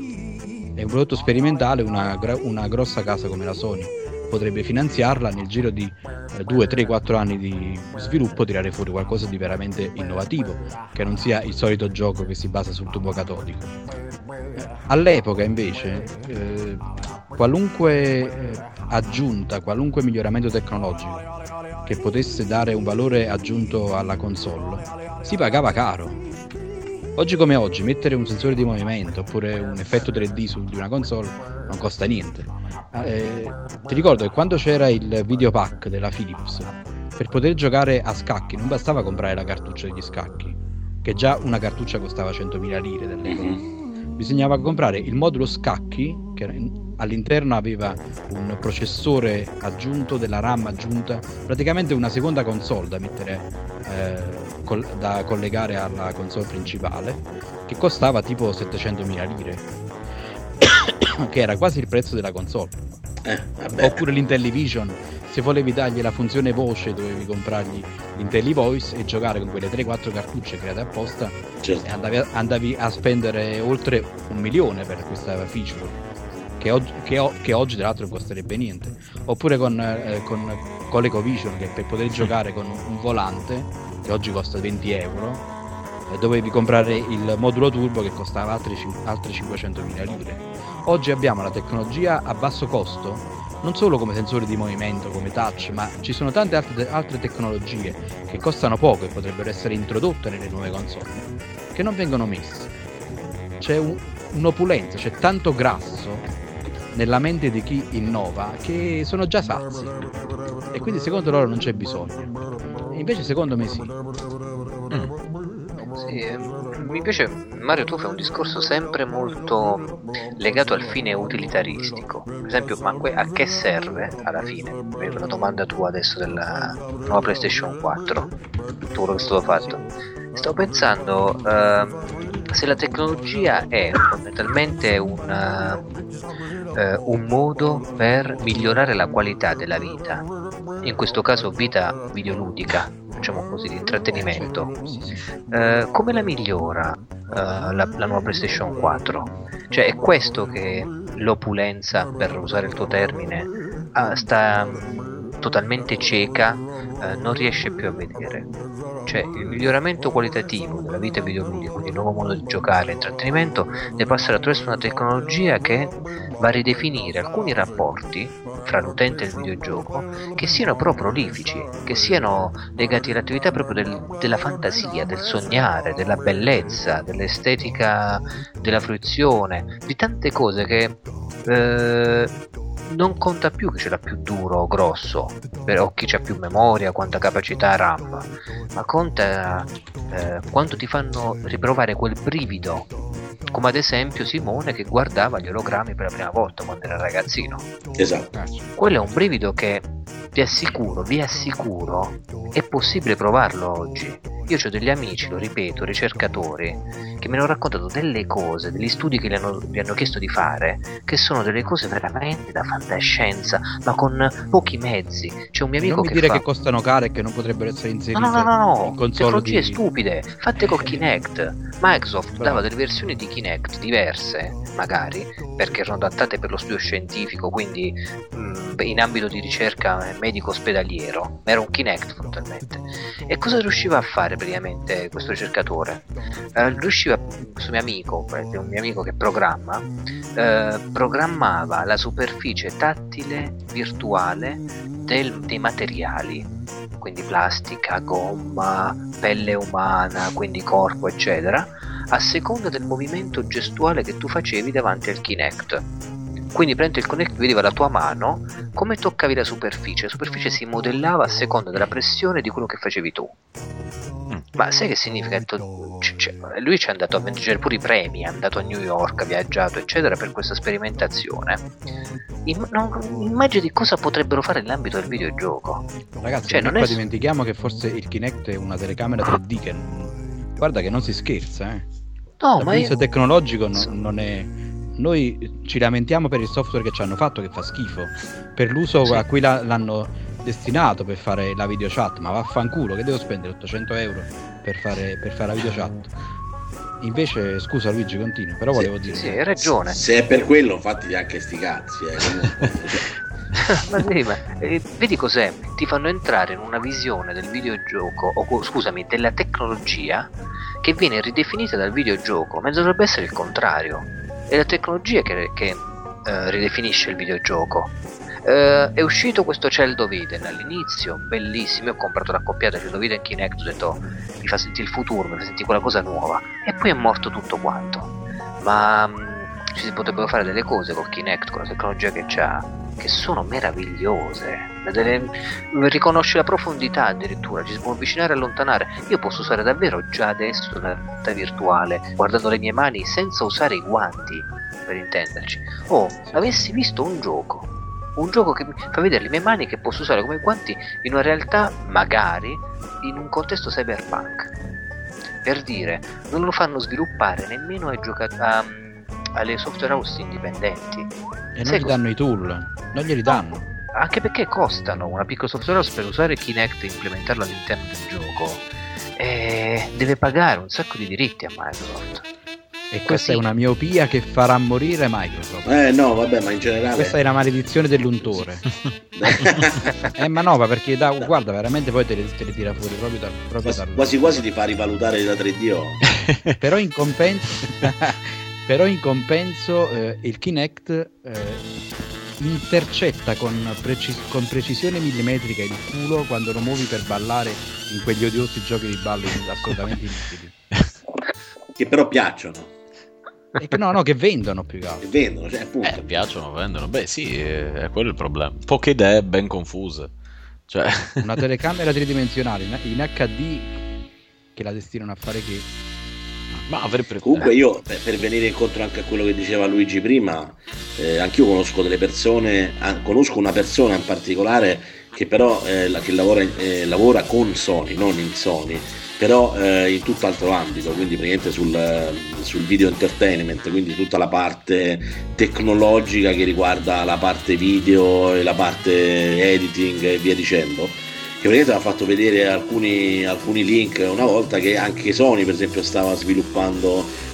[SPEAKER 1] È un prodotto sperimentale, una, una grossa casa come la Sony potrebbe finanziarla, nel giro di due, tre, quattro anni di sviluppo tirare fuori qualcosa di veramente innovativo, che non sia il solito gioco che si basa sul tubo catodico. All'epoca invece eh, qualunque eh, aggiunta, qualunque miglioramento tecnologico che potesse dare un valore aggiunto alla console si pagava caro. Oggi come oggi mettere un sensore di movimento oppure un effetto tre D su di una console non costa niente. Eh, ti ricordo che quando c'era il videopack della Philips, per poter giocare a scacchi non bastava comprare la cartuccia degli scacchi, che già una cartuccia costava centomila lire dell'epoca. Bisognava comprare il modulo scacchi, che all'interno aveva un processore aggiunto, della RAM aggiunta, praticamente una seconda console da mettere eh, col- da collegare alla console principale, che costava tipo settecentomila lire, che era quasi il prezzo della console.
[SPEAKER 2] Eh, vabbè.
[SPEAKER 1] Oppure l'Intellivision, se volevi dargli la funzione voce dovevi comprargli l'IntelliVoice e giocare con quelle tre quattro cartucce create apposta,
[SPEAKER 2] certo.
[SPEAKER 1] E andavi a, andavi a spendere oltre un milione per questa feature, che, og- che, o- che oggi tra l'altro costerebbe niente. Oppure con, eh, con ColecoVision, che per poter giocare con un volante che oggi costa venti euro, eh, dovevi comprare il modulo turbo che costava altri, altri cinquecentomila lire. Oggi abbiamo la tecnologia a basso costo, non solo come sensori di movimento, come touch, ma ci sono tante altre, altre tecnologie che costano poco e potrebbero essere introdotte nelle nuove console, che non vengono messe. C'è un, un'opulenza, c'è tanto grasso nella mente di chi innova che sono già sazi, e quindi secondo loro non c'è bisogno. E invece secondo me sì.
[SPEAKER 3] Mm. Sì, mi piace, Mario, tu fai un discorso sempre molto legato al fine utilitaristico. Per esempio, ma que- a che serve alla fine? Per la domanda tua adesso della nuova PlayStation quattro, tutto quello che è stato fatto. Sto pensando uh, se la tecnologia è fondamentalmente un, uh, un modo per migliorare la qualità della vita, in questo caso vita videoludica, facciamo così, di intrattenimento, uh, come la migliora uh, la, la nuova PlayStation quattro? Cioè è questo che l'opulenza, per usare il tuo termine, uh, sta um, totalmente cieca eh, non riesce più a vedere. Cioè il miglioramento qualitativo della vita videoludica, quindi il nuovo modo di giocare, l'intrattenimento, deve passare attraverso una tecnologia che va a ridefinire alcuni rapporti fra l'utente e il videogioco che siano però prolifici, che siano legati all'attività proprio del, della fantasia, del sognare, della bellezza, dell'estetica, della fruizione, di tante cose che eh, non conta più chi ce l'ha più duro o grosso, o chi c'ha più memoria, quanta capacità RAM, ma conta eh, quanto ti fanno riprovare quel brivido, come ad esempio Simone che guardava gli ologrammi per la prima volta quando era ragazzino.
[SPEAKER 2] Esatto.
[SPEAKER 3] Quello è un brivido che ti assicuro, vi assicuro, è possibile provarlo oggi. Io ho degli amici, lo ripeto, ricercatori, che mi hanno raccontato delle cose, degli studi che gli hanno, gli hanno chiesto di fare, che sono delle cose veramente da fantascienza, ma con pochi mezzi. C'è un mio amico
[SPEAKER 1] non mi
[SPEAKER 3] che
[SPEAKER 1] dire
[SPEAKER 3] fa...
[SPEAKER 1] che costano care e che non potrebbero essere inserite
[SPEAKER 3] no no no no,
[SPEAKER 1] in console
[SPEAKER 3] tecnologie
[SPEAKER 1] di...
[SPEAKER 3] stupide fatte col Kinect. Microsoft
[SPEAKER 1] Bravo.
[SPEAKER 3] dava delle versioni di Kinect diverse, magari perché erano adattate per lo studio scientifico, quindi mh, in ambito di ricerca medico ospedaliero, era un Kinect frontalmente. E cosa riusciva a fare praticamente questo ricercatore? Eh, riusciva, questo mio amico, è un mio amico che programma, eh, programmava la superficie tattile virtuale del, dei materiali, quindi plastica, gomma, pelle umana, quindi corpo eccetera, a seconda del movimento gestuale che tu facevi davanti al Kinect. Quindi prendi il Kinect, vedeva la tua mano, come toccavi la superficie, la superficie si modellava a seconda della pressione di quello che facevi tu. Ma sai che significa? C- c- lui ci è andato a vendere pure i premi, è andato a New York, ha viaggiato eccetera per questa sperimentazione. Im- non, immagini cosa potrebbero fare nell'ambito del videogioco.
[SPEAKER 1] Ragazzi,
[SPEAKER 3] cioè,
[SPEAKER 1] non
[SPEAKER 3] non è...
[SPEAKER 1] dimentichiamo che forse il Kinect è una telecamera tre D che guarda che non si scherza, eh.
[SPEAKER 3] No,
[SPEAKER 1] Dal
[SPEAKER 3] ma
[SPEAKER 1] punto
[SPEAKER 3] io...
[SPEAKER 1] tecnologico no, non è. Noi ci lamentiamo per il software che ci hanno fatto, che fa schifo, per l'uso
[SPEAKER 3] Sì.
[SPEAKER 1] a cui la, l'hanno destinato per fare la video chat, ma vaffanculo, che devo spendere ottocento euro per fare, per fare la video chat? Invece, scusa Luigi, continua, però volevo
[SPEAKER 2] Sì,
[SPEAKER 1] dire.
[SPEAKER 3] Sì, hai ragione.
[SPEAKER 2] Se è per quello, infatti, anche sti cazzi. Eh,
[SPEAKER 3] Ma sì, ma, eh, vedi cos'è? Ti fanno entrare in una visione del videogioco, o scusami, della tecnologia che viene ridefinita dal videogioco, ma dovrebbe essere il contrario. È la tecnologia che, che eh, ridefinisce il videogioco. Eh, è uscito questo Celdoviden all'inizio, bellissimo. Io ho comprato l'accoppiata Celdoviden Kinect, ho detto mi fa sentire il futuro, mi fa sentire quella cosa nuova, e poi è morto tutto quanto. Ma mh, ci si potrebbero fare delle cose col Kinect, con la tecnologia che c'ha, che sono meravigliose. Delle... riconosce la profondità addirittura, ci si può avvicinare e allontanare. Io posso usare davvero già adesso la realtà virtuale guardando le mie mani senza usare i guanti, per intenderci. Oh, avessi visto un gioco un gioco che mi fa vedere le mie mani che posso usare come guanti in una realtà, magari in un contesto cyberpunk, per dire, non lo fanno sviluppare nemmeno ai giocatori, a, alle software house indipendenti,
[SPEAKER 1] E non
[SPEAKER 3] sai
[SPEAKER 1] gli
[SPEAKER 3] cosa?
[SPEAKER 1] danno i tool, non glieli danno.
[SPEAKER 3] Anche perché costano. Una piccola software house per usare Kinect e implementarlo all'interno del gioco eh, deve pagare un sacco di diritti a Microsoft.
[SPEAKER 1] E questa
[SPEAKER 3] Così.
[SPEAKER 1] è una miopia che farà morire Microsoft.
[SPEAKER 2] eh no, vabbè, ma in generale.
[SPEAKER 1] Questa è la maledizione dell'untore. Eh ma no, ma perché da, guarda, veramente poi te le, te le tira fuori proprio dal, proprio
[SPEAKER 2] quasi,
[SPEAKER 1] dal...
[SPEAKER 2] quasi quasi ti fa rivalutare la tre D O.
[SPEAKER 1] Però in compenso però in compenso eh, il Kinect eh, intercetta con, precis- con precisione millimetrica il culo quando lo muovi per ballare in quegli odiosi giochi di ballo assolutamente inutili.
[SPEAKER 2] Che però piacciono.
[SPEAKER 1] E che no, no, che vendono più che
[SPEAKER 2] Che
[SPEAKER 1] altro.
[SPEAKER 2] vendono, cioè appunto.
[SPEAKER 5] Eh, piacciono, vendono. Beh, sì, è, è quello il problema. Poche idee ben confuse. Cioè,
[SPEAKER 1] Una telecamera tridimensionale in, in acca di che la destinano a fare che...
[SPEAKER 5] ma avrei pre-
[SPEAKER 2] Comunque io, per, per venire incontro anche a quello che diceva Luigi prima, eh, anch'io conosco delle persone, ah, conosco una persona in particolare che però eh, la, che lavora, eh, lavora con Sony, non in Sony, però eh, in tutto altro ambito, quindi praticamente sul, sul video entertainment, quindi tutta la parte tecnologica che riguarda la parte video e la parte editing e via dicendo, che praticamente ha fatto vedere alcuni, alcuni link una volta che anche Sony per esempio stava sviluppando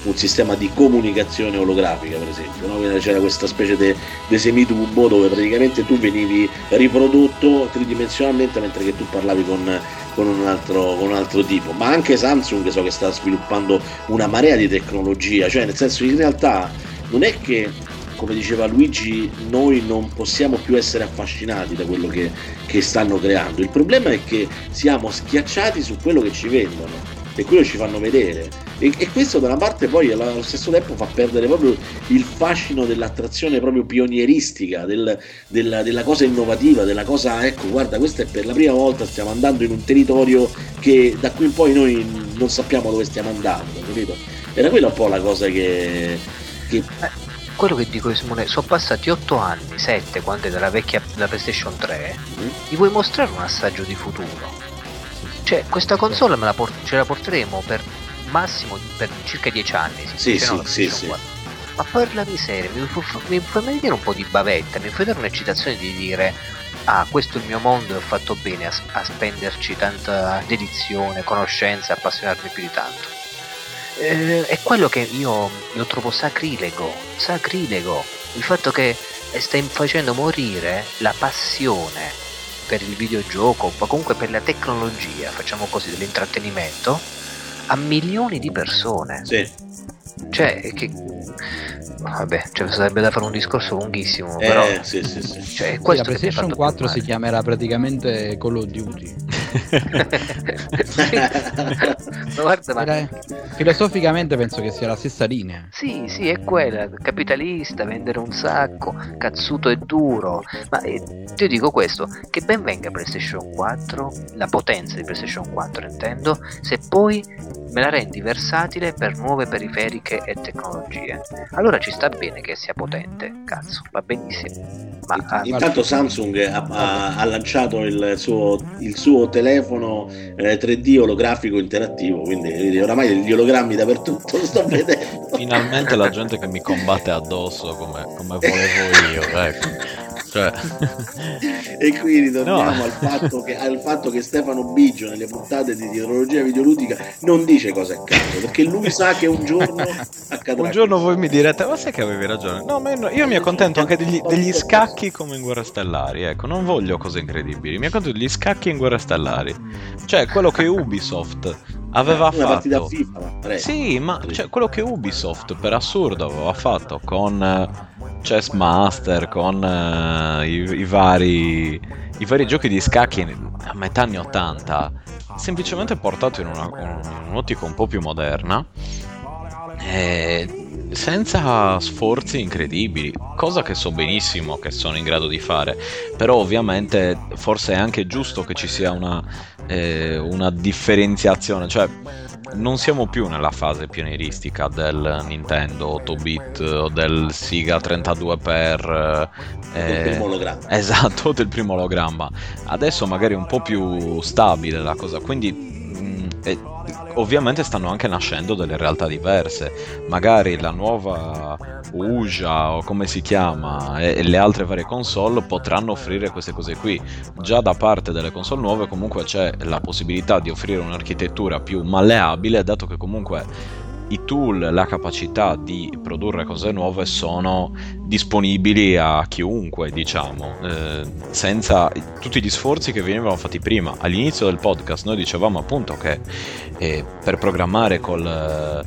[SPEAKER 2] un sistema di comunicazione olografica, per esempio, no? C'era questa specie di semitubo dove praticamente tu venivi riprodotto tridimensionalmente mentre che tu parlavi con, con, un altro, con un altro tipo. Ma anche Samsung so che sta sviluppando una marea di tecnologia, cioè nel senso, in realtà non è che, come diceva Luigi, noi non possiamo più essere affascinati da quello che, che stanno creando. Il problema è che siamo schiacciati su quello che ci vendono e quello ci fanno vedere, e, e questo da una parte poi allo stesso tempo fa perdere proprio il fascino dell'attrazione proprio pionieristica, del, della, della cosa innovativa, della cosa, ecco guarda, questa è per la prima volta, stiamo andando in un territorio che da qui in poi noi non sappiamo dove stiamo andando, capito? Era quella un po' la cosa che... che...
[SPEAKER 3] Quello che dico, Simone, sono passati otto anni, sette, quando è della vecchia la PlayStation tre, mm. Gli vuoi mostrare un assaggio di futuro? Cioè, questa console me la port- ce la porteremo per massimo per circa dieci anni.
[SPEAKER 2] Sì, sì, sì, sì.
[SPEAKER 3] Ma per la miseria, mi puoi, mi puoi vedere un po' di bavetta, mi puoi dare un'eccitazione di dire ah, questo è il mio mondo e ho fatto bene a, a spenderci tanta dedizione, conoscenza, appassionarmi più di tanto. Eh, è quello che io, io trovo sacrilego, sacrilego, il fatto che stai facendo morire la passione per il videogioco, o comunque per la tecnologia, facciamo così, dell'intrattenimento, a milioni di persone.
[SPEAKER 2] Sì.
[SPEAKER 3] Cioè, che... vabbè, cioè, sarebbe da fare un discorso lunghissimo,
[SPEAKER 2] eh,
[SPEAKER 3] però
[SPEAKER 2] sì, sì, sì.
[SPEAKER 3] Cioè,
[SPEAKER 1] sì, la PlayStation quattro si chiamerà praticamente Call of Duty.
[SPEAKER 3] Sì. Ma guarda, ma...
[SPEAKER 1] Era... filosoficamente penso che sia la stessa linea.
[SPEAKER 3] Sì, sì, è quella, capitalista, vendere un sacco, cazzuto e duro. Ma eh, ti dico questo, che ben venga PlayStation quattro, la potenza di PlayStation quattro intendo, se poi me la rendi versatile per nuove periferiche e tecnologie. Allora ci sta bene che sia potente, cazzo, va benissimo. Ma
[SPEAKER 2] intanto Samsung ha, ha, ha lanciato il suo, il suo telefono eh, tre D olografico interattivo, quindi vedi, oramai gli ologrammi dappertutto, lo sto vedendo.
[SPEAKER 5] Finalmente la gente che mi combatte addosso come, come volevo io, ecco. Cioè.
[SPEAKER 2] E qui ritorniamo
[SPEAKER 5] no.
[SPEAKER 2] al, fatto che, al fatto che Stefano Biggio nelle puntate di Tecnologia Videoludica non dice cose a caso, perché lui sa che un giorno accadrà.
[SPEAKER 5] Un giorno voi mi direte, ma sai che avevi ragione? No, ma io, io mi accontento anche degli, degli scacchi come in Guerre Stellari, ecco, non voglio cose incredibili, mi accontento degli scacchi in Guerre Stellari. Cioè, quello che Ubisoft aveva
[SPEAKER 2] una partita
[SPEAKER 5] fatto.
[SPEAKER 2] FIFA,
[SPEAKER 5] sì, ma cioè, quello che Ubisoft per assurdo aveva fatto con Chess Master, con uh, i, i vari i vari giochi di scacchi a metà anni ottanta, semplicemente portato in, una, in un'ottica un po' più moderna, e senza sforzi incredibili, cosa che so benissimo che sono in grado di fare, però ovviamente forse è anche giusto che ci sia una, eh, una differenziazione, cioè non siamo più nella fase pionieristica del Nintendo otto bit o del Sega trentadue per
[SPEAKER 2] eh, del primo ologramma.
[SPEAKER 5] Esatto, del primo ologramma. Adesso magari è un po' più stabile la cosa, quindi mh, eh, ovviamente stanno anche nascendo delle realtà diverse. Magari la nuova Uja o come si chiama e, e le altre varie console potranno offrire queste cose qui. Già da parte delle console nuove comunque c'è la possibilità di offrire un'architettura più malleabile, dato che comunque i tool, la capacità di produrre cose nuove sono disponibili a chiunque, diciamo, eh, senza tutti gli sforzi che venivano fatti prima. All'inizio del podcast noi dicevamo appunto che eh, per programmare col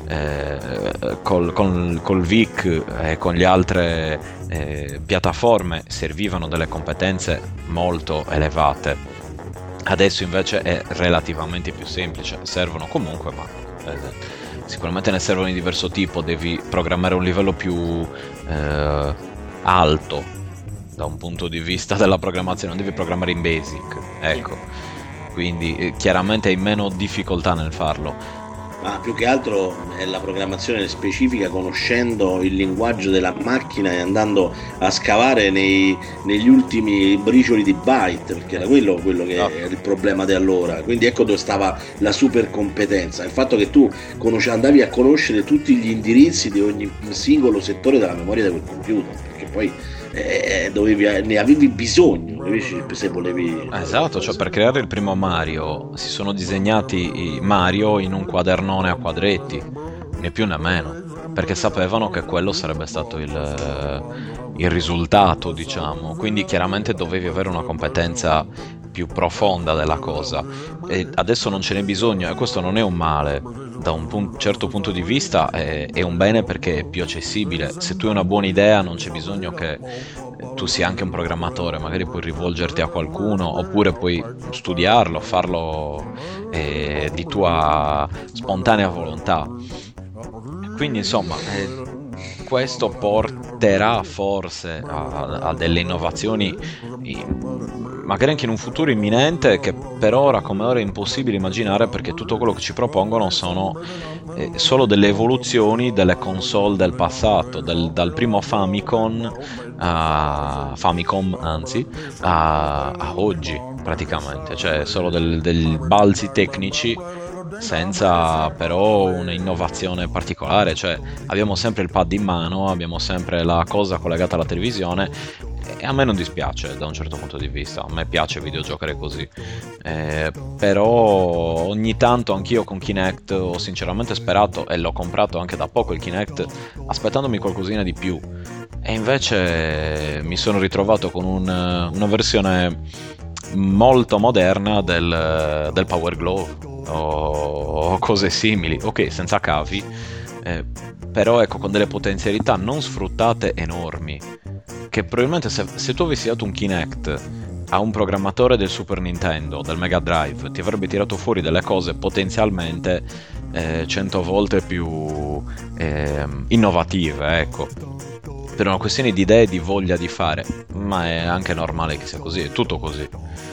[SPEAKER 5] Eh, col, col, col V I C e con le altre eh, piattaforme servivano delle competenze molto elevate. Adesso invece è relativamente più semplice, servono comunque, ma eh, sicuramente ne servono di diverso tipo. Devi programmare un livello più eh, alto da un punto di vista della programmazione, non devi programmare in Basic, ecco, quindi eh, chiaramente hai meno difficoltà nel farlo.
[SPEAKER 2] Ma più che altro è la programmazione specifica, conoscendo il linguaggio della macchina e andando a scavare nei, negli ultimi bricioli di byte, perché era quello, quello che era il problema di allora. Quindi ecco dove stava la super competenza, il fatto che tu conosci, andavi a conoscere tutti gli indirizzi di ogni singolo settore della memoria di quel computer, perché poi eh, dovevi, ne avevi bisogno se volevi.
[SPEAKER 5] Esatto, cioè per creare il primo Mario si sono disegnati i Mario in un quadernone a quadretti, né più né meno, perché sapevano che quello sarebbe stato il, il risultato, diciamo. Quindi chiaramente dovevi avere una competenza più profonda della cosa, e adesso non ce n'è bisogno, e questo non è un male. Da un pun- certo punto di vista è, è un bene, perché è più accessibile. Se tu hai una buona idea non c'è bisogno che tu sia anche un programmatore, magari puoi rivolgerti a qualcuno, oppure puoi studiarlo, farlo eh, di tua spontanea volontà. Quindi insomma eh, questo porterà forse a, a delle innovazioni, magari anche in un futuro imminente, che per ora come ora è impossibile immaginare, perché tutto quello che ci propongono sono eh, solo delle evoluzioni delle console del passato, del, dal primo Famicom a Famicom anzi a, a oggi praticamente, cioè solo del, dei balzi tecnici, senza però un'innovazione particolare. Cioè abbiamo sempre il pad in mano, abbiamo sempre la cosa collegata alla televisione, e a me non dispiace da un certo punto di vista, a me piace videogiocare così, eh, però ogni tanto anch'io con Kinect ho sinceramente sperato, e l'ho comprato anche da poco il Kinect, aspettandomi qualcosina di più, e invece mi sono ritrovato con un, una versione molto moderna del, del Power Glove o cose simili, ok, senza cavi, eh, però ecco, con delle potenzialità non sfruttate enormi, che probabilmente se, se tu avessi dato un Kinect a un programmatore del Super Nintendo, del Mega Drive, ti avrebbe tirato fuori delle cose potenzialmente eh, cento volte più eh, innovative, ecco, per una questione di idee e di voglia di fare. Ma è anche normale che sia così, è tutto così.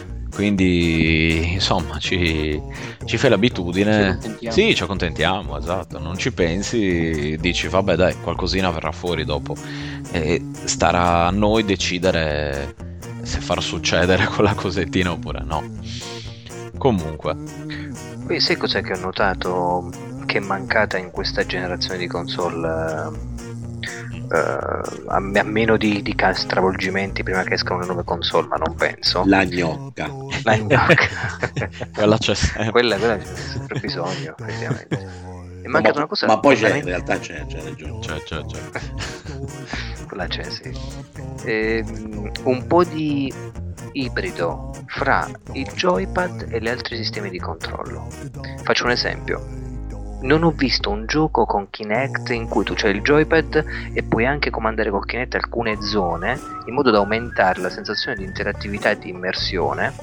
[SPEAKER 5] Quindi insomma ci, ci fai l'abitudine, ci sì, ci accontentiamo, esatto, non ci pensi, dici vabbè dai, qualcosina verrà fuori dopo, e starà a noi decidere se far succedere quella cosettina oppure no. Comunque
[SPEAKER 3] poi sai cos'è che ho notato che è mancata in questa generazione di console? Uh, a, a meno di, di stravolgimenti prima che escano le nuove console, ma non penso.
[SPEAKER 2] La gnocca.
[SPEAKER 3] La gnocca.
[SPEAKER 5] Quella c'è sempre.
[SPEAKER 3] Quella, quella c'è sempre bisogno, effettivamente. È mancata
[SPEAKER 2] ma,
[SPEAKER 3] una cosa.
[SPEAKER 2] Ma poi c'è, in realtà c'è, c'è ragione.
[SPEAKER 5] C'è, c'è, c'è.
[SPEAKER 3] Quella c'è, sì. E, un po' di ibrido fra il joypad e gli altri sistemi di controllo. Faccio un esempio. Non ho visto un gioco con Kinect in cui tu c'hai il joypad e puoi anche comandare con Kinect alcune zone in modo da aumentare la sensazione di interattività e di immersione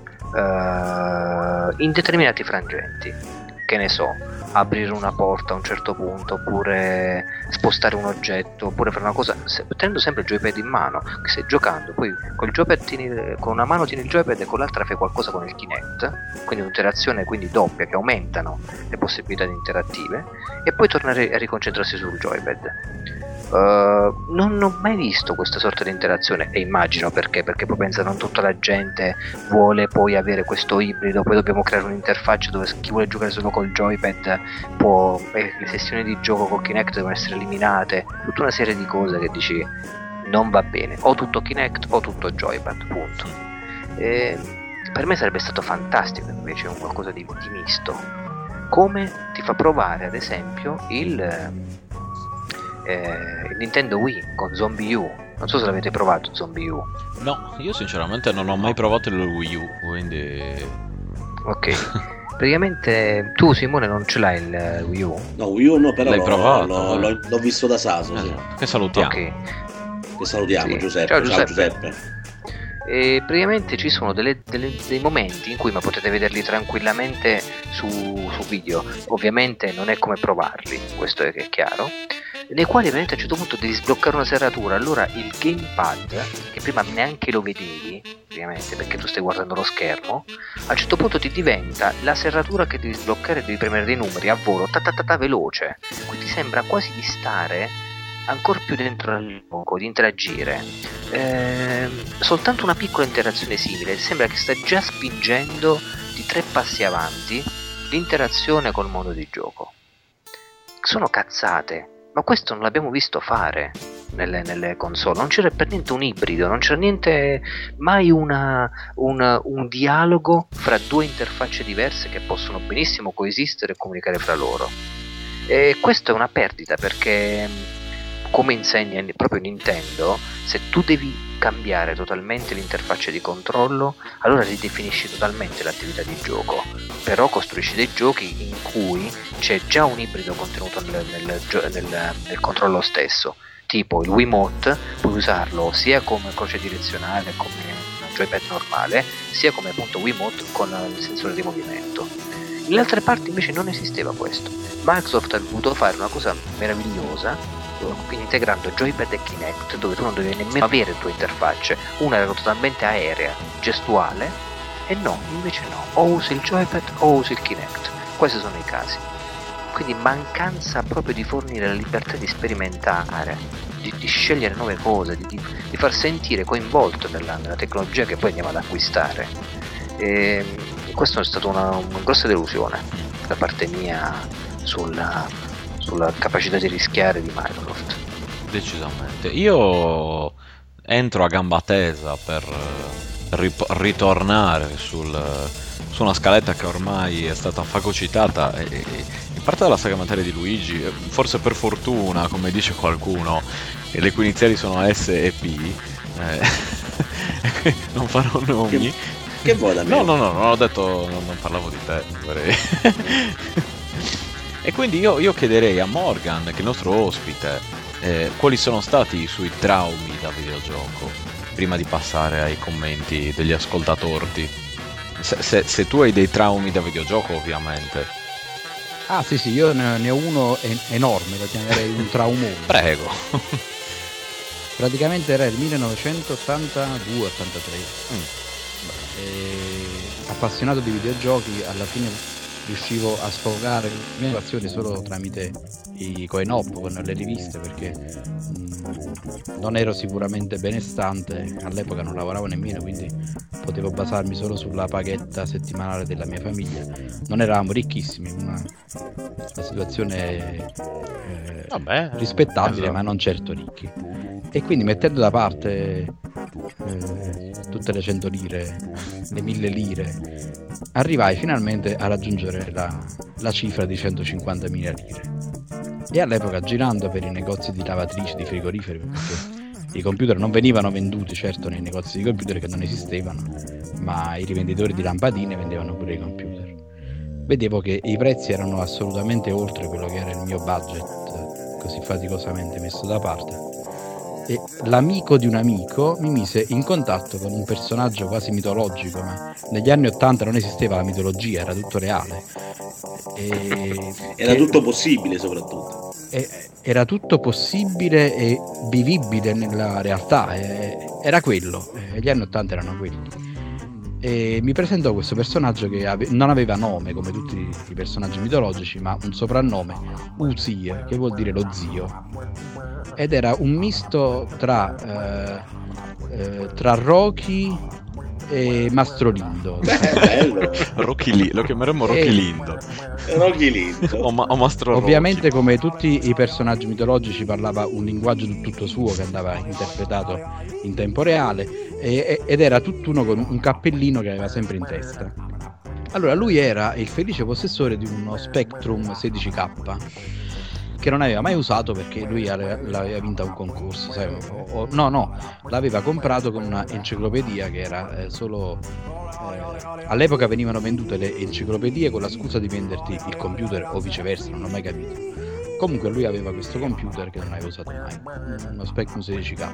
[SPEAKER 3] uh, in determinati frangenti. Che ne so, aprire una porta a un certo punto, oppure spostare un oggetto, oppure fare una cosa se, tenendo sempre il joypad in mano, che stai giocando, poi col joypad tieni, con una mano tieni il joypad e con l'altra fai qualcosa con il Kinect, quindi un'interazione quindi doppia, che aumentano le possibilità interattive, e poi tornare a riconcentrarsi sul joypad. Uh, non ho mai visto questa sorta di interazione, e immagino perché perché poi pensa non tutta la gente vuole poi avere questo ibrido, poi dobbiamo creare un'interfaccia dove chi vuole giocare solo col joypad può, eh, le sessioni di gioco col Kinect devono essere eliminate, tutta una serie di cose che dici non va bene, o tutto Kinect o tutto joypad, punto. E per me sarebbe stato fantastico invece un qualcosa di, di misto, come ti fa provare ad esempio il Eh, Nintendo Wii con Zombie U. Non so se l'avete provato Zombie U.
[SPEAKER 5] No, io sinceramente non ho mai provato il Wii U, quindi
[SPEAKER 3] ok. Praticamente tu Simone non ce l'hai il Wii U?
[SPEAKER 2] No, Wii U no, però
[SPEAKER 5] l'hai
[SPEAKER 2] l'ho,
[SPEAKER 5] provato,
[SPEAKER 2] l'ho,
[SPEAKER 5] eh.
[SPEAKER 2] l'ho, l'ho visto da Saso,
[SPEAKER 5] eh,
[SPEAKER 2] sì.
[SPEAKER 5] che salutiamo.
[SPEAKER 3] Ok.
[SPEAKER 2] Che salutiamo,
[SPEAKER 3] Sì.
[SPEAKER 2] Giuseppe.
[SPEAKER 3] Ciao,
[SPEAKER 2] Ciao
[SPEAKER 3] Giuseppe.
[SPEAKER 2] Giuseppe.
[SPEAKER 3] E praticamente ci sono delle, delle, dei momenti in cui, ma potete vederli tranquillamente su, su video, ovviamente non è come provarli, questo è, è chiaro, nei quali veramente a un certo punto devi sbloccare una serratura, allora il gamepad, che prima neanche lo vedevi, ovviamente perché tu stai guardando lo schermo, a un certo punto ti diventa la serratura che devi sbloccare, devi premere dei numeri a volo, ta ta ta ta veloce, quindi sembra quasi di stare ancora più dentro al gioco, di interagire. Eh, soltanto una piccola interazione simile sembra che sta già spingendo di tre passi avanti l'interazione col mondo di gioco. Sono cazzate, ma questo non l'abbiamo visto fare nelle, nelle console, non c'era per niente un ibrido, non c'era niente, mai una, una, un dialogo fra due interfacce diverse che possono benissimo coesistere e comunicare fra loro. E questa è una perdita perché, come insegna proprio Nintendo, se tu devi cambiare totalmente l'interfaccia di controllo, allora ridefinisci totalmente l'attività di gioco, però costruisci dei giochi in cui c'è già un ibrido contenuto nel, nel, nel, nel controllo stesso, tipo il Wiimote puoi usarlo sia come croce direzionale, come un joypad normale, sia come appunto Wiimote con il sensore di movimento. Nelle altre parti invece non esisteva questo. Microsoft ha voluto fare una cosa meravigliosa, quindi integrando joypad e Kinect, dove tu non dovevi nemmeno avere due interfacce, una era totalmente aerea, gestuale, e no, invece no, o usi il joypad o usi il Kinect, questi sono i casi. Quindi mancanza proprio di fornire la libertà di sperimentare, di, di scegliere nuove cose, di, di, di far sentire coinvolto nella, nella tecnologia che poi andiamo ad acquistare. E questa è stata una, una grossa delusione da parte mia sulla sulla capacità di rischiare di Microsoft.
[SPEAKER 5] Decisamente. Io entro a gamba tesa per rip- ritornare sul, su una scaletta che ormai è stata fagocitata e, e, in parte dalla saga materia di Luigi, forse per fortuna, come dice qualcuno, e le cui iniziali sono S e P, eh, non farò nomi.
[SPEAKER 2] Che, che vuoi da me?
[SPEAKER 5] No, no, no, non ho detto, non, non parlavo di te. Vorrei. E quindi io, io chiederei a Morgan, che è il nostro ospite, eh, quali sono stati i suoi traumi da videogioco, prima di passare ai commenti degli ascoltatori. Se, se, se tu hai dei traumi da videogioco, ovviamente.
[SPEAKER 1] Ah sì sì, io ne, ne ho uno en- enorme, lo chiamerei un traumone.
[SPEAKER 5] Prego.
[SPEAKER 1] Praticamente era il millenovecentottantadue ottantatré.
[SPEAKER 5] Mm.
[SPEAKER 1] E, appassionato di videogiochi, alla fine riuscivo a sfogare le mie passioni solo tramite i coin-op con le riviste, perché mh, non ero sicuramente benestante, all'epoca non lavoravo nemmeno, quindi potevo basarmi solo sulla paghetta settimanale della mia famiglia. Non eravamo ricchissimi, una, una situazione eh,
[SPEAKER 5] Vabbè,
[SPEAKER 1] rispettabile,
[SPEAKER 5] esatto.
[SPEAKER 1] ma non certo ricchi. E quindi, mettendo da parte eh, tutte le cento lire, le mille lire, arrivai finalmente a raggiungere la, la cifra di centocinquantamila lire. E all'epoca, girando per i negozi di lavatrici, di frigoriferi, perché i computer non venivano venduti certo nei negozi di computer che non esistevano, ma i rivenditori di lampadine vendevano pure i computer, vedevo che i prezzi erano assolutamente oltre quello che era il mio budget così faticosamente messo da parte. E l'amico di un amico mi mise in contatto con un personaggio quasi mitologico, ma negli anni ottanta non esisteva la mitologia, era tutto reale. E
[SPEAKER 2] era
[SPEAKER 1] che,
[SPEAKER 2] tutto possibile soprattutto.
[SPEAKER 1] E, era tutto possibile e vivibile nella realtà, e, era quello, e gli anni ottanta erano quelli. E mi presentò questo personaggio che ave- non aveva nome come tutti i personaggi mitologici, ma un soprannome, Uzir, che vuol dire lo zio, ed era un misto tra eh, eh, tra Rocky e Mastro Lindo.
[SPEAKER 2] Beh, bello.
[SPEAKER 5] Rocky Li- lo chiameremmo Rocky
[SPEAKER 1] E-
[SPEAKER 5] Lindo
[SPEAKER 2] Rocky Lindo.
[SPEAKER 5] o, ma- o Mastro
[SPEAKER 1] Ovviamente,
[SPEAKER 5] Rocky.
[SPEAKER 1] come tutti i personaggi mitologici, parlava un linguaggio tutto suo che andava interpretato in tempo reale, e- ed era tutt'uno con un cappellino che aveva sempre in testa. Allora, lui era il felice possessore di uno Spectrum sedici K che non aveva mai usato, perché lui aveva- l'aveva vinta un concorso, sai, o- o- no no l'aveva comprato con una enciclopedia che era eh, solo eh, all'epoca venivano vendute le enciclopedie con la scusa di venderti il computer o viceversa, non ho mai capito. Comunque lui aveva questo computer che non aveva usato mai, uno Spectrum sedici K,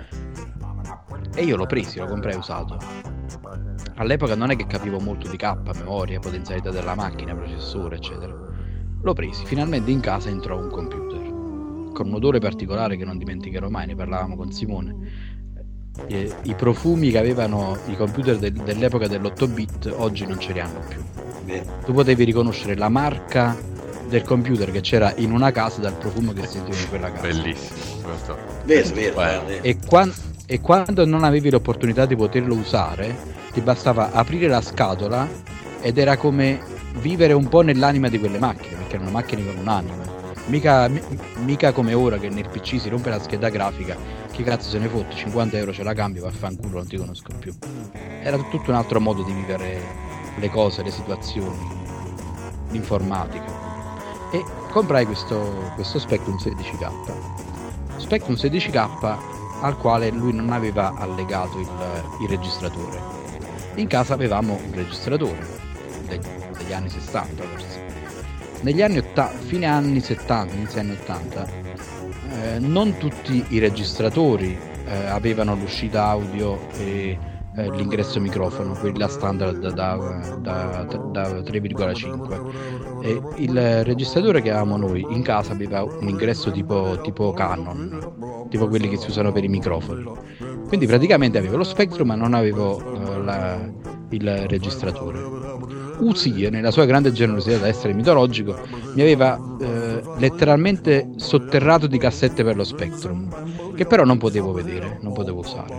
[SPEAKER 1] e io l'ho preso, lo comprai usato. All'epoca non è che capivo molto di K, memoria, potenzialità della macchina, processore eccetera. L'ho presi, finalmente in casa entrò un computer con un odore particolare che non dimenticherò mai, ne parlavamo con Simone. E, i profumi che avevano i computer del, dell'epoca dell'otto bit oggi non ce li hanno più.
[SPEAKER 2] Beh,
[SPEAKER 1] Tu potevi riconoscere la marca del computer che c'era in una casa dal profumo che sentivi in quella casa.
[SPEAKER 5] Bellissimo questo.
[SPEAKER 2] vero, vero,
[SPEAKER 5] Beh.
[SPEAKER 2] vero.
[SPEAKER 1] E, quan- e quando non avevi l'opportunità di poterlo usare, ti bastava aprire la scatola ed era come vivere un po' nell'anima di quelle macchine, perché erano macchine con un'anima. Mica, mi- mica come ora che nel P C si rompe la scheda grafica, chi cazzo se ne fotte, cinquanta euro ce la cambio, vaffanculo, non ti conosco più. Era tutto un altro modo di vivere le cose, le situazioni, l'informatica. E comprai questo, questo Spectrum sedici K. Spectrum sedici K al quale lui non aveva allegato il, il registratore. In casa avevamo un registratore degli, degli anni sessanta forse. Negli anni ottanta, fine anni settanta, inizio anni ottanta, eh, non tutti i registratori eh, avevano l'uscita audio e eh, l'ingresso microfono, quella standard da, da, da, da tre virgola cinque. E il registratore che avevamo noi in casa aveva un ingresso tipo, tipo Canon, tipo quelli che si usano per i microfoni. Quindi praticamente avevo lo Spectrum ma non avevo uh, la, il registratore. U S I, nella sua grande generosità da essere mitologico, mi aveva eh, letteralmente sotterrato di cassette per lo Spectrum, che però non potevo vedere, non potevo usare.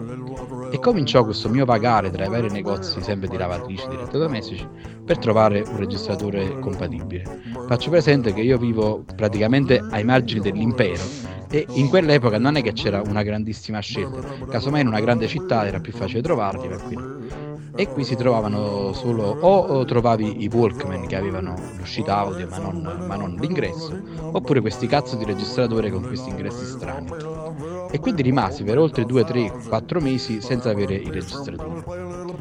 [SPEAKER 1] E cominciò questo mio vagare tra i vari negozi, sempre di lavatrici, di elettrodomestici, per trovare un registratore compatibile. Faccio presente che io vivo praticamente ai margini dell'impero e in quell'epoca non è che c'era una grandissima scelta, casomai in una grande città era più facile trovarli, per cui e qui si trovavano solo o, o trovavi i Walkman che avevano l'uscita audio ma non, ma non l'ingresso, oppure questi cazzo di registratore con questi ingressi strani. E quindi rimasi per oltre due, tre, quattro mesi senza avere il registratore.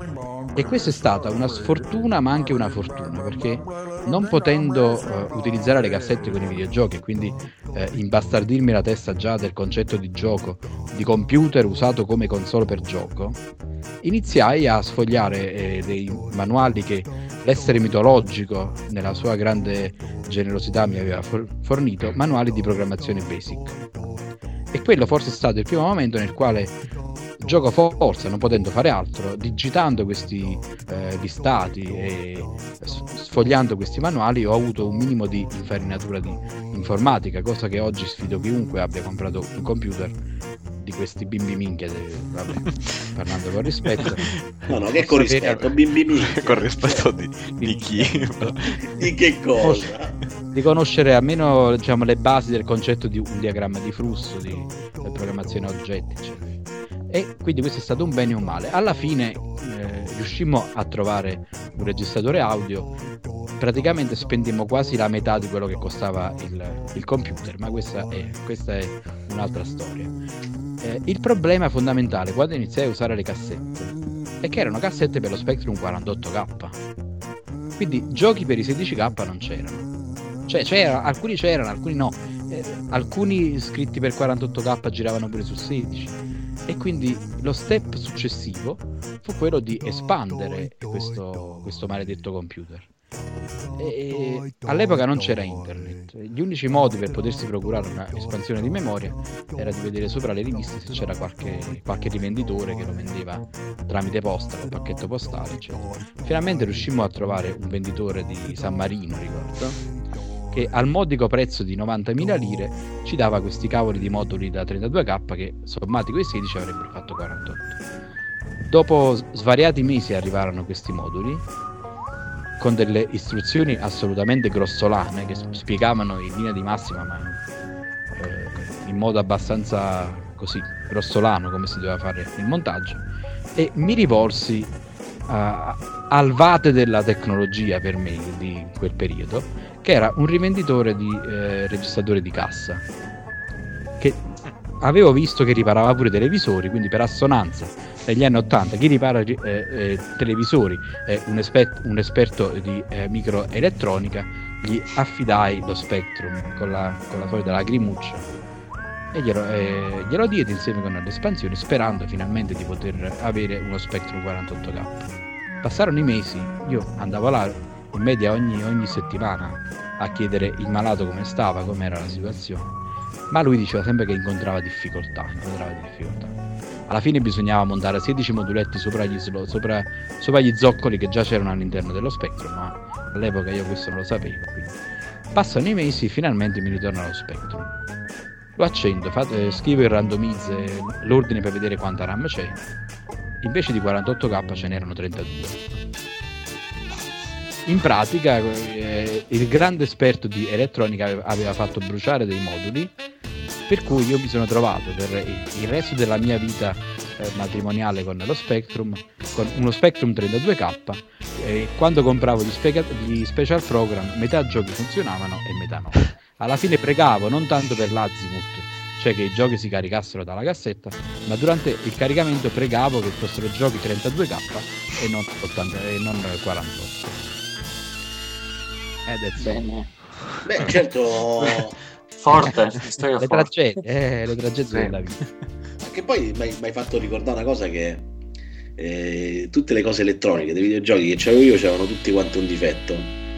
[SPEAKER 1] E questa è stata una sfortuna ma anche una fortuna, perché non potendo uh, utilizzare le cassette con i videogiochi e quindi uh, imbastardirmi la testa già del concetto di gioco, di computer usato come console per gioco, iniziai a sfogliare eh, dei manuali che l'essere mitologico nella sua grande generosità mi aveva for- fornito, manuali di programmazione basic. E quello forse è stato il primo momento nel quale gioco forza, non potendo fare altro, digitando questi eh, listati e sfogliando questi manuali, ho avuto un minimo di infarinatura di informatica, cosa che oggi sfido chiunque abbia comprato un computer di questi bimbi minchia, vabbè, parlando con rispetto.
[SPEAKER 2] No, no, che con rispetto, bimbi minchia.
[SPEAKER 5] Con rispetto di, di chi?
[SPEAKER 2] Di che cosa?
[SPEAKER 1] Di conoscere almeno, diciamo, le basi del concetto di un diagramma di flusso, di, di programmazione a oggetti, eccetera. E quindi questo è stato un bene e un male. Alla fine eh, riuscimmo a trovare un registratore audio, praticamente spendemmo quasi la metà di quello che costava il, il computer, ma questa è, questa è un'altra storia. Eh, il problema fondamentale quando iniziai a usare le cassette è che erano cassette per lo Spectrum quarantotto K, quindi giochi per i sedici K non c'erano. Cioè c'era, alcuni c'erano, alcuni no, eh, alcuni scritti per quarantotto K giravano pure su sedici, e quindi lo step successivo fu quello di espandere questo, questo maledetto computer. E all'epoca non c'era internet, gli unici modi per potersi procurare una espansione di memoria era di vedere sopra le riviste se c'era qualche, qualche rivenditore che lo vendeva tramite posta, con pacchetto postale, eccetera. Finalmente riuscimmo a trovare un venditore di San Marino, ricordo, che al modico prezzo di novantamila lire ci dava questi cavoli di moduli da trentadue K che sommati coi sedici avrebbero fatto quarantotto. Dopo svariati mesi arrivarono questi moduli con delle istruzioni assolutamente grossolane che spiegavano in linea di massima, ma eh, in modo abbastanza così grossolano, come si doveva fare il montaggio, e mi rivolsi a, al vate della tecnologia per me di quel periodo, che era un rivenditore di eh, registratori di cassa, che avevo visto che riparava pure televisori, quindi per assonanza negli anni ottanta chi ripara eh, eh, televisori è un, esper- un esperto di eh, microelettronica, gli affidai lo Spectrum con la, con la solita lacrimuccia e glielo, eh, glielo diedi insieme con l'espansione, sperando finalmente di poter avere uno Spectrum quarantotto K. Passarono i mesi, io andavo là in media ogni, ogni settimana a chiedere il malato come stava, com'era la situazione, ma lui diceva sempre che incontrava difficoltà, incontrava difficoltà. Alla fine bisognava montare sedici moduletti sopra gli, sopra, sopra gli zoccoli che già c'erano all'interno dello Spectrum, ma all'epoca io questo non lo sapevo. Quindi. Passano i mesi, finalmente mi ritorna lo Spectrum. Lo accendo, fate, scrivo il randomize l'ordine per vedere quanta RAM c'è. Invece di quarantotto K ce n'erano trentadue. In pratica eh, il grande esperto di elettronica aveva, aveva fatto bruciare dei moduli, per cui io mi sono trovato per il resto della mia vita eh, matrimoniale con lo Spectrum, con uno Spectrum trentadue K E quando compravo gli, spega- gli special program, metà giochi funzionavano e metà no. Alla fine pregavo non tanto per l'Azimuth, cioè che i giochi si caricassero dalla cassetta, ma durante il caricamento pregavo che fossero giochi trentadue K e non, ottanta, e non quarantotto. Ed è
[SPEAKER 4] Bene.
[SPEAKER 2] Beh, certo.
[SPEAKER 4] Forte, storia
[SPEAKER 1] le
[SPEAKER 4] forte.
[SPEAKER 1] tragedie, eh, le tragedie
[SPEAKER 3] Sì.
[SPEAKER 1] della vita.
[SPEAKER 2] Che poi mi hai fatto ricordare una cosa, che eh, tutte le cose elettroniche dei videogiochi che c'avevo io c'erano tutti quanti un difetto.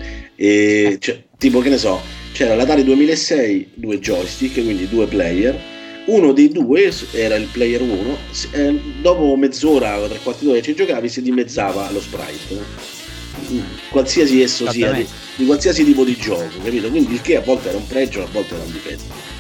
[SPEAKER 2] E cioè, tipo, che ne so, c'era l'Atari duemilasei, due joystick, quindi due player. Uno dei due era il player uno, eh, dopo mezz'ora o tre quarti d'ora che ci giocavi si dimezzava lo sprite, no? Qualsiasi esso sia, di, di qualsiasi tipo di gioco, capito? Quindi il che a volte era un pregio, a volte era un difetto.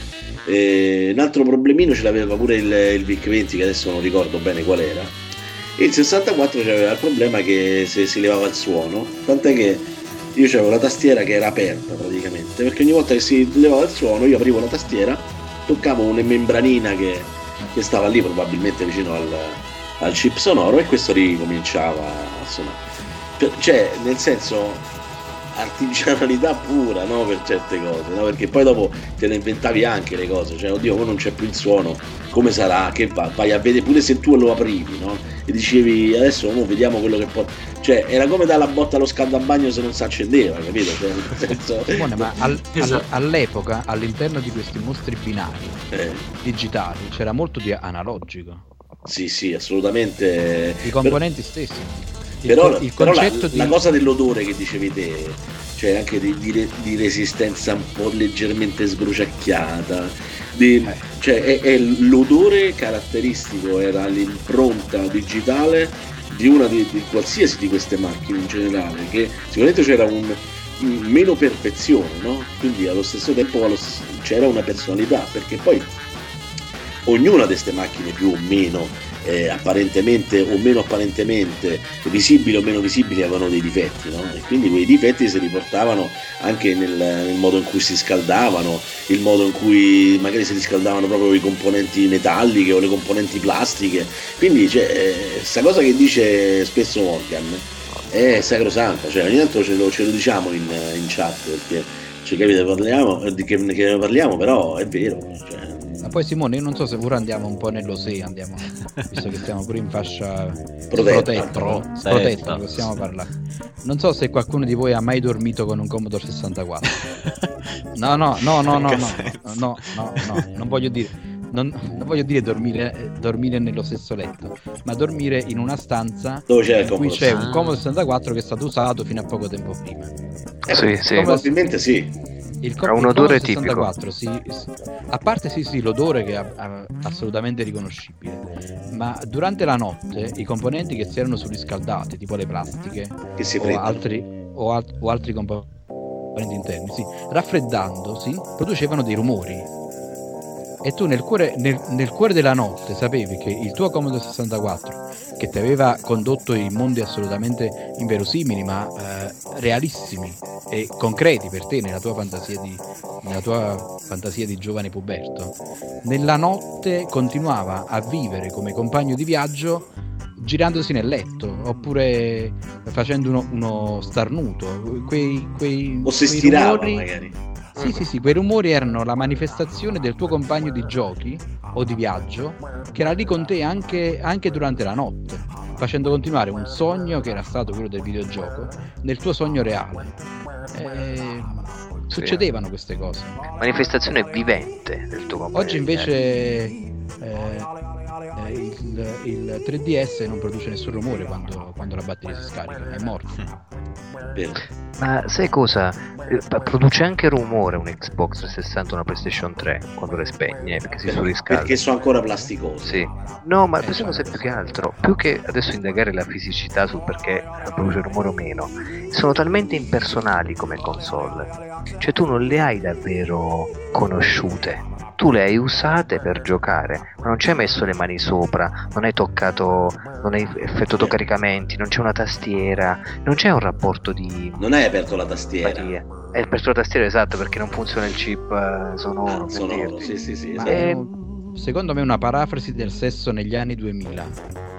[SPEAKER 2] E un altro problemino ce l'aveva pure il, il VIC venti, che adesso non ricordo bene qual era. E il sessantaquattro c'aveva il problema che se si levava il suono, tant'è che io c'avevo la tastiera che era aperta praticamente, perché ogni volta che si levava il suono io aprivo la tastiera, toccavo una membranina che, che stava lì probabilmente vicino al, al chip sonoro, e questo ricominciava a suonare. Cioè, nel senso, artigianalità pura, no? Per certe cose, no? Perché poi dopo te ne inventavi anche le cose, cioè, oddio, ora non c'è più il suono, come sarà? Che va? Vai a vedere pure se tu lo aprivi, no? E dicevi, adesso oh, vediamo quello che può. Cioè, era come dare la botta allo scaldabagno se non si accendeva, capito? Cioè, nel senso...
[SPEAKER 1] Simone, ma al,
[SPEAKER 4] Esatto.
[SPEAKER 1] al, all'epoca, all'interno di questi mostri binari
[SPEAKER 2] Eh,
[SPEAKER 1] digitali, c'era molto di analogico.
[SPEAKER 2] sì, sì, assolutamente.
[SPEAKER 1] I componenti stessi. Il,
[SPEAKER 2] Però,
[SPEAKER 1] co- il
[SPEAKER 2] però la,
[SPEAKER 1] concetto di
[SPEAKER 2] la cosa dell'odore che dicevi te, cioè anche di, di, re- di resistenza un po' leggermente sbruciacchiata, di,
[SPEAKER 1] Eh.
[SPEAKER 2] cioè è, è l'odore caratteristico, era l'impronta digitale di una di, di qualsiasi di queste macchine in generale, che sicuramente c'era un, un meno perfezione, no? Quindi allo stesso tempo allo stesso, c'era una personalità, perché poi ognuna di queste macchine più o meno Eh, apparentemente o meno apparentemente visibili o meno visibili avevano dei difetti, no? E quindi quei difetti si riportavano anche nel, nel modo in cui si scaldavano, il modo in cui magari si riscaldavano proprio i componenti metalliche o le componenti plastiche. Quindi c'è questa cosa che dice spesso Morgan è sacrosanta, cioè ogni tanto ce lo, ce lo diciamo in, in chat, perché ci capite, parliamo di che, che ne parliamo, però è vero, cioè.
[SPEAKER 1] Ma poi Simone, io non so se pure andiamo un po' nell'Osea, andiamo, visto che stiamo pure in fascia
[SPEAKER 2] Protetta.
[SPEAKER 1] protetta,
[SPEAKER 5] Pro-
[SPEAKER 1] no?
[SPEAKER 5] setta.
[SPEAKER 1] protetta, possiamo parlare. Non so se qualcuno di voi ha mai dormito con un Commodore sessantaquattro. No, no, no, no, no,
[SPEAKER 5] In che
[SPEAKER 1] no,
[SPEAKER 5] senso?
[SPEAKER 1] no, no, no, non voglio dire, non, non voglio dire dormire, eh, dormire nello stesso letto, ma dormire in una stanza
[SPEAKER 2] Dove c'è il
[SPEAKER 1] in cui
[SPEAKER 2] Commodore?
[SPEAKER 1] c'è
[SPEAKER 5] Ah.
[SPEAKER 1] un Commodore sessantaquattro che è stato usato fino a poco tempo prima.
[SPEAKER 2] Eh,
[SPEAKER 3] Sì, sì.
[SPEAKER 2] probabilmente sì.
[SPEAKER 1] Il
[SPEAKER 3] Ha un
[SPEAKER 1] il
[SPEAKER 3] odore
[SPEAKER 1] Commodore sessantaquattro, sì, sì. A parte sì, sì, l'odore che è è assolutamente riconoscibile, ma durante la notte i componenti che si erano surriscaldati, tipo le plastiche
[SPEAKER 2] Che si
[SPEAKER 1] o
[SPEAKER 2] fredda.
[SPEAKER 1] altri, o, al- o altri componenti interni, sì, raffreddandosi producevano dei rumori. E tu nel cuore, nel, nel cuore della notte sapevi che il tuo Commodore sessantaquattro, che ti aveva condotto in mondi assolutamente inverosimili, ma eh, realissimi e concreti per te nella tua fantasia di, nella tua fantasia di giovane puberto, nella notte continuava a vivere come compagno di viaggio girandosi nel letto oppure facendo uno, uno starnuto. Quei, quei,
[SPEAKER 2] O si
[SPEAKER 1] quei
[SPEAKER 2] stirava
[SPEAKER 1] rumori-
[SPEAKER 2] magari.
[SPEAKER 1] Sì, sì, sì, quei rumori erano la manifestazione del tuo compagno di giochi o di viaggio che era lì con te anche, anche durante la notte, facendo continuare un sogno che era stato quello del videogioco nel tuo sogno reale. E succedevano queste cose.
[SPEAKER 3] Manifestazione vivente del tuo compagno.
[SPEAKER 1] Oggi invece eh, eh, il, il tre D S non produce nessun rumore quando, quando la batteria si scarica, è morto.
[SPEAKER 2] Vero.
[SPEAKER 3] Ma sai cosa? Eh, Produce anche rumore un Xbox trecentosessanta, una PlayStation tre quando le spegne, perché si surriscalda.
[SPEAKER 2] Perché sono ancora plasticosi.
[SPEAKER 3] Sì. No, ma
[SPEAKER 1] Eh,
[SPEAKER 3] questa cosa è
[SPEAKER 1] certo.
[SPEAKER 3] più che altro, più che adesso indagare la fisicità sul perché produce rumore o meno, sono talmente impersonali come console. Cioè tu non le hai davvero conosciute. Tu le hai usate per giocare, ma non ci hai messo le mani sopra, non hai toccato, non hai effettuato caricamenti, non c'è una tastiera, non c'è un rapporto di
[SPEAKER 2] Non hai aperto la tastiera.
[SPEAKER 3] empatia. È il per la tastiera, esatto, perché non funziona il chip eh, sonoro. per
[SPEAKER 2] Sonoro,
[SPEAKER 3] dirti.
[SPEAKER 2] sì, sì, sì.
[SPEAKER 1] Ma
[SPEAKER 2] esatto.
[SPEAKER 1] è un- secondo me una parafrasi del sesso negli anni duemila.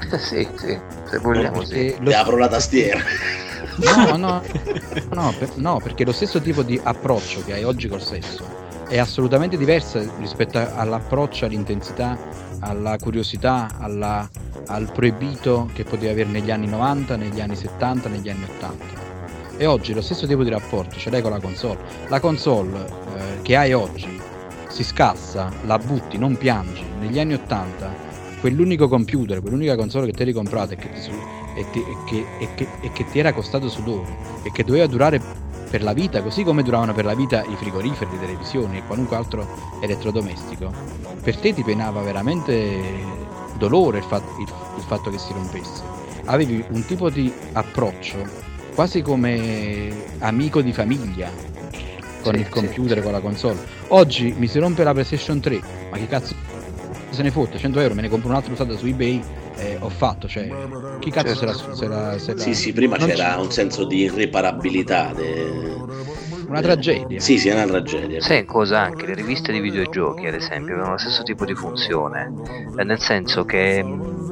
[SPEAKER 3] Sì, sì, se vogliamo, sì.
[SPEAKER 2] Lo... apro la tastiera.
[SPEAKER 1] No, no, no, per, no, perché lo stesso tipo di approccio che hai oggi col sesso è assolutamente diverso rispetto all'approccio, all'intensità, alla curiosità, alla, al proibito che potevi avere negli anni novanta, negli anni settanta, negli anni ottanta. E oggi lo stesso tipo di rapporto ce l'hai con la console. La console eh, che hai oggi si scassa, la butti, non piangi. Negli anni ottanta quell'unico computer, quell'unica console che ti eri comprato e che ti, e, ti, e, che, e, che, e che ti era costato sudore e che doveva durare per la vita, così come duravano per la vita i frigoriferi, le televisioni e qualunque altro elettrodomestico, per te ti penava veramente dolore il, fat- il, il fatto che si rompesse. Avevi un tipo di approccio quasi come amico di famiglia con
[SPEAKER 3] sì,
[SPEAKER 1] il computer,
[SPEAKER 3] sì,
[SPEAKER 1] con la console. Oggi mi si rompe la PlayStation tre, ma che cazzo se ne fotte, cento euro, me ne compro un'altra usata su eBay, eh, ho fatto, cioè chi cazzo certo. se la, se la, se la...
[SPEAKER 2] Sì, sì, prima
[SPEAKER 1] non
[SPEAKER 2] c'era
[SPEAKER 1] c-
[SPEAKER 2] un senso di irreparabilità, de...
[SPEAKER 1] una tragedia.
[SPEAKER 2] Sì, sì, è una tragedia.
[SPEAKER 3] Sai cosa, anche le riviste di videogiochi ad esempio avevano lo stesso tipo di funzione, nel senso che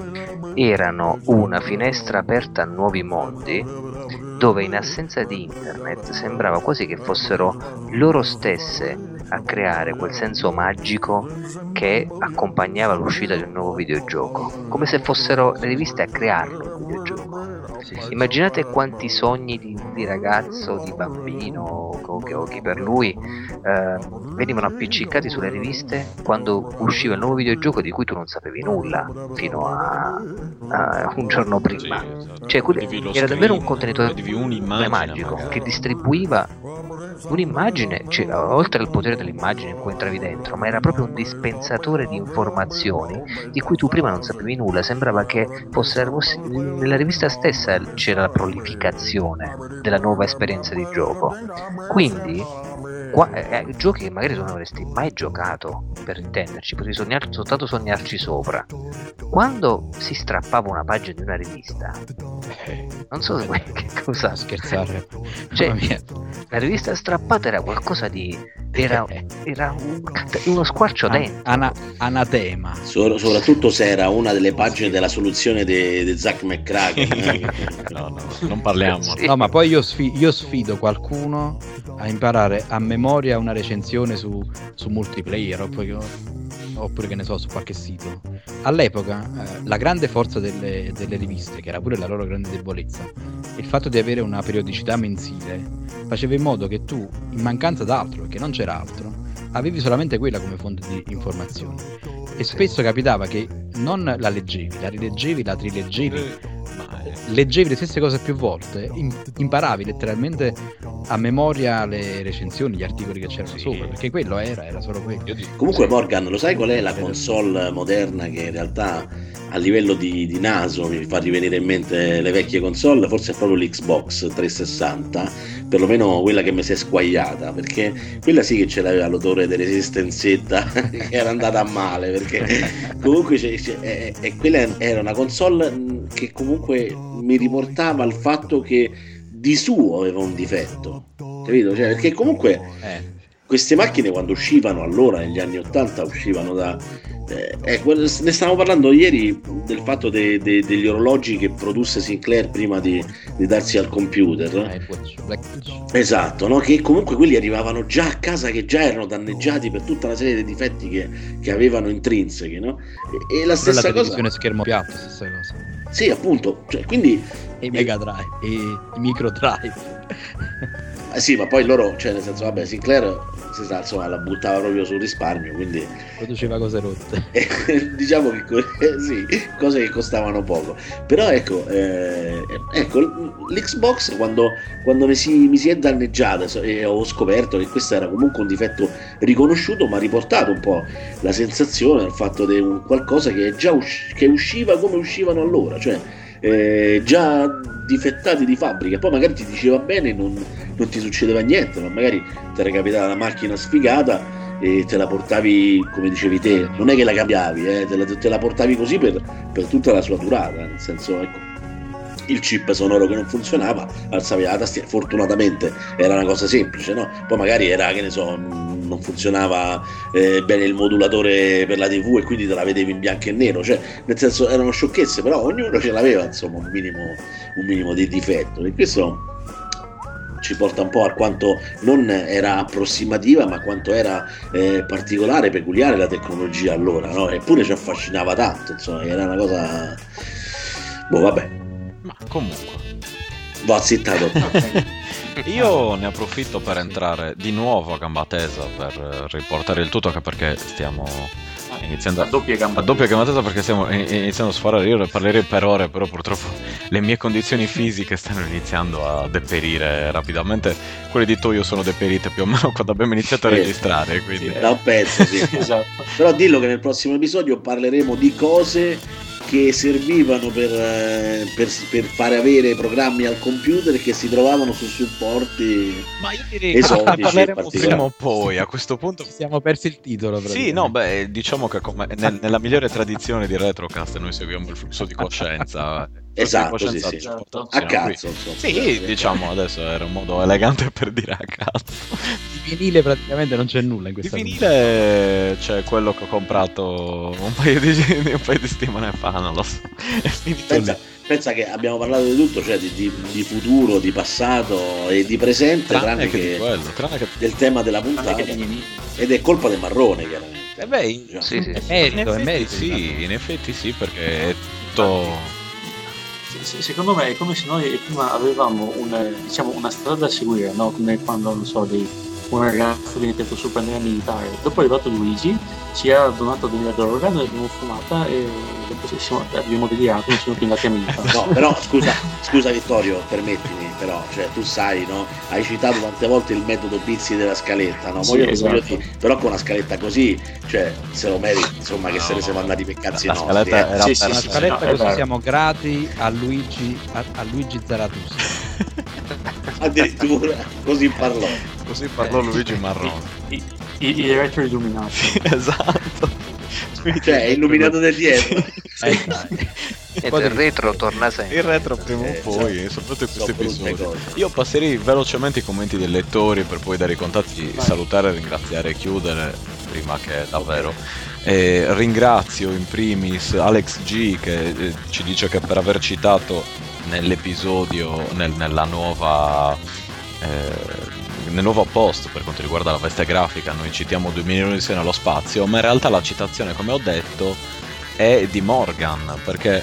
[SPEAKER 3] erano una finestra aperta a nuovi mondi, dove in assenza di internet sembrava quasi che fossero loro stesse a creare quel senso magico che accompagnava l'uscita di un nuovo videogioco, come se fossero le riviste a crearlo il videogioco. Sì, sì. Immaginate quanti sogni di, di ragazzo, di bambino o, o chi per lui eh, venivano appiccicati sulle riviste quando usciva il nuovo videogioco di cui tu non sapevi nulla fino a, a un giorno prima. Sì, esatto. Cioè, quello, era screen, davvero un contenitore magico magari, che distribuiva un'immagine, cioè, oltre al potere dell'immagine in cui entravi dentro, ma era proprio un dispensatore di informazioni di cui tu prima non sapevi nulla. Sembrava che fosse nella rivista stessa c'era la prolificazione della nuova esperienza di gioco. Quindi qua, eh, giochi che magari non avresti mai giocato, per intenderci, potevi sognare, soltanto sognarci sopra. Quando si strappava una pagina di una rivista, non so se vuoi che cosa
[SPEAKER 1] scherzare,
[SPEAKER 3] cioè la rivista strappata era qualcosa di era, era un, uno squarcio
[SPEAKER 1] An-
[SPEAKER 3] dentro,
[SPEAKER 1] ana- anatema,
[SPEAKER 2] so- soprattutto se era una delle pagine della soluzione di de- Zack McCracken.
[SPEAKER 5] no, no, non parliamo.
[SPEAKER 3] Sì.
[SPEAKER 1] No, ma poi io, sfi- io sfido qualcuno a imparare a memoria una recensione su, su multiplayer oppure, oppure che ne so, su qualche sito. All'epoca eh, la grande forza delle, delle riviste, che era pure la loro grande debolezza, il fatto di avere una periodicità mensile faceva in modo che tu, in mancanza d'altro, perché non c'era altro, avevi solamente quella come fonte di informazioni. E spesso capitava che non la leggevi, la rileggevi, la trileggevi, leggevi le stesse cose più volte, imparavi letteralmente a memoria le recensioni, gli articoli che c'erano sì. sopra, perché quello era, era solo quello.
[SPEAKER 2] Comunque Morgan, lo sai qual è la console moderna che in realtà a livello di, di naso mi fa rivenire in mente le vecchie console? Forse è proprio l'Xbox trecentosessanta, perlomeno quella che mi si è squagliata, perché quella sì che ce l'aveva l'odore di resistenzetta che era andata a male, perché comunque c'è, c'è, è, è, quella era una console che comunque mi riportava al fatto che di suo aveva un difetto, capito? Cioè, perché comunque eh. queste macchine quando uscivano allora negli anni ottanta uscivano da eh, eh, ne stavamo parlando ieri del fatto de, de, degli orologi che produsse Sinclair prima di, di darsi al computer, eh, esatto, no? Che comunque quelli arrivavano già a casa che già erano danneggiati per tutta una serie di difetti che, che avevano intrinsechi, no? E, e la stessa
[SPEAKER 1] la
[SPEAKER 2] cosa
[SPEAKER 1] televisione schermo piatto, stessa cosa.
[SPEAKER 2] Sì, appunto, cioè, quindi
[SPEAKER 1] e i Mega Drive e i Micro Drive.
[SPEAKER 2] Eh sì, ma poi loro, cioè nel senso, vabbè, Sinclair si sa, insomma, la buttava proprio sul risparmio, quindi
[SPEAKER 1] produceva cose rotte.
[SPEAKER 2] Diciamo che eh, sì, cose che costavano poco. Però ecco, eh, ecco l'Xbox quando, quando mi, si, mi si è danneggiata e ho scoperto che questo era comunque un difetto riconosciuto, mi ha riportato un po' la sensazione del fatto di un qualcosa che già usci- che usciva come uscivano allora, cioè eh, già difettati di fabbrica. Poi magari ti diceva bene, non, non ti succedeva niente, ma magari ti era capitata la macchina sfigata e te la portavi come dicevi te, non è che la cambiavi, eh, te, la, te la portavi così per, per tutta la sua durata, nel senso, ecco, il chip sonoro che non funzionava, alzavi la tastiera, fortunatamente era una cosa semplice, no? Poi magari era, che ne so, non funzionava eh, bene il modulatore per la tivù e quindi te la vedevi in bianco e nero, cioè nel senso erano sciocchezze, però ognuno ce l'aveva insomma un minimo, un minimo di difetto, e questo ci porta un po' a quanto non era approssimativa ma quanto era eh, particolare, peculiare la tecnologia allora, no? Eppure ci affascinava tanto, insomma era una cosa, boh vabbè,
[SPEAKER 5] ma comunque
[SPEAKER 2] va zittato.
[SPEAKER 5] Io ne approfitto per entrare di nuovo a gamba tesa per riportare il tutto, anche perché stiamo iniziando
[SPEAKER 4] a doppia gamba
[SPEAKER 5] a doppia gamba tesa perché stiamo iniziando a sforare. Io parlerei per ore, però purtroppo le mie condizioni fisiche stanno iniziando a deperire rapidamente. Quelle di Toyo sono deperite più o meno quando abbiamo iniziato a
[SPEAKER 2] sì,
[SPEAKER 5] registrare, quindi
[SPEAKER 2] sì, da un pezzo, sì.
[SPEAKER 4] Esatto.
[SPEAKER 2] Però dillo che nel prossimo episodio parleremo di cose che servivano per, eh, per, per fare avere programmi al computer che si trovavano su supporti
[SPEAKER 5] ma io direi
[SPEAKER 2] esotici e
[SPEAKER 5] prima o poi. A questo punto
[SPEAKER 1] ci siamo persi il titolo.
[SPEAKER 5] Sì, no, beh, diciamo che come nel, nella migliore tradizione di Retrocast noi seguiamo il flusso di coscienza.
[SPEAKER 2] Esatto,
[SPEAKER 5] di coscienza
[SPEAKER 2] sì, sì.
[SPEAKER 5] porta,
[SPEAKER 2] A cazzo,
[SPEAKER 5] insomma. Sì, diciamo, adesso era un modo elegante per dire a cazzo.
[SPEAKER 1] Di vinile praticamente non c'è nulla in
[SPEAKER 5] Di
[SPEAKER 1] questa
[SPEAKER 5] vinile c'è quello che ho comprato un paio di, un paio di settimane fa, non lo so. È finito
[SPEAKER 2] pensa,
[SPEAKER 5] lì.
[SPEAKER 2] pensa che abbiamo parlato di tutto, cioè di, di, di futuro, di passato e di presente,
[SPEAKER 5] Tranne,
[SPEAKER 2] tranne
[SPEAKER 5] che,
[SPEAKER 2] che,
[SPEAKER 5] di quello, tranne che
[SPEAKER 2] del tema della puntata, ed è colpa del marrone chiaramente.
[SPEAKER 5] Eh beh, in,
[SPEAKER 3] Sì, sì.
[SPEAKER 1] È
[SPEAKER 5] in
[SPEAKER 1] merito, è
[SPEAKER 5] effetti
[SPEAKER 1] merito.
[SPEAKER 5] sì, in effetti sì, perché è tutto.
[SPEAKER 4] Se- secondo me è come se noi prima avevamo una, diciamo, una strada da seguire, no? Come quando, non so, dei, un ragazzo viene detto sul pannello militare. Dopo è arrivato Luigi, ci ha donato della droga, noi l'abbiamo fumata e dopo ci siamo, abbiamo delirato e siamo più andati a militare.
[SPEAKER 2] No, però scusa, scusa Vittorio, permettimi, però, cioè tu sai, no? Hai citato tante volte il metodo Pizzi della scaletta, no?
[SPEAKER 4] Sì,
[SPEAKER 2] Voglio-
[SPEAKER 4] esatto.
[SPEAKER 2] voglio dire, però con una scaletta così, cioè, se lo meriti, insomma, che
[SPEAKER 5] No,
[SPEAKER 2] se ne siamo
[SPEAKER 5] no.
[SPEAKER 2] andati per cazzi
[SPEAKER 5] La
[SPEAKER 2] nostri.
[SPEAKER 5] scaletta
[SPEAKER 2] eh.
[SPEAKER 5] era
[SPEAKER 4] Sì, sì,
[SPEAKER 1] La
[SPEAKER 4] sì,
[SPEAKER 1] scaletta
[SPEAKER 4] no, è
[SPEAKER 1] così
[SPEAKER 4] vero.
[SPEAKER 1] siamo grati a Luigi a, a Luigi Zarathustra.
[SPEAKER 2] Addirittura così parlò.
[SPEAKER 5] Così parlò Luigi Marrone.
[SPEAKER 4] I, i, i retro illuminati.
[SPEAKER 5] Esatto.
[SPEAKER 2] Cioè, è illuminato da dietro.
[SPEAKER 1] Eh, dai.
[SPEAKER 3] E
[SPEAKER 1] Poi-
[SPEAKER 3] del retro torna sempre.
[SPEAKER 5] Il retro prima o
[SPEAKER 2] Eh,
[SPEAKER 5] poi,
[SPEAKER 2] so-
[SPEAKER 5] e soprattutto in
[SPEAKER 2] so
[SPEAKER 5] questi
[SPEAKER 2] brutte
[SPEAKER 5] episodi.
[SPEAKER 2] cose.
[SPEAKER 5] Io passerei velocemente i commenti dei lettori per poi dare i contatti,
[SPEAKER 4] Vai.
[SPEAKER 5] salutare, ringraziare e chiudere prima che davvero. Eh, ringrazio in primis Alex G che eh, ci dice che per aver citato nell'episodio, nel- nella nuova... eh, nel nuovo post per quanto riguarda la veste grafica noi citiamo due milioni di sene allo spazio, ma in realtà la citazione, come ho detto, è di Morgan, perché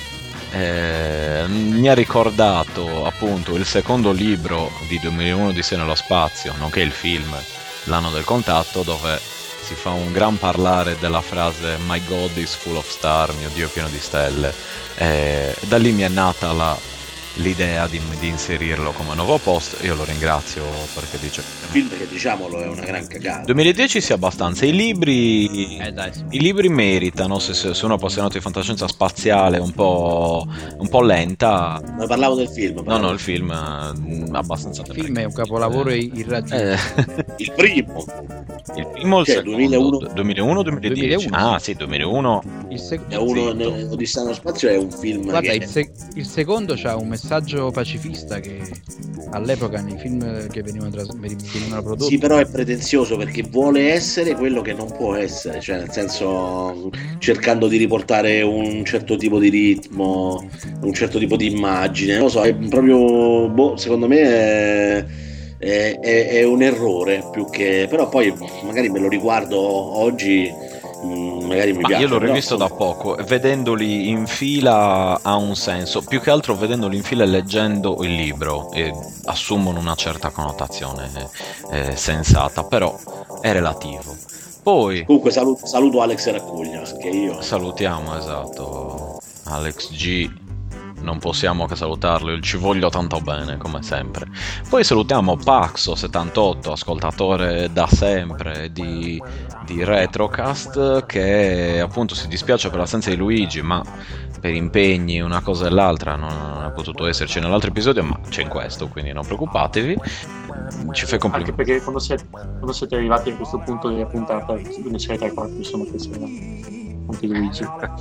[SPEAKER 5] eh, mi ha ricordato appunto il secondo libro di duemilauno di Sene allo spazio, nonché il film L'anno del contatto, dove si fa un gran parlare della frase My God is full of stars, mio Dio è pieno di stelle. Eh, da lì mi è nata la l'idea di, di inserirlo come nuovo post. Io lo ringrazio perché dice
[SPEAKER 2] Un film che, diciamolo, è una gran cagata.
[SPEAKER 5] duemiladieci sì, abbastanza. I libri
[SPEAKER 1] Eh, dai, sì.
[SPEAKER 5] i libri meritano, se, se sono appassionato di fantascienza spaziale un po', un po' lenta.
[SPEAKER 2] Ma parlavo del film.
[SPEAKER 5] No,
[SPEAKER 2] parlavo
[SPEAKER 5] no,
[SPEAKER 2] del
[SPEAKER 5] il film è abbastanza
[SPEAKER 1] Il film è un capolavoro irraggiungibile.
[SPEAKER 5] Eh,
[SPEAKER 2] Il primo.
[SPEAKER 5] il primo o il
[SPEAKER 2] Cioè,
[SPEAKER 5] secondo?
[SPEAKER 2] duemilauno?
[SPEAKER 5] duemilauno duemiladieci?
[SPEAKER 1] duemilauno.
[SPEAKER 5] Ah sì, duemilauno.
[SPEAKER 1] Il, sec-
[SPEAKER 2] È uno
[SPEAKER 5] Zitto.
[SPEAKER 2] nel- Odissea nello spazio, è un film
[SPEAKER 1] Guarda,
[SPEAKER 2] che
[SPEAKER 1] il, se- il secondo c'ha un messaggio pacifista che all'epoca nei film che venivano, tras- venivano prodotti
[SPEAKER 2] sì, però è pretenzioso perché vuole essere quello che non può essere, cioè nel senso cercando di riportare un certo tipo di ritmo, un certo tipo di immagine, non lo so, è proprio, boh, secondo me è, è- è- è un errore più che, però poi magari me lo riguardo oggi, mh, magari mi
[SPEAKER 5] Ma
[SPEAKER 2] piace.
[SPEAKER 5] io l'ho
[SPEAKER 2] però,
[SPEAKER 5] rivisto da
[SPEAKER 2] insomma,
[SPEAKER 5] poco e vedendoli in fila ha un senso, più che altro vedendoli in fila e leggendo il libro e assumono una certa connotazione eh, sensata, però è relativo. Poi
[SPEAKER 2] Comunque saluto, saluto Alex Raccuglia, che io
[SPEAKER 5] salutiamo, esatto, Alex G. Non possiamo che salutarlo, io ci voglio tanto bene, come sempre. Poi salutiamo Paxo settantotto, ascoltatore da sempre di, di Retrocast, che appunto si dispiace per l'assenza di Luigi, ma per impegni, una cosa e l'altra, non, non è potuto esserci nell'altro episodio, ma c'è in questo, quindi non preoccupatevi. Ci fai
[SPEAKER 4] Anche
[SPEAKER 5] complimenti.
[SPEAKER 4] perché quando siete, quando siete arrivati a questo punto della puntata, ne siete accorti, insomma, che c'era anche Luigi.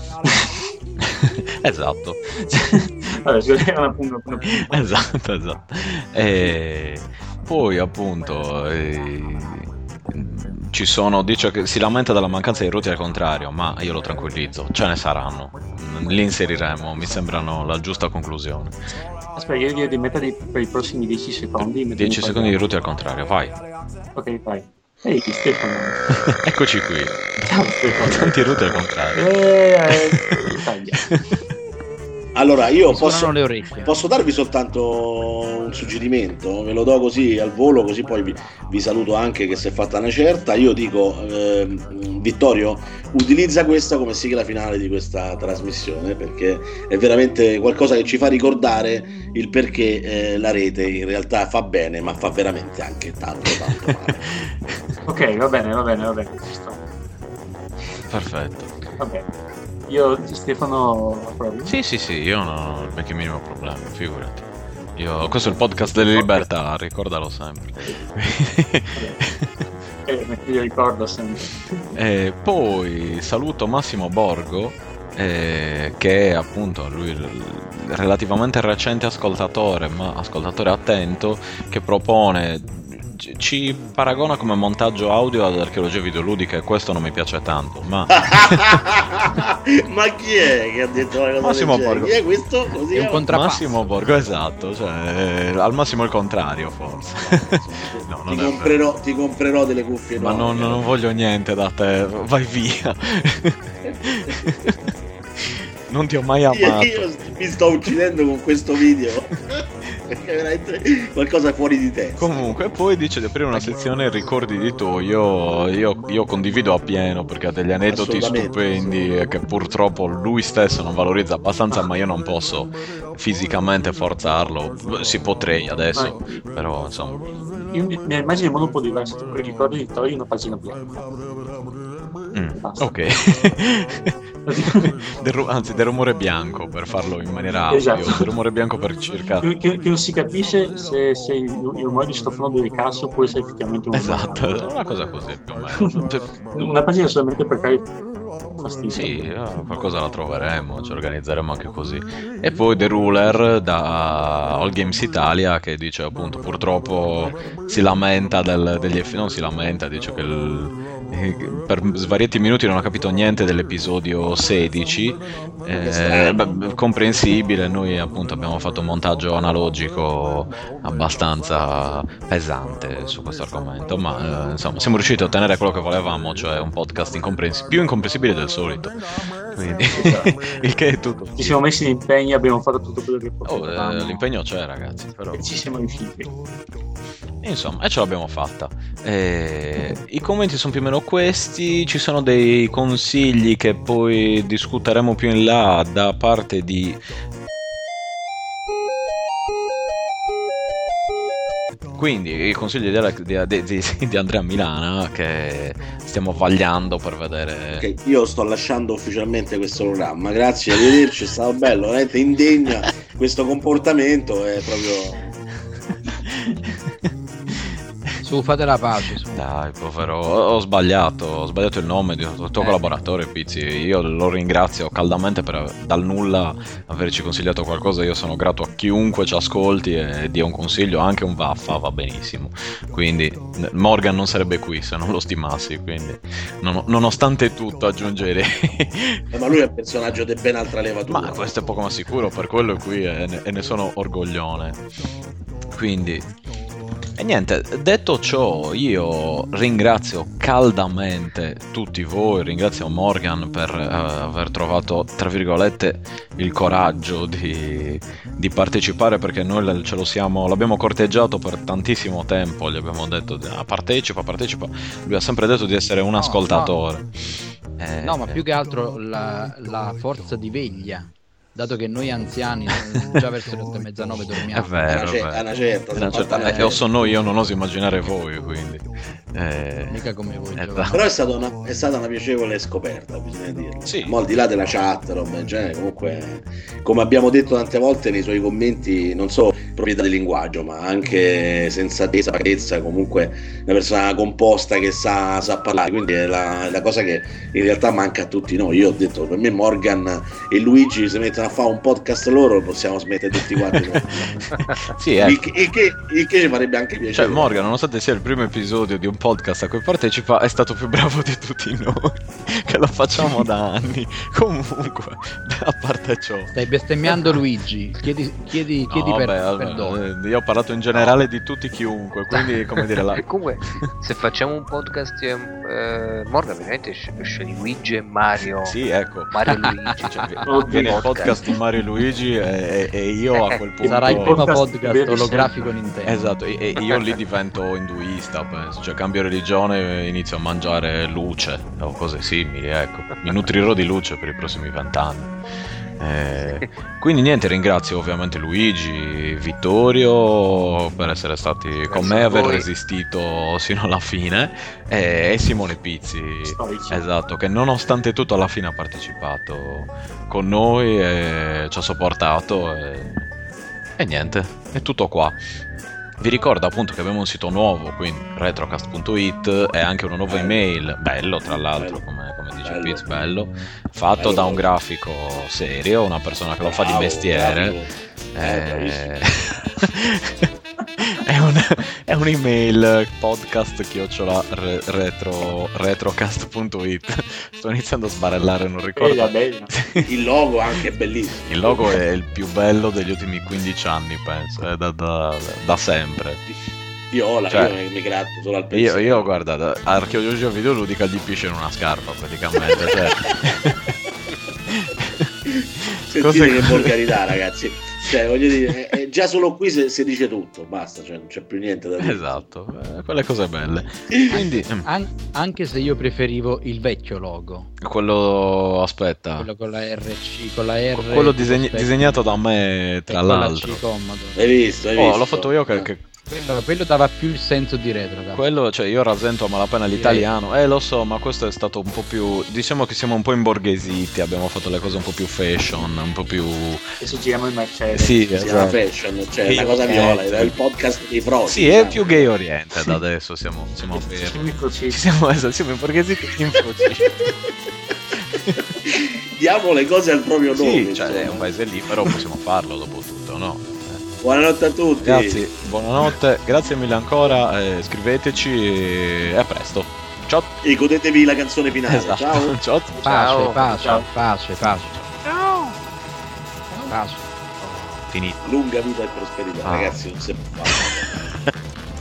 [SPEAKER 5] Esatto.
[SPEAKER 4] Vabbè, scusa, era una, una, una,
[SPEAKER 5] esatto, esatto. E poi appunto eh, ci sono, dice che si lamenta della mancanza di ruoti al contrario, ma io lo tranquillizzo, ce ne saranno, li inseriremo, mi sembrano la giusta conclusione.
[SPEAKER 4] Aspetta, io direi di metterli per i prossimi dieci secondi.
[SPEAKER 5] dieci secondi di ruoti al contrario, vai.
[SPEAKER 4] Ok, vai. Ehi, Stefano.
[SPEAKER 5] Eccoci qui.
[SPEAKER 4] Ciao, Stefano.
[SPEAKER 5] Tanti ruoti al contrario.
[SPEAKER 4] Eh, Italia.
[SPEAKER 2] Allora, io
[SPEAKER 1] Mi
[SPEAKER 2] posso,
[SPEAKER 1] suonano le orecchie.
[SPEAKER 2] posso darvi soltanto un suggerimento, ve lo do così al volo, così poi vi, vi saluto anche che si è fatta una certa. Io dico, eh, Vittorio, utilizza questa come sigla finale di questa trasmissione, perché è veramente qualcosa che ci fa ricordare il perché eh, la rete in realtà fa bene, ma fa veramente anche tanto tanto male.
[SPEAKER 4] Ok, va bene, va bene, va bene. Ci sto.
[SPEAKER 5] Perfetto.
[SPEAKER 4] Va bene. Io, Stefano, approvi?
[SPEAKER 5] Sì, sì, sì, io non ho il benché minimo problema, figurati. Io, questo è il podcast delle libertà, ricordalo sempre.
[SPEAKER 4] Eh, io ricordo sempre.
[SPEAKER 5] E poi saluto Massimo Borgo, eh, che è appunto lui il relativamente recente ascoltatore, ma ascoltatore attento, che propone, ci paragona come montaggio audio ad archeologia videoludica, e questo non mi piace tanto, ma
[SPEAKER 2] Ma chi è che ha detto una cosa
[SPEAKER 5] Massimo
[SPEAKER 2] del genere?
[SPEAKER 5] Borgo.
[SPEAKER 2] Chi è questo? Così
[SPEAKER 1] È un
[SPEAKER 2] è?
[SPEAKER 1] contrappasso.
[SPEAKER 5] Massimo Borgo, esatto, cioè eh, al massimo il contrario forse. No, non
[SPEAKER 2] ti,
[SPEAKER 5] è vero.
[SPEAKER 2] comprerò, ti comprerò delle cuffie
[SPEAKER 5] Ma
[SPEAKER 2] nuove.
[SPEAKER 5] non, non voglio niente da te, vai via. Non ti ho mai
[SPEAKER 2] Io,
[SPEAKER 5] amato.
[SPEAKER 2] io mi sto uccidendo con questo video. Perché è veramente qualcosa fuori di testa.
[SPEAKER 5] Comunque, poi dice di aprire una sezione ricordi di tu. Io, io, io condivido appieno, perché ha degli aneddoti
[SPEAKER 2] Assolutamente,
[SPEAKER 5] stupendi e che purtroppo lui stesso non valorizza abbastanza, ma io non posso fisicamente forzarlo. Si potrei adesso, però insomma.
[SPEAKER 4] Io mi mi immagino in modo un po' diverso. Tu ricordi di togli una pagina bianca.
[SPEAKER 5] Mm,
[SPEAKER 4] Basta.
[SPEAKER 5] ok. del, ru- anzi, del rumore bianco per farlo in maniera audio.
[SPEAKER 4] Esatto.
[SPEAKER 5] Del rumore bianco per circa.
[SPEAKER 4] Che, che- che non si capisce se, se il, il rumore di citofono di Ricasso può essere effettivamente un rumore.
[SPEAKER 5] Esatto, una cosa così più o meno.
[SPEAKER 4] Una pagina solamente per cari fastidio.
[SPEAKER 5] Sì, eh, qualcosa la troveremo, ci organizzeremo anche così. E poi The Ruler da All Games Italia, che dice appunto purtroppo si lamenta del, degli eff- non si lamenta, dice che il- eh, per svariati minuti non ha capito niente dell'episodio sedici. Eh, beh, comprensibile, noi appunto abbiamo fatto un montaggio analogico abbastanza pesante su questo argomento, ma eh, insomma siamo riusciti a ottenere quello che volevamo, cioè un podcast incomprensi- più incomprensibile del solito. Quindi il che è tutto.
[SPEAKER 4] Ci siamo messi in impegno, abbiamo fatto tutto quello che
[SPEAKER 5] Oh,
[SPEAKER 4] potevamo.
[SPEAKER 5] eh, l'impegno c'è, ragazzi, però
[SPEAKER 4] E ci siamo riusciti.
[SPEAKER 5] insomma, e ce l'abbiamo fatta. Eh, I commenti sono più o meno questi. Ci sono dei consigli che poi discuteremo più in là da parte di quindi i consigli di, Alex- di, di- di- di Andrea Milana, che stiamo vagliando per vedere.
[SPEAKER 2] Ok, io sto lasciando ufficialmente questo programma. Grazie, arrivederci, è stato bello, veramente indegna questo comportamento, è proprio.
[SPEAKER 1] Su, fate la pace. Su.
[SPEAKER 5] Dai, povero, ho ho sbagliato, ho sbagliato il nome del tuo
[SPEAKER 1] Eh.
[SPEAKER 5] collaboratore, Pizzi. Io lo ringrazio caldamente per dal nulla averci consigliato qualcosa. Io sono grato a chiunque ci ascolti e dia un consiglio, anche un vaffa va benissimo. Quindi Morgan non sarebbe qui se non lo stimassi, quindi non- nonostante tutto aggiungerei.
[SPEAKER 2] Eh, ma lui è un personaggio di ben altra levatura.
[SPEAKER 5] Ma questo è poco ma sicuro, per quello è qui e ne, e ne sono orgoglione. Quindi e niente, detto ciò, io ringrazio caldamente tutti voi, ringrazio Morgan per eh, aver trovato, tra virgolette, il coraggio di, di partecipare, perché noi ce lo siamo, l'abbiamo corteggiato per tantissimo tempo, gli abbiamo detto ah, partecipa, partecipa, lui ha sempre detto di essere un
[SPEAKER 1] No,
[SPEAKER 5] ascoltatore. Eh,
[SPEAKER 1] No, ma più che altro la, la forza di veglia. Dato che noi anziani eh, già verso le otto e mezza nove
[SPEAKER 5] È
[SPEAKER 1] dormiamo.
[SPEAKER 5] vero,
[SPEAKER 2] Una
[SPEAKER 5] è
[SPEAKER 2] ce-
[SPEAKER 5] vero.
[SPEAKER 2] una certa,
[SPEAKER 5] Una
[SPEAKER 2] si
[SPEAKER 5] certa-
[SPEAKER 2] fatta una
[SPEAKER 5] eh,
[SPEAKER 2] certa.
[SPEAKER 5] lo so noi, io non oso immaginare voi, quindi eh,
[SPEAKER 1] Mica come voi.
[SPEAKER 5] eh,
[SPEAKER 1] Giovanni.
[SPEAKER 2] Però è stata, una, è stata una piacevole scoperta, bisogna dirlo.
[SPEAKER 5] Sì.
[SPEAKER 2] Ma al di là della chat, roba del genere, comunque, come abbiamo detto tante volte nei suoi commenti, non solo proprietà del linguaggio, ma anche sensatezza, pacatezza, comunque una persona composta che sa, sa parlare. Quindi è la, la cosa che in realtà manca a tutti noi. Io ho detto, per me Morgan e Luigi si mettono a fare un podcast loro, possiamo smettere tutti quanti.
[SPEAKER 5] Sì, ecco.
[SPEAKER 2] il, che, il, che, il che ci farebbe anche piacere.
[SPEAKER 5] Cioè, Morgan, nonostante sia il primo episodio di un podcast a cui partecipa, è stato più bravo di tutti noi, che lo facciamo da anni. Comunque, a parte ciò,
[SPEAKER 1] stai bestemmiando Luigi, chiedi, chiedi, chiedi
[SPEAKER 5] no,
[SPEAKER 1] per,
[SPEAKER 5] vabbè,
[SPEAKER 1] perdono.
[SPEAKER 5] Io ho parlato in generale di tutti chiunque, quindi come dire la...
[SPEAKER 3] Comunque, se facciamo un podcast eh, Morgan veramente scegli Luigi e Mario.
[SPEAKER 5] Sì, ecco.
[SPEAKER 3] Mario e Luigi,
[SPEAKER 5] cioè,
[SPEAKER 4] Oh,
[SPEAKER 5] viene il
[SPEAKER 3] podcast.
[SPEAKER 5] podcast di Mario e Luigi e, e io a quel punto
[SPEAKER 1] Sarà il primo
[SPEAKER 4] podcast
[SPEAKER 1] podcast
[SPEAKER 4] vero
[SPEAKER 1] olografico Nintendo.
[SPEAKER 5] esatto, e, e io lì divento induista, penso, cioè cambio religione e inizio a mangiare luce o cose simili, ecco. Mi nutrirò di luce per i prossimi vent'anni. Eh, quindi niente, ringrazio ovviamente Luigi, Vittorio per essere stati
[SPEAKER 3] Grazie
[SPEAKER 5] con me,
[SPEAKER 3] a
[SPEAKER 5] aver
[SPEAKER 3] voi.
[SPEAKER 5] resistito sino alla fine, e, e Simone Pizzi,
[SPEAKER 4] Storici.
[SPEAKER 5] esatto, che nonostante tutto alla fine ha partecipato con noi e ci ha sopportato e, e niente, è tutto qua. Vi ricordo appunto che abbiamo un sito nuovo, quindi retrocast punto it, e anche una nuova email, bello tra l'altro, come, come dice
[SPEAKER 2] Bello.
[SPEAKER 5] Piz, bello, fatto
[SPEAKER 2] Bello.
[SPEAKER 5] da un grafico serio, una persona che lo fa di
[SPEAKER 2] Bravo,
[SPEAKER 5] mestiere.
[SPEAKER 2] bravo. Eh, bravissimo.
[SPEAKER 5] Eh, è, un, è un'email podcast chiocciola re- retro, retrocast punto it. Sto iniziando a sbarellare, non ricordo.
[SPEAKER 4] Bella, bella.
[SPEAKER 2] Il logo anche è bellissimo.
[SPEAKER 5] Il logo è il più bello degli ultimi quindici anni, penso, è da, da, da sempre.
[SPEAKER 2] Viola,
[SPEAKER 5] Cioè,
[SPEAKER 2] io mi, mi gratto solo al
[SPEAKER 5] Io,
[SPEAKER 2] pensiero.
[SPEAKER 5] io guarda, da- archeologia videoludica gli pisce in una scarpa praticamente. Cioè.
[SPEAKER 2] Sentite
[SPEAKER 5] Cose-
[SPEAKER 2] che volgarità, ragazzi. Cioè, voglio dire, è, è già solo qui si, si dice tutto, basta, cioè non c'è più niente da dire.
[SPEAKER 5] Esatto, eh, quelle cose belle. Quindi, mm,
[SPEAKER 1] An- anche se io preferivo il vecchio logo,
[SPEAKER 5] quello, aspetta,
[SPEAKER 1] quello con la R C, con la R,
[SPEAKER 5] quello disegni-
[SPEAKER 1] aspetta,
[SPEAKER 5] disegnato da me,
[SPEAKER 1] e
[SPEAKER 5] tra
[SPEAKER 1] con la
[SPEAKER 5] l'altro.
[SPEAKER 1] C Commodore.
[SPEAKER 2] Hai visto? Hai
[SPEAKER 5] Oh,
[SPEAKER 2] visto?
[SPEAKER 5] l'ho fatto io che, che
[SPEAKER 1] Quello, quello dava più il senso di retro, cazzo.
[SPEAKER 5] quello, cioè io rasento a malapena l'italiano. Eh, lo so, ma questo è stato un po' più, diciamo che siamo un po' imborghesiti, abbiamo fatto le cose un po' più fashion, un po' più...
[SPEAKER 4] Adesso giriamo il Mercedes.
[SPEAKER 5] Sì,
[SPEAKER 2] Si chiama
[SPEAKER 5] esatto.
[SPEAKER 2] fashion, cioè
[SPEAKER 5] Gay
[SPEAKER 2] una cosa viola,
[SPEAKER 5] oriented.
[SPEAKER 2] era il podcast dei Frosi.
[SPEAKER 5] Sì, è
[SPEAKER 2] diciamo.
[SPEAKER 5] più gay oriented adesso, siamo, siamo
[SPEAKER 4] Siamo
[SPEAKER 5] fermi.
[SPEAKER 4] incrociati.
[SPEAKER 5] Ci siamo, esatto, siamo imborghesiti infociti.
[SPEAKER 2] Diamo le cose al proprio nome.
[SPEAKER 5] Sì, cioè
[SPEAKER 2] insomma.
[SPEAKER 5] è un paese libero, possiamo farlo dopo tutto, no?
[SPEAKER 2] Buonanotte a tutti.
[SPEAKER 5] Ragazzi, buonanotte, grazie mille ancora, eh, scriveteci e a presto. Ciao.
[SPEAKER 2] E godetevi la canzone finale.
[SPEAKER 5] Esatto.
[SPEAKER 2] Ciao.
[SPEAKER 5] Ciao.
[SPEAKER 1] Pace,
[SPEAKER 3] Ciao.
[SPEAKER 1] pace,
[SPEAKER 4] Ciao.
[SPEAKER 1] pace, pace. Pace.
[SPEAKER 5] Finito.
[SPEAKER 2] Lunga vita e prosperità,
[SPEAKER 5] Ah.
[SPEAKER 2] ragazzi, non si può fare.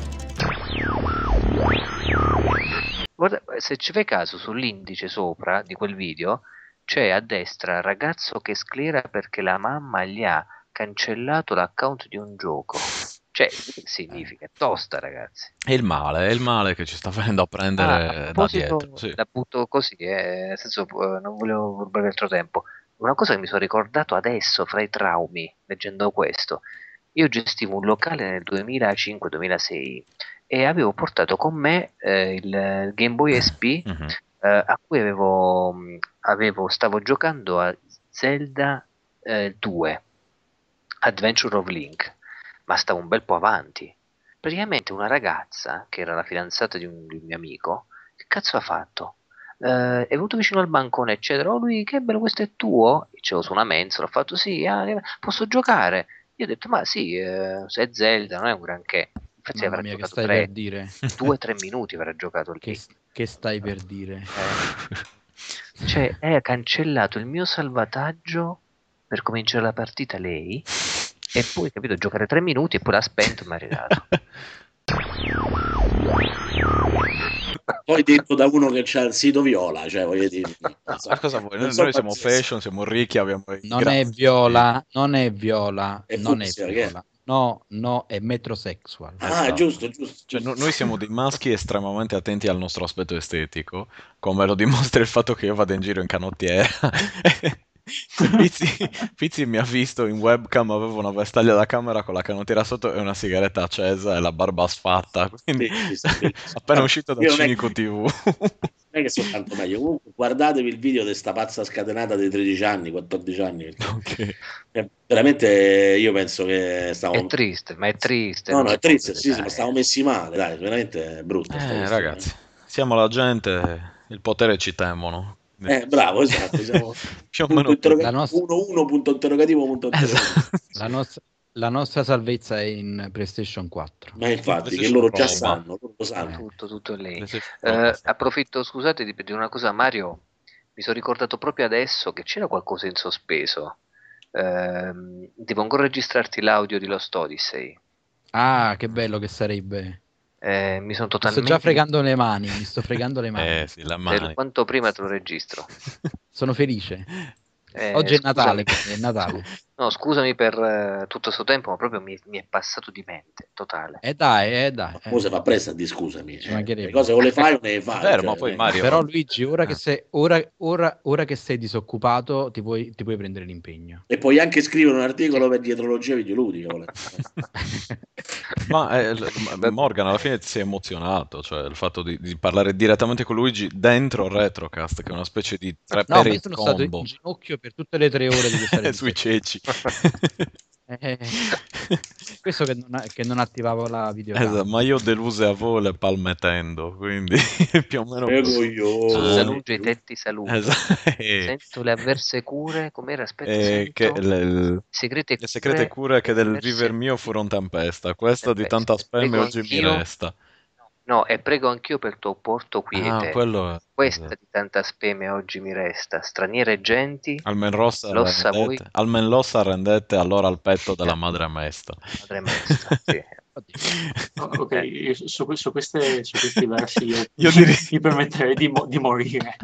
[SPEAKER 3] Guarda, se ci fai caso, sull'indice sopra di quel video c'è a destra ragazzo che sclera perché la mamma gli ha cancellato l'account di un gioco. Cioè, significa tosta, ragazzi.
[SPEAKER 5] È il male, è il male che ci sta venendo a
[SPEAKER 3] Ah,
[SPEAKER 5] prendere
[SPEAKER 3] a
[SPEAKER 5] da
[SPEAKER 3] proposito,
[SPEAKER 5] dietro. Sì.
[SPEAKER 3] la butto così, eh, nel senso, eh, non volevo rubare altro tempo. Una cosa che mi sono ricordato adesso fra i traumi, leggendo questo. Io gestivo un locale nel duemilacinque duemilasei e avevo portato con me eh, il Game Boy S P
[SPEAKER 5] Mhm.
[SPEAKER 3] eh, a cui avevo, mh, avevo- stavo giocando a Zelda eh, due, Adventure of Link, ma stavo un bel po' avanti. Praticamente una ragazza, che era la fidanzata di un, di un mio amico, che cazzo ha fatto? Eh, è venuto vicino al bancone, eccetera. Oh, lui, che bello, questo è tuo? E c'avevo su una mensola, ho fatto sì, ah, posso giocare? Io ho detto, ma sì, eh, se è Zelda, non è un granché. Infatti
[SPEAKER 1] Mamma
[SPEAKER 3] avrà
[SPEAKER 1] mia, che
[SPEAKER 3] giocato
[SPEAKER 1] stai
[SPEAKER 3] tre,
[SPEAKER 1] per dire?
[SPEAKER 3] due o tre minuti avrà giocato lì.
[SPEAKER 1] Che, che stai per dire?
[SPEAKER 3] Eh, cioè, è cancellato il mio salvataggio per cominciare la partita lei, e poi, capito, giocare tre minuti e poi l'ha spento e mi ha ridato.
[SPEAKER 2] Poi detto da uno che c'ha il sito viola, cioè voglio dire. non so.
[SPEAKER 5] Ma cosa vuoi?
[SPEAKER 2] Non
[SPEAKER 5] Noi,
[SPEAKER 2] so
[SPEAKER 5] noi siamo
[SPEAKER 2] pazzesco.
[SPEAKER 5] fashion, siamo ricchi, abbiamo i
[SPEAKER 1] Non
[SPEAKER 5] gra-
[SPEAKER 1] è viola, non è viola,
[SPEAKER 2] E
[SPEAKER 1] non è
[SPEAKER 2] fucsia, che è?
[SPEAKER 1] viola. No, no, è metrosexual.
[SPEAKER 2] Ah,
[SPEAKER 5] Esatto.
[SPEAKER 2] giusto, giusto.
[SPEAKER 5] Cioè, no-
[SPEAKER 2] giusto.
[SPEAKER 5] noi siamo dei maschi estremamente attenti al nostro aspetto estetico, come lo dimostra il fatto che io vado in giro in canottiera. Pizzi, Pizzi mi ha visto in webcam, avevo una vestaglia da camera con la canottiera sotto e una sigaretta accesa e la barba sfatta, quindi
[SPEAKER 2] Bellissimo, bellissimo.
[SPEAKER 5] appena uscito da
[SPEAKER 2] Io non è-
[SPEAKER 5] Cinico tivù.
[SPEAKER 2] Non è che sono tanto meglio. Comunque, guardatevi il video di sta pazza scatenata dei tredici anni, quattordici anni. perché,
[SPEAKER 5] Ok.
[SPEAKER 2] eh, veramente io penso che stavo.
[SPEAKER 3] È triste, ma è triste.
[SPEAKER 2] No,
[SPEAKER 3] non
[SPEAKER 2] no,
[SPEAKER 3] si
[SPEAKER 2] è triste,
[SPEAKER 3] può
[SPEAKER 2] sì, sì, ma
[SPEAKER 3] vedere.
[SPEAKER 2] stavo messi male, dai, veramente è brutto. sta
[SPEAKER 5] Eh,
[SPEAKER 2] questione.
[SPEAKER 5] ragazzi, siamo la gente, il potere ci temono.
[SPEAKER 2] Eh, bravo, esatto, siamo
[SPEAKER 5] Più o
[SPEAKER 2] punto
[SPEAKER 5] meno
[SPEAKER 2] interrogativo,
[SPEAKER 1] La nostra-
[SPEAKER 2] uno uno punto interrogativo punto interrogativo.
[SPEAKER 5] Esatto.
[SPEAKER 1] La nostra, la nostra salvezza è in PlayStation quattro.
[SPEAKER 2] Ma infatti, che
[SPEAKER 5] PlayStation
[SPEAKER 2] loro già
[SPEAKER 5] Pro, ma-
[SPEAKER 2] sanno, loro lo sanno.
[SPEAKER 3] Tutto, tutto lì.
[SPEAKER 5] PlayStation Pro,
[SPEAKER 3] Eh,
[SPEAKER 5] basta.
[SPEAKER 3] approfitto, scusate, di, di una cosa, Mario. Mi sono ricordato proprio adesso che c'era qualcosa in sospeso. Ehm, devo ancora registrarti l'audio di Lost Odyssey.
[SPEAKER 1] Ah, che bello che sarebbe.
[SPEAKER 3] Eh, mi sono
[SPEAKER 1] Mi sto
[SPEAKER 3] totalmente.
[SPEAKER 1] già fregando le mani, mi sto fregando le mani.
[SPEAKER 5] Eh sì, la
[SPEAKER 3] Per
[SPEAKER 5] mano.
[SPEAKER 3] quanto prima te lo registro.
[SPEAKER 1] Sono felice.
[SPEAKER 3] Eh,
[SPEAKER 1] Oggi è
[SPEAKER 3] scusami.
[SPEAKER 1] Natale, quindi è Natale.
[SPEAKER 3] No, scusami per eh, tutto questo tempo, ma proprio mi, mi è passato di mente, totale.
[SPEAKER 1] E dai, eh dai.
[SPEAKER 2] Ma se
[SPEAKER 1] eh.
[SPEAKER 2] fa presto a dire scusami,
[SPEAKER 1] Ci
[SPEAKER 2] cioè,
[SPEAKER 1] mancherebbe.
[SPEAKER 2] le cose o le fai o ne le fai.
[SPEAKER 5] Vero,
[SPEAKER 2] cioè,
[SPEAKER 5] ma poi
[SPEAKER 2] eh.
[SPEAKER 5] Mario-
[SPEAKER 1] Però Luigi, ora che
[SPEAKER 5] Ah.
[SPEAKER 1] sei, ora, ora, ora che sei disoccupato, ti puoi, ti puoi prendere l'impegno.
[SPEAKER 2] E puoi anche scrivere un articolo per dietrologia videoludica. volendo.
[SPEAKER 5] Ma eh, l- Morgan alla fine ti sei emozionato, cioè il fatto di, di parlare direttamente con Luigi dentro Retrocast, che è una specie di tre
[SPEAKER 1] No, ma
[SPEAKER 5] per
[SPEAKER 1] io
[SPEAKER 5] it
[SPEAKER 1] sono stato
[SPEAKER 5] combo
[SPEAKER 1] in ginocchio per tutte le tre ore di questa
[SPEAKER 5] sui
[SPEAKER 1] registrazione.
[SPEAKER 5] ceci.
[SPEAKER 1] Eh, questo che non, che non attivavo la videocamera.
[SPEAKER 5] Esatto, ma io deluse a vole palmetendo, quindi più o meno
[SPEAKER 2] Eh,
[SPEAKER 5] così.
[SPEAKER 2] coglione.
[SPEAKER 3] Sul
[SPEAKER 5] Ah.
[SPEAKER 3] Salugio i tetti saluto.
[SPEAKER 5] Esatto. E-
[SPEAKER 3] Sento le avverse cure, com'era? Aspetta,
[SPEAKER 5] e
[SPEAKER 3] sento
[SPEAKER 5] che le, le
[SPEAKER 3] segrete
[SPEAKER 5] segrete cure che del
[SPEAKER 3] avverse-
[SPEAKER 5] viver mio furono tempesta, questa di
[SPEAKER 3] Tempesta.
[SPEAKER 5] tanta speme
[SPEAKER 3] Prego
[SPEAKER 5] oggi mi
[SPEAKER 3] anch'io.
[SPEAKER 5] resta.
[SPEAKER 3] No, e prego anch'io per tuo porto quiete.
[SPEAKER 5] Ah, quello è...
[SPEAKER 3] Questa
[SPEAKER 5] esatto.
[SPEAKER 3] di tanta speme oggi mi resta. Straniere genti,
[SPEAKER 5] Almen rossa
[SPEAKER 3] L'ossa voi-
[SPEAKER 5] rendete, almen l'ossa rendete allora al petto della madre mesta.
[SPEAKER 3] madre mesta. Sì.
[SPEAKER 1] Oddio.
[SPEAKER 4] Oh, ok,
[SPEAKER 3] Eh.
[SPEAKER 4] io su, su queste- su questi versi io,
[SPEAKER 5] Io direi-
[SPEAKER 4] mi permetterei di, mo- di morire.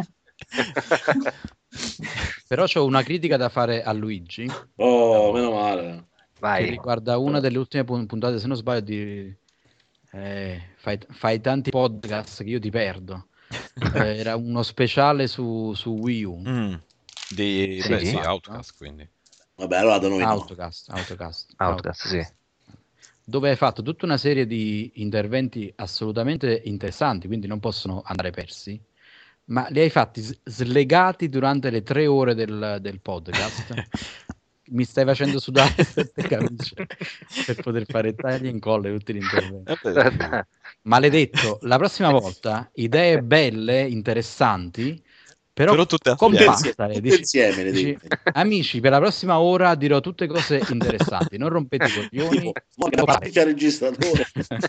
[SPEAKER 1] Però c'ho una critica da fare a Luigi che
[SPEAKER 2] Oh, meno male.
[SPEAKER 3] Vai.
[SPEAKER 1] riguarda una delle ultime pun- puntate, se non sbaglio, di eh, fai, fai tanti podcast che io ti perdo. Eh, era uno speciale su, su Wii U.
[SPEAKER 5] Mm. Di
[SPEAKER 3] Sì.
[SPEAKER 5] beh, sì,
[SPEAKER 1] No?
[SPEAKER 5] Outcast, quindi.
[SPEAKER 2] Vabbè, allora da noi no.
[SPEAKER 1] Autocast, Autocast,
[SPEAKER 3] Outcast, sì.
[SPEAKER 1] dove hai fatto tutta una serie di interventi assolutamente interessanti, quindi non possono andare persi, ma li hai fatti s- slegati durante le tre ore del, del podcast. Mi stai facendo sudare sette camicie per poter fare tagli e incolla e tutti gli interventi.
[SPEAKER 5] Eh, beh,
[SPEAKER 1] Maledetto, la prossima volta idee belle, interessanti, però,
[SPEAKER 5] Però tutte
[SPEAKER 1] compatte.
[SPEAKER 2] Tutte
[SPEAKER 1] Dici-
[SPEAKER 2] insieme, le
[SPEAKER 1] dici,
[SPEAKER 2] dico.
[SPEAKER 1] amici, per la prossima ora dirò tutte cose interessanti, non rompete i coglioni.
[SPEAKER 2] Tipo, Morgan, applica il registratore.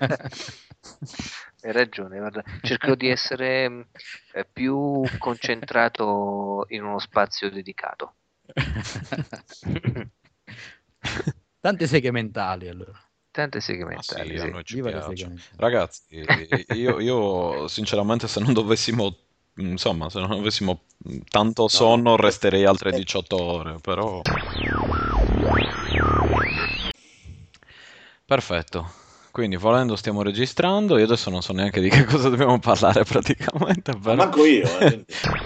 [SPEAKER 3] Hai ragione, guarda. Cercherò di essere mh, eh, più concentrato in uno spazio dedicato.
[SPEAKER 1] Tante seghe mentali, allora.
[SPEAKER 3] Tante seghe
[SPEAKER 5] ma sì,
[SPEAKER 3] mentali,
[SPEAKER 5] a
[SPEAKER 3] sì.
[SPEAKER 5] noi ci
[SPEAKER 1] Viva le
[SPEAKER 5] piace.
[SPEAKER 1] seghe mentali.
[SPEAKER 5] Ragazzi, io, io sinceramente se non dovessimo, insomma, se non avessimo tanto sonno resterei altre diciotto ore, però... Perfetto. Quindi volendo stiamo registrando, io adesso non so neanche di che cosa dobbiamo parlare praticamente,
[SPEAKER 2] Ma
[SPEAKER 5] però...
[SPEAKER 2] manco io. Eh.